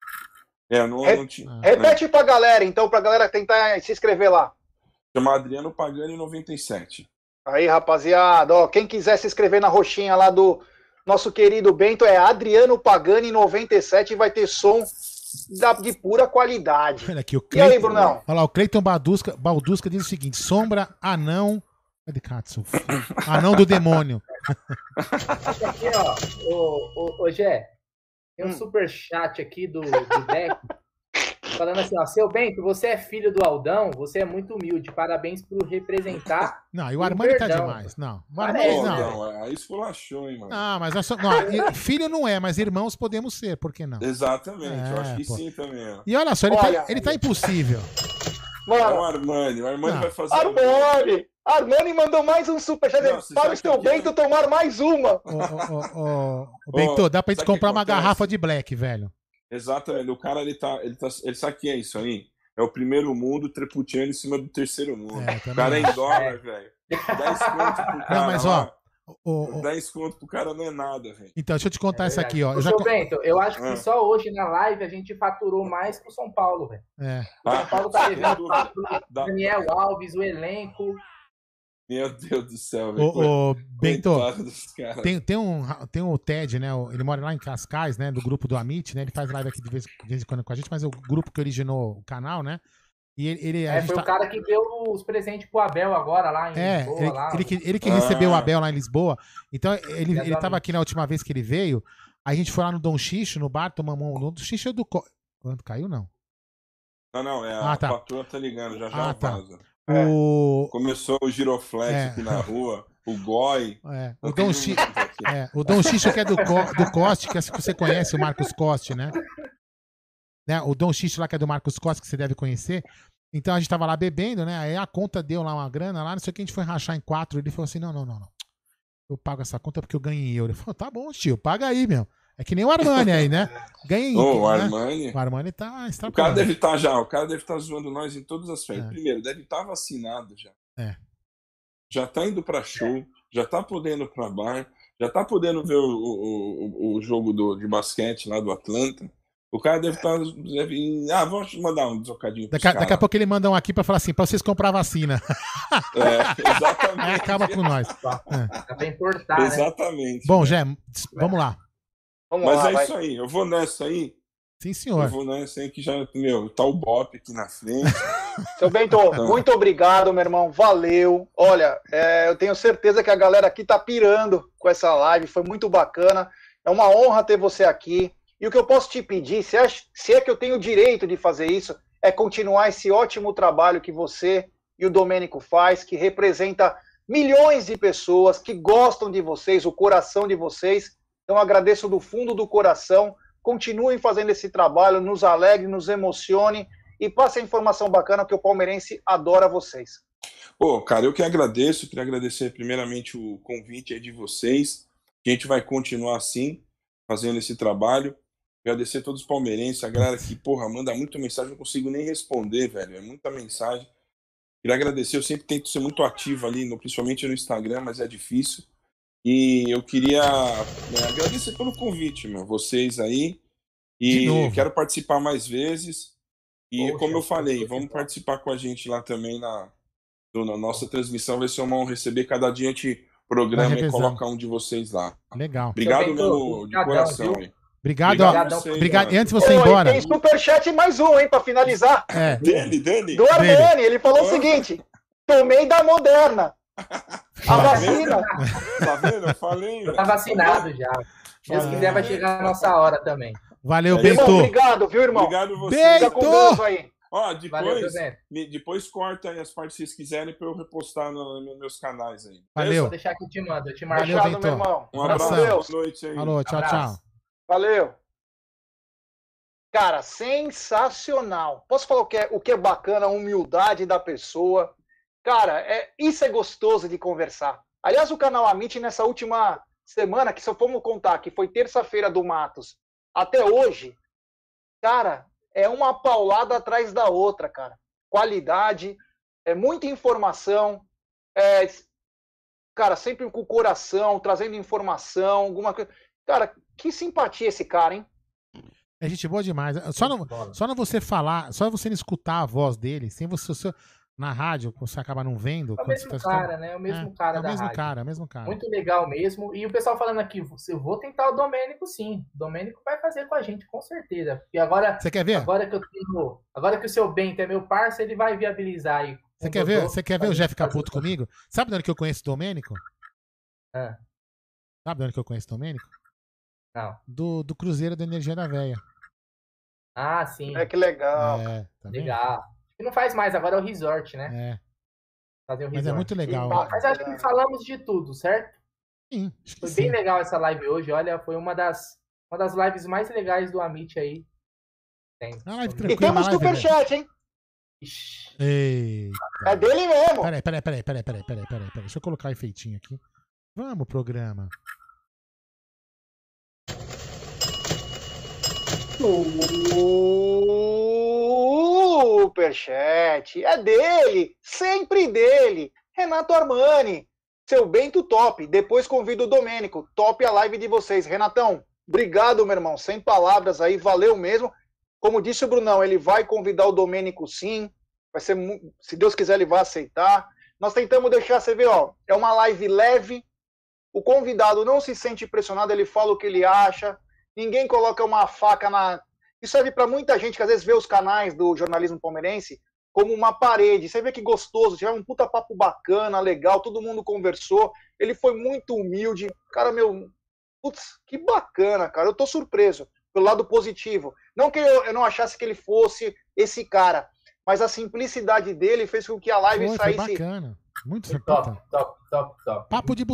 Repete pra galera, então, pra galera tentar se inscrever lá. Chama Adriano Pagani 97. Aí, rapaziada, quem quiser se inscrever na Roxinha lá do Nosso querido Bento é Adriano Pagani 97 e vai ter som de pura qualidade. Olha aqui, o E aí, Cleiton, Brunão? olha lá, o Cleiton Baldusca diz o seguinte: Sombra, anão. Cadê Katsu? Anão do demônio. Aqui, ó, ô Gé, tem um superchat aqui do Deck, falando assim, ó, seu Bento, você é filho do Aldão, você é muito humilde, parabéns por representar. Não, e o Armani tá perdão. demais. Não, o Parece, Armani né? não. Aí esculachou, hein, mano. Ah, mas filho não é, mas irmãos podemos ser, por que não? Exatamente, eu acho que pô. sim também, ó. E olha só, ele tá impossível. É o Mano, Armani Não. vai fazer... Armani mandou mais um superchat. Não, você Para sabe o seu que aqui Bento tomar mais uma. Ô, Bento, dá pra gente sabe o que comprar uma acontece? garrafa de Black, velho. Exatamente, o cara, ele sabe o que é isso aí? É o primeiro mundo treputiano em cima do terceiro mundo. É, O cara é também em dólar, velho. 10 conto pro cara. Não, mas lá. ó, 10 conto pro cara não é nada, velho. então, deixa eu te contar isso aqui, ó. Ô, seu Bento, eu acho que só hoje na live a gente faturou mais que o São Paulo, velho. É. O São Paulo tá devendo dá- Daniel Alves, o elenco. Meu Deus do céu, velho. Ô, Bento, Coitado dos caras. tem o Ted, né? Ele mora lá em Cascais, né? Do grupo do Amit, né? Ele faz live aqui de vez em quando com a gente, mas é o grupo que originou o canal, né? E a gente Foi o cara que deu os presentes pro Abel agora lá em Lisboa. Lá. ele que recebeu o Abel lá em Lisboa. Então, ele tava aqui na última vez que ele veio. A gente foi lá no Dom Xixo, no bar, tomamos um. No Dom Xixo é do. Quando caiu, não? Não, a patroa tá ligando, já vaza. Começou o giroflex aqui na rua, o Goi. O Dom Xixo. O Dom Xixo que é do Coste, que você conhece, o Marcos Coste, né? O Dom Xixo lá que é do Marcos Coste, que você deve conhecer. Então a gente tava lá bebendo, né? Aí a conta deu lá uma grana lá, não sei o que, a gente foi rachar em 4. Ele falou assim: não. Eu pago essa conta porque eu ganho em euro. Ele falou: tá bom, tio, paga aí, meu. É que nem o Armani aí, né? Ganha em euro. O Armani. O Armani tá extrapolando. O cara deve estar zoando nós em todas as férias. Primeiro, deve estar vacinado já. Já tá indo pra show, já tá podendo ir pra bar, já tá podendo ver o jogo de basquete lá do Atlanta. O cara deve estar. Vamos mandar um trocadinho pros Daqui a pouco ele manda um aqui pra falar assim: pra vocês comprar vacina. Exatamente. Aí acaba com nós. Tá bem importar, exatamente. Bom, Jé, vamos lá. Isso aí, eu vou nessa aí. Sim, senhor. Eu vou nessa aí que já, tá o Bop aqui na frente. Seu Bento, muito obrigado, meu irmão. Valeu. Olha, eu tenho certeza que a galera aqui tá pirando com essa live. Foi muito bacana. É uma honra ter você aqui. E o que eu posso te pedir, se é que eu tenho o direito de fazer isso, é continuar esse ótimo trabalho que você e o Domênico faz, que representa milhões de pessoas que gostam de vocês, o coração de vocês. Então agradeço do fundo do coração. Continuem fazendo esse trabalho, nos alegre, nos emocione e passe a informação bacana que o palmeirense adora vocês. Pô, cara, eu que agradeço. Queria agradecer primeiramente o convite aí de vocês. A gente vai continuar assim, fazendo esse trabalho. Agradecer a todos os palmeirenses, a galera que, manda muita mensagem, não consigo nem responder, velho. É muita mensagem. Queria agradecer, eu sempre tento ser muito ativo ali, principalmente no Instagram, mas é difícil. E eu queria agradecer pelo convite, vocês aí. E quero participar mais vezes. E como eu falei, vamos participar com a gente lá também na nossa transmissão. Vai ser uma honra receber. Cada dia a gente programa e coloca um de vocês lá. Legal. Obrigado mesmo, de coração. Obrigado. Obrigado. E antes de você ir embora. Tem superchat mais um, hein, pra finalizar. Dele? Do Armani. Ele falou o seguinte: tomei da Moderna. A vacina. Tá vendo? Eu falei. Tá vacinado já. Se Deus quiser, vai chegar a nossa hora também. Valeu, Bento. Obrigado, viu, irmão? Obrigado você. Fica com Deus aí. Ó, depois corta aí as partes que vocês quiserem pra eu repostar nos meus canais aí. Valeu. Vou deixar que eu te mando. Eu te marco. Valeu, Bento. Meu irmão. Um abraço. Boa noite aí. Falou, tchau. Valeu. Cara, sensacional. Posso falar o que é bacana, a humildade da pessoa. Cara, isso é gostoso de conversar. Aliás, o canal Amit, nessa última semana, que se eu formos contar, que foi terça-feira do Matos, até hoje, cara, é uma paulada atrás da outra, cara. Qualidade, muita informação, cara, sempre com o coração, trazendo informação, alguma coisa. Cara, que simpatia esse cara, hein? É gente boa demais. Só não você falar, só você não escutar a voz dele, sem você na rádio, você acaba não vendo. É o mesmo cara, né? É o mesmo cara é o da mesmo rádio. cara, é o mesmo cara. Muito legal mesmo. E o pessoal falando aqui, eu vou tentar o Domênico, sim. O Domênico vai fazer com a gente, com certeza. Porque agora, Você quer ver? agora que o seu Bento é meu parceiro, ele vai viabilizar aí. Você quer ver o Jeff Caputo comigo? Sabe de onde que eu conheço o Domênico? Sabe de onde que eu conheço o Domênico? Não. Do Cruzeiro da Energia da Véia. Ah, sim. Que legal. Tá legal. E não faz mais, agora é o resort, né? Fazer o resort. Mas é muito legal. Mas acho que falamos de tudo, certo? Sim, acho que foi sim. Bem legal essa live hoje. Olha, foi uma das lives mais legais do Amit aí. E temos superchat, hein? Eita. É dele mesmo. Peraí. Deixa eu colocar o efeitinho aqui. Vamos, programa. Superchat. É dele. Sempre dele. Renato Armani. Seu Bento top. Depois convido o Domênico. Top a live de vocês. Renatão, obrigado, meu irmão. Sem palavras aí. Valeu mesmo. Como disse o Brunão, ele vai convidar o Domênico sim. Vai ser, se Deus quiser, ele vai aceitar. Nós tentamos deixar, você ver, ó, é uma live leve. O convidado não se sente pressionado, ele fala o que ele acha. Ninguém coloca uma faca na... Isso serve para muita gente que às vezes vê os canais do jornalismo palmeirense como uma parede. Você vê que gostoso, tiver um puta papo bacana, legal, todo mundo conversou. Ele foi muito humilde. Cara, meu... Putz, que bacana, cara. Eu tô surpreso pelo lado positivo. Não que eu não achasse que ele fosse esse cara, mas a simplicidade dele fez com que a live saísse... Foi bacana. Muito top. Papo de...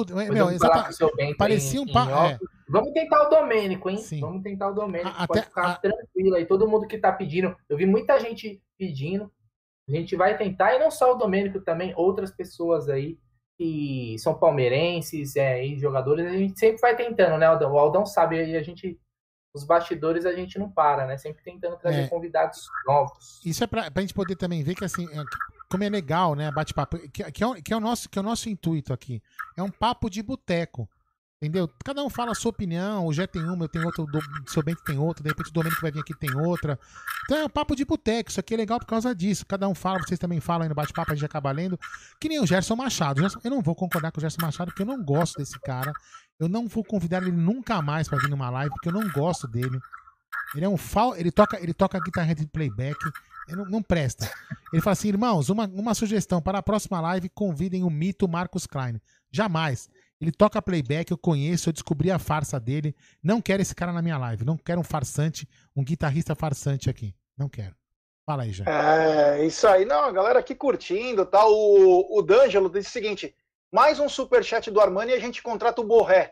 Parecia um papo... Vamos tentar o Domênico, hein? Sim. Vamos tentar o Domênico. Pode ficar tranquilo aí. Todo mundo que tá pedindo. Eu vi muita gente pedindo. A gente vai tentar. E não só o Domênico, também outras pessoas aí que são palmeirenses e jogadores. A gente sempre vai tentando, né, Aldão? O Aldão sabe aí, a gente... Os bastidores a gente não para, né? Sempre tentando trazer convidados novos. Isso é pra gente poder também ver que, assim, como é legal, né? Bate-papo. Que é o nosso intuito aqui. É um papo de boteco. Entendeu? Cada um fala a sua opinião. O Jé tem uma, eu tenho outra, o seu Bento tem outra, de repente o Domênico vai vir aqui tem outra. Então é um papo de boteco. Isso aqui é legal por causa disso. Cada um fala, vocês também falam aí no bate-papo, a gente acaba lendo. Que nem o Gerson Machado. Eu não vou concordar com o Gerson Machado porque eu não gosto desse cara. Eu não vou convidar ele nunca mais pra vir numa live porque eu não gosto dele. Ele é um ele toca guitarra de playback. Não presta. Ele fala assim, irmãos, uma sugestão para a próxima live, convidem o mito Marcos Klein. Jamais. Ele toca playback, eu conheço, eu descobri a farsa dele. Não quero esse cara na minha live. Não quero um farsante, um guitarrista farsante aqui. Não quero. Fala aí, já. É, isso aí. Não, a galera aqui curtindo, tá? O D'Angelo disse o seguinte, mais um superchat do Armani e a gente contrata o Borré.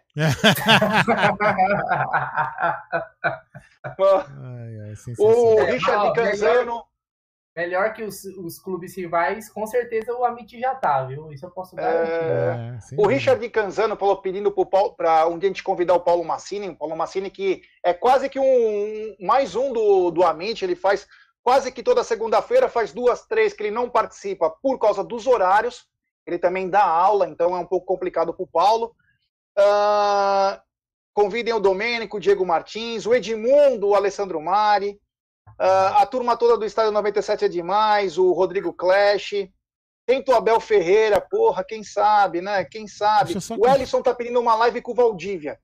O Richard Canzano... Melhor que os clubes rivais, com certeza o Amit já tá, viu? Isso eu posso garantir. O Richard Canzano falou pedindo para um dia a gente convidar o Paulo Massini que é quase que mais um do Amit, ele faz quase que toda segunda-feira, faz 2, 3 que ele não participa por causa dos horários, ele também dá aula, então é um pouco complicado pro Paulo. Convidem o Domênico, o Diego Martins, o Edmundo, o Alessandro Mari, a turma toda do Estádio 97 é demais, o Rodrigo Clash, tenta o Abel Ferreira, porra, quem sabe, né? Quem sabe? O Ellison tá pedindo uma live com o Valdívia.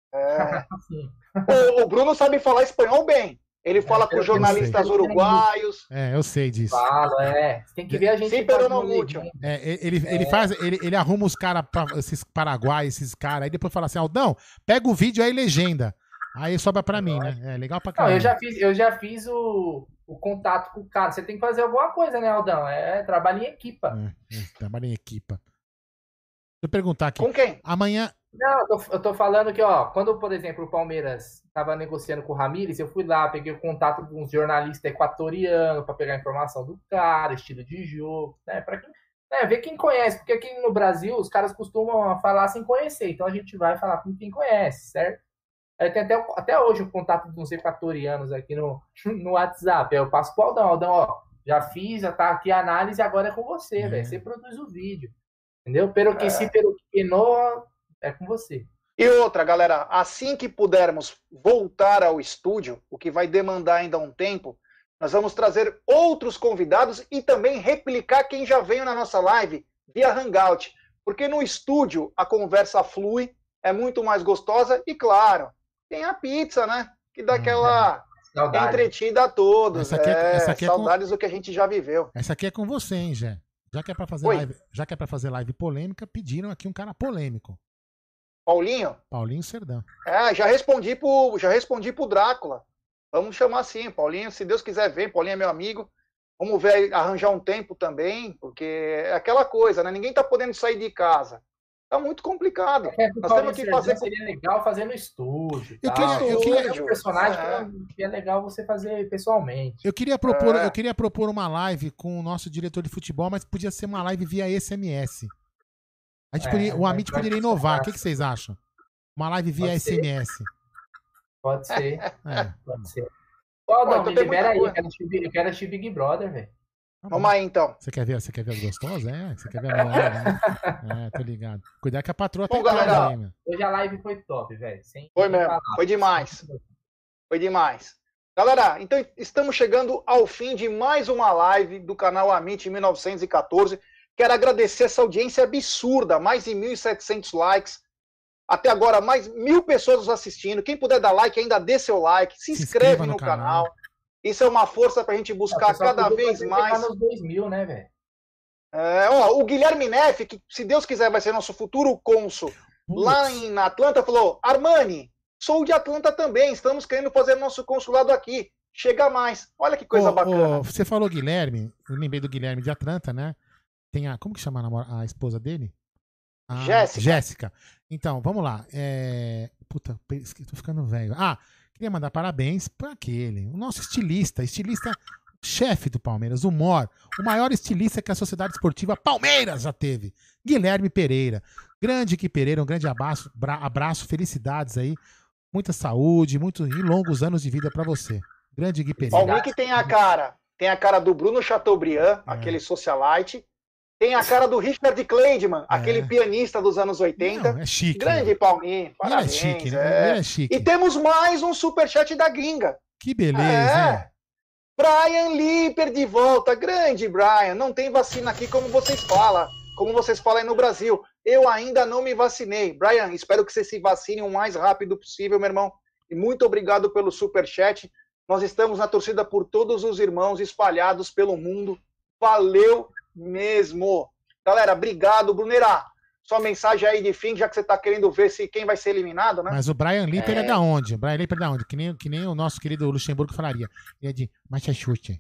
O Bruno sabe falar espanhol bem. Ele fala com jornalistas uruguaios. Eu sei disso. Você tem que ver a gente. Sim, pero não muito. Ele arruma os caras, esses paraguaios, esses caras, aí depois fala assim, Aldão, pega o vídeo aí, legenda. Aí sobra pra mim, né? É legal pra caramba. Eu já fiz o contato com o cara. Você tem que fazer alguma coisa, né, Aldão? Trabalho em equipa. Trabalho em equipa. Deixa eu perguntar aqui. Com quem? Amanhã... Não, eu tô falando que, ó, quando, por exemplo, o Palmeiras tava negociando com o Ramírez, eu fui lá, peguei o contato de uns jornalistas equatorianos pra pegar a informação do cara, estilo de jogo, né? Pra quem... ver quem conhece, porque aqui no Brasil os caras costumam falar sem conhecer, então a gente vai falar com quem conhece, certo? Tem até hoje o contato de uns equatorianos aqui no WhatsApp. Eu passo pro Aldão, ó, já fiz, já tá aqui a análise, agora é com você, velho. Você produz o vídeo. Entendeu? Pero que se, pero que no, é com você. E outra, galera, assim que pudermos voltar ao estúdio, o que vai demandar ainda um tempo, Nós vamos trazer outros convidados e também replicar quem já veio na nossa live via Hangout. Porque no estúdio a conversa flui, é muito mais gostosa e, claro, tem a pizza, né? Que dá aquela entretida a todos. Essa aqui saudades do que a gente já viveu. Essa aqui é com você, hein, Jé? Já que é pra fazer live polêmica, pediram aqui um cara polêmico. Paulinho? Paulinho Serdão. Já respondi pro Drácula. Vamos chamar assim, Paulinho, se Deus quiser ver, Paulinho é meu amigo. Vamos ver, arranjar um tempo também, porque é aquela coisa, né? Ninguém tá podendo sair de casa. Tá muito complicado. Nós temos que fazer. Seria legal fazer no estúdio. Eu queria um personagem que é legal você fazer pessoalmente. Eu queria propor uma live com o nosso diretor de futebol, mas podia ser uma live via SMS. O Amit poderia inovar. O que vocês acham? Uma live via SMS. Pode ser. Pode ser. Não, me libera aí. Eu quero assistir Big Brother, velho. Vamos aí, então. Você quer ver as gostosas? Você quer ver a mulher, né? Tô ligado. Cuidado que a patroa tá galera, aí, meu. Hoje a live foi top, velho. Foi mesmo. Foi demais. Foi demais. Galera, então estamos chegando ao fim de mais uma live do canal Amit 1914. Quero agradecer essa audiência absurda. Mais de 1.700 likes. Até agora, mais 1.000 pessoas nos assistindo. Quem puder dar like, ainda dê seu like. Se inscreve no canal. Isso é uma força pra gente buscar cada vez mais. Nos 2.000, né, velho? O Guilherme Neff, que se Deus quiser vai ser nosso futuro cônsul lá em Atlanta, falou: Armani, sou de Atlanta também, estamos querendo fazer nosso consulado aqui. Chega mais. Olha que coisa bacana. Você falou Guilherme, eu lembrei do Guilherme de Atlanta, né? Tem como que chama a esposa dele? Jéssica. Então, vamos lá. Puta, tô ficando velho. Queria mandar parabéns para o nosso estilista chefe do Palmeiras, o maior estilista que a Sociedade Esportiva Palmeiras já teve, Guilherme Pereira. Grande Gui Pereira, um grande abraço, felicidades aí, muita saúde, e longos anos de vida para você. Grande Gui Pereira. Palmeiras que tem a cara do Bruno Chateaubriand, aquele socialite. Tem a cara do Richard Kleidman, aquele pianista dos anos 80. Não, é chique. Grande Palminho, parabéns. Ele é chique, né? Ele é chique. E temos mais um superchat da gringa. Que beleza, hein? Brian Lipper de volta. Grande Brian. Não tem vacina aqui como vocês falam aí no Brasil. Eu ainda não me vacinei. Brian, espero que você se vacine o mais rápido possível, meu irmão. E muito obrigado pelo superchat. Nós estamos na torcida por todos os irmãos espalhados pelo mundo. Valeu mesmo. Galera, obrigado. Bruneira, sua mensagem aí de fim, já que você tá querendo ver quem vai ser eliminado, né? Mas o Brian Lipper é da onde? O Brian Lipper é da onde? Que nem o nosso querido Luxemburgo falaria. Ele é de Massachusetts.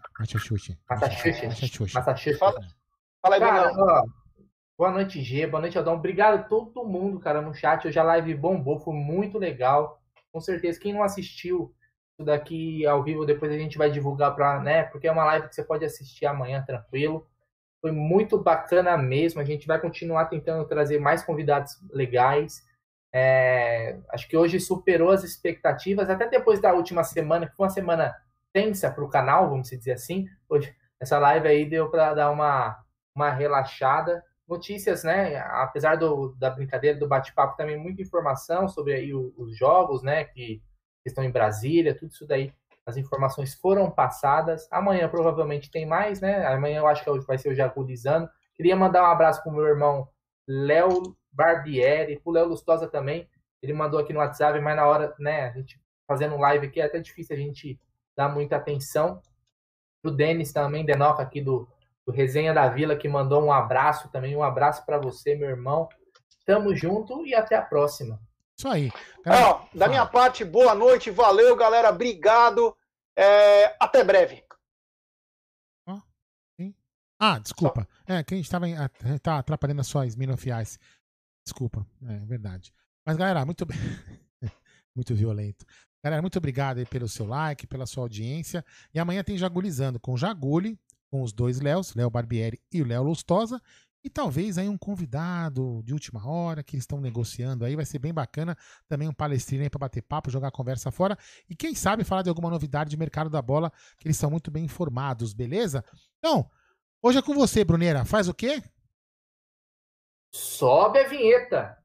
Fala aí, cara, boa noite, G. Boa noite, Aldão. Obrigado a todo mundo, cara, no chat. Hoje a live bombou, foi muito legal. Com certeza, quem não assistiu isso daqui ao vivo, depois a gente vai divulgar porque é uma live que você pode assistir amanhã, tranquilo. Foi muito bacana mesmo. A gente vai continuar tentando trazer mais convidados legais. Acho que hoje superou as expectativas, até depois da última semana, que foi uma semana tensa para o canal, vamos dizer assim. Hoje, essa live aí deu para dar uma relaxada. Notícias, né? Apesar da brincadeira, do bate-papo, também muita informação sobre aí os jogos, né? Que estão em Brasília, tudo isso daí. As informações foram passadas. Amanhã provavelmente tem mais, né? Amanhã eu acho que vai ser o Jagulizando. Queria mandar um abraço pro meu irmão Léo Barbieri, pro Léo Lustosa também. Ele mandou aqui no WhatsApp, mas na hora, né? A gente fazendo live aqui é até difícil a gente dar muita atenção. Pro Denis também, Denoca aqui do Resenha da Vila, que mandou um abraço também. Um abraço para você, meu irmão. Tamo junto e até a próxima. Isso aí. Da minha parte, boa noite, valeu, galera, obrigado. Até breve. Desculpa. Que a gente tá atrapalhando as suas minofiais. Desculpa, é verdade. Mas, galera, muito muito violento. Galera, muito obrigado aí pelo seu like, pela sua audiência. E amanhã tem Jagulizando com o Jaguli, com os dois Léos, Léo Barbieri e o Léo Lustosa. E talvez aí um convidado de última hora que eles estão negociando aí, vai ser bem bacana. Também um palestrino aí para bater papo, jogar a conversa fora. E quem sabe falar de alguma novidade de mercado da bola, que eles são muito bem informados, beleza? Então, hoje é com você, Bruneira. Faz o quê? Sobe a vinheta.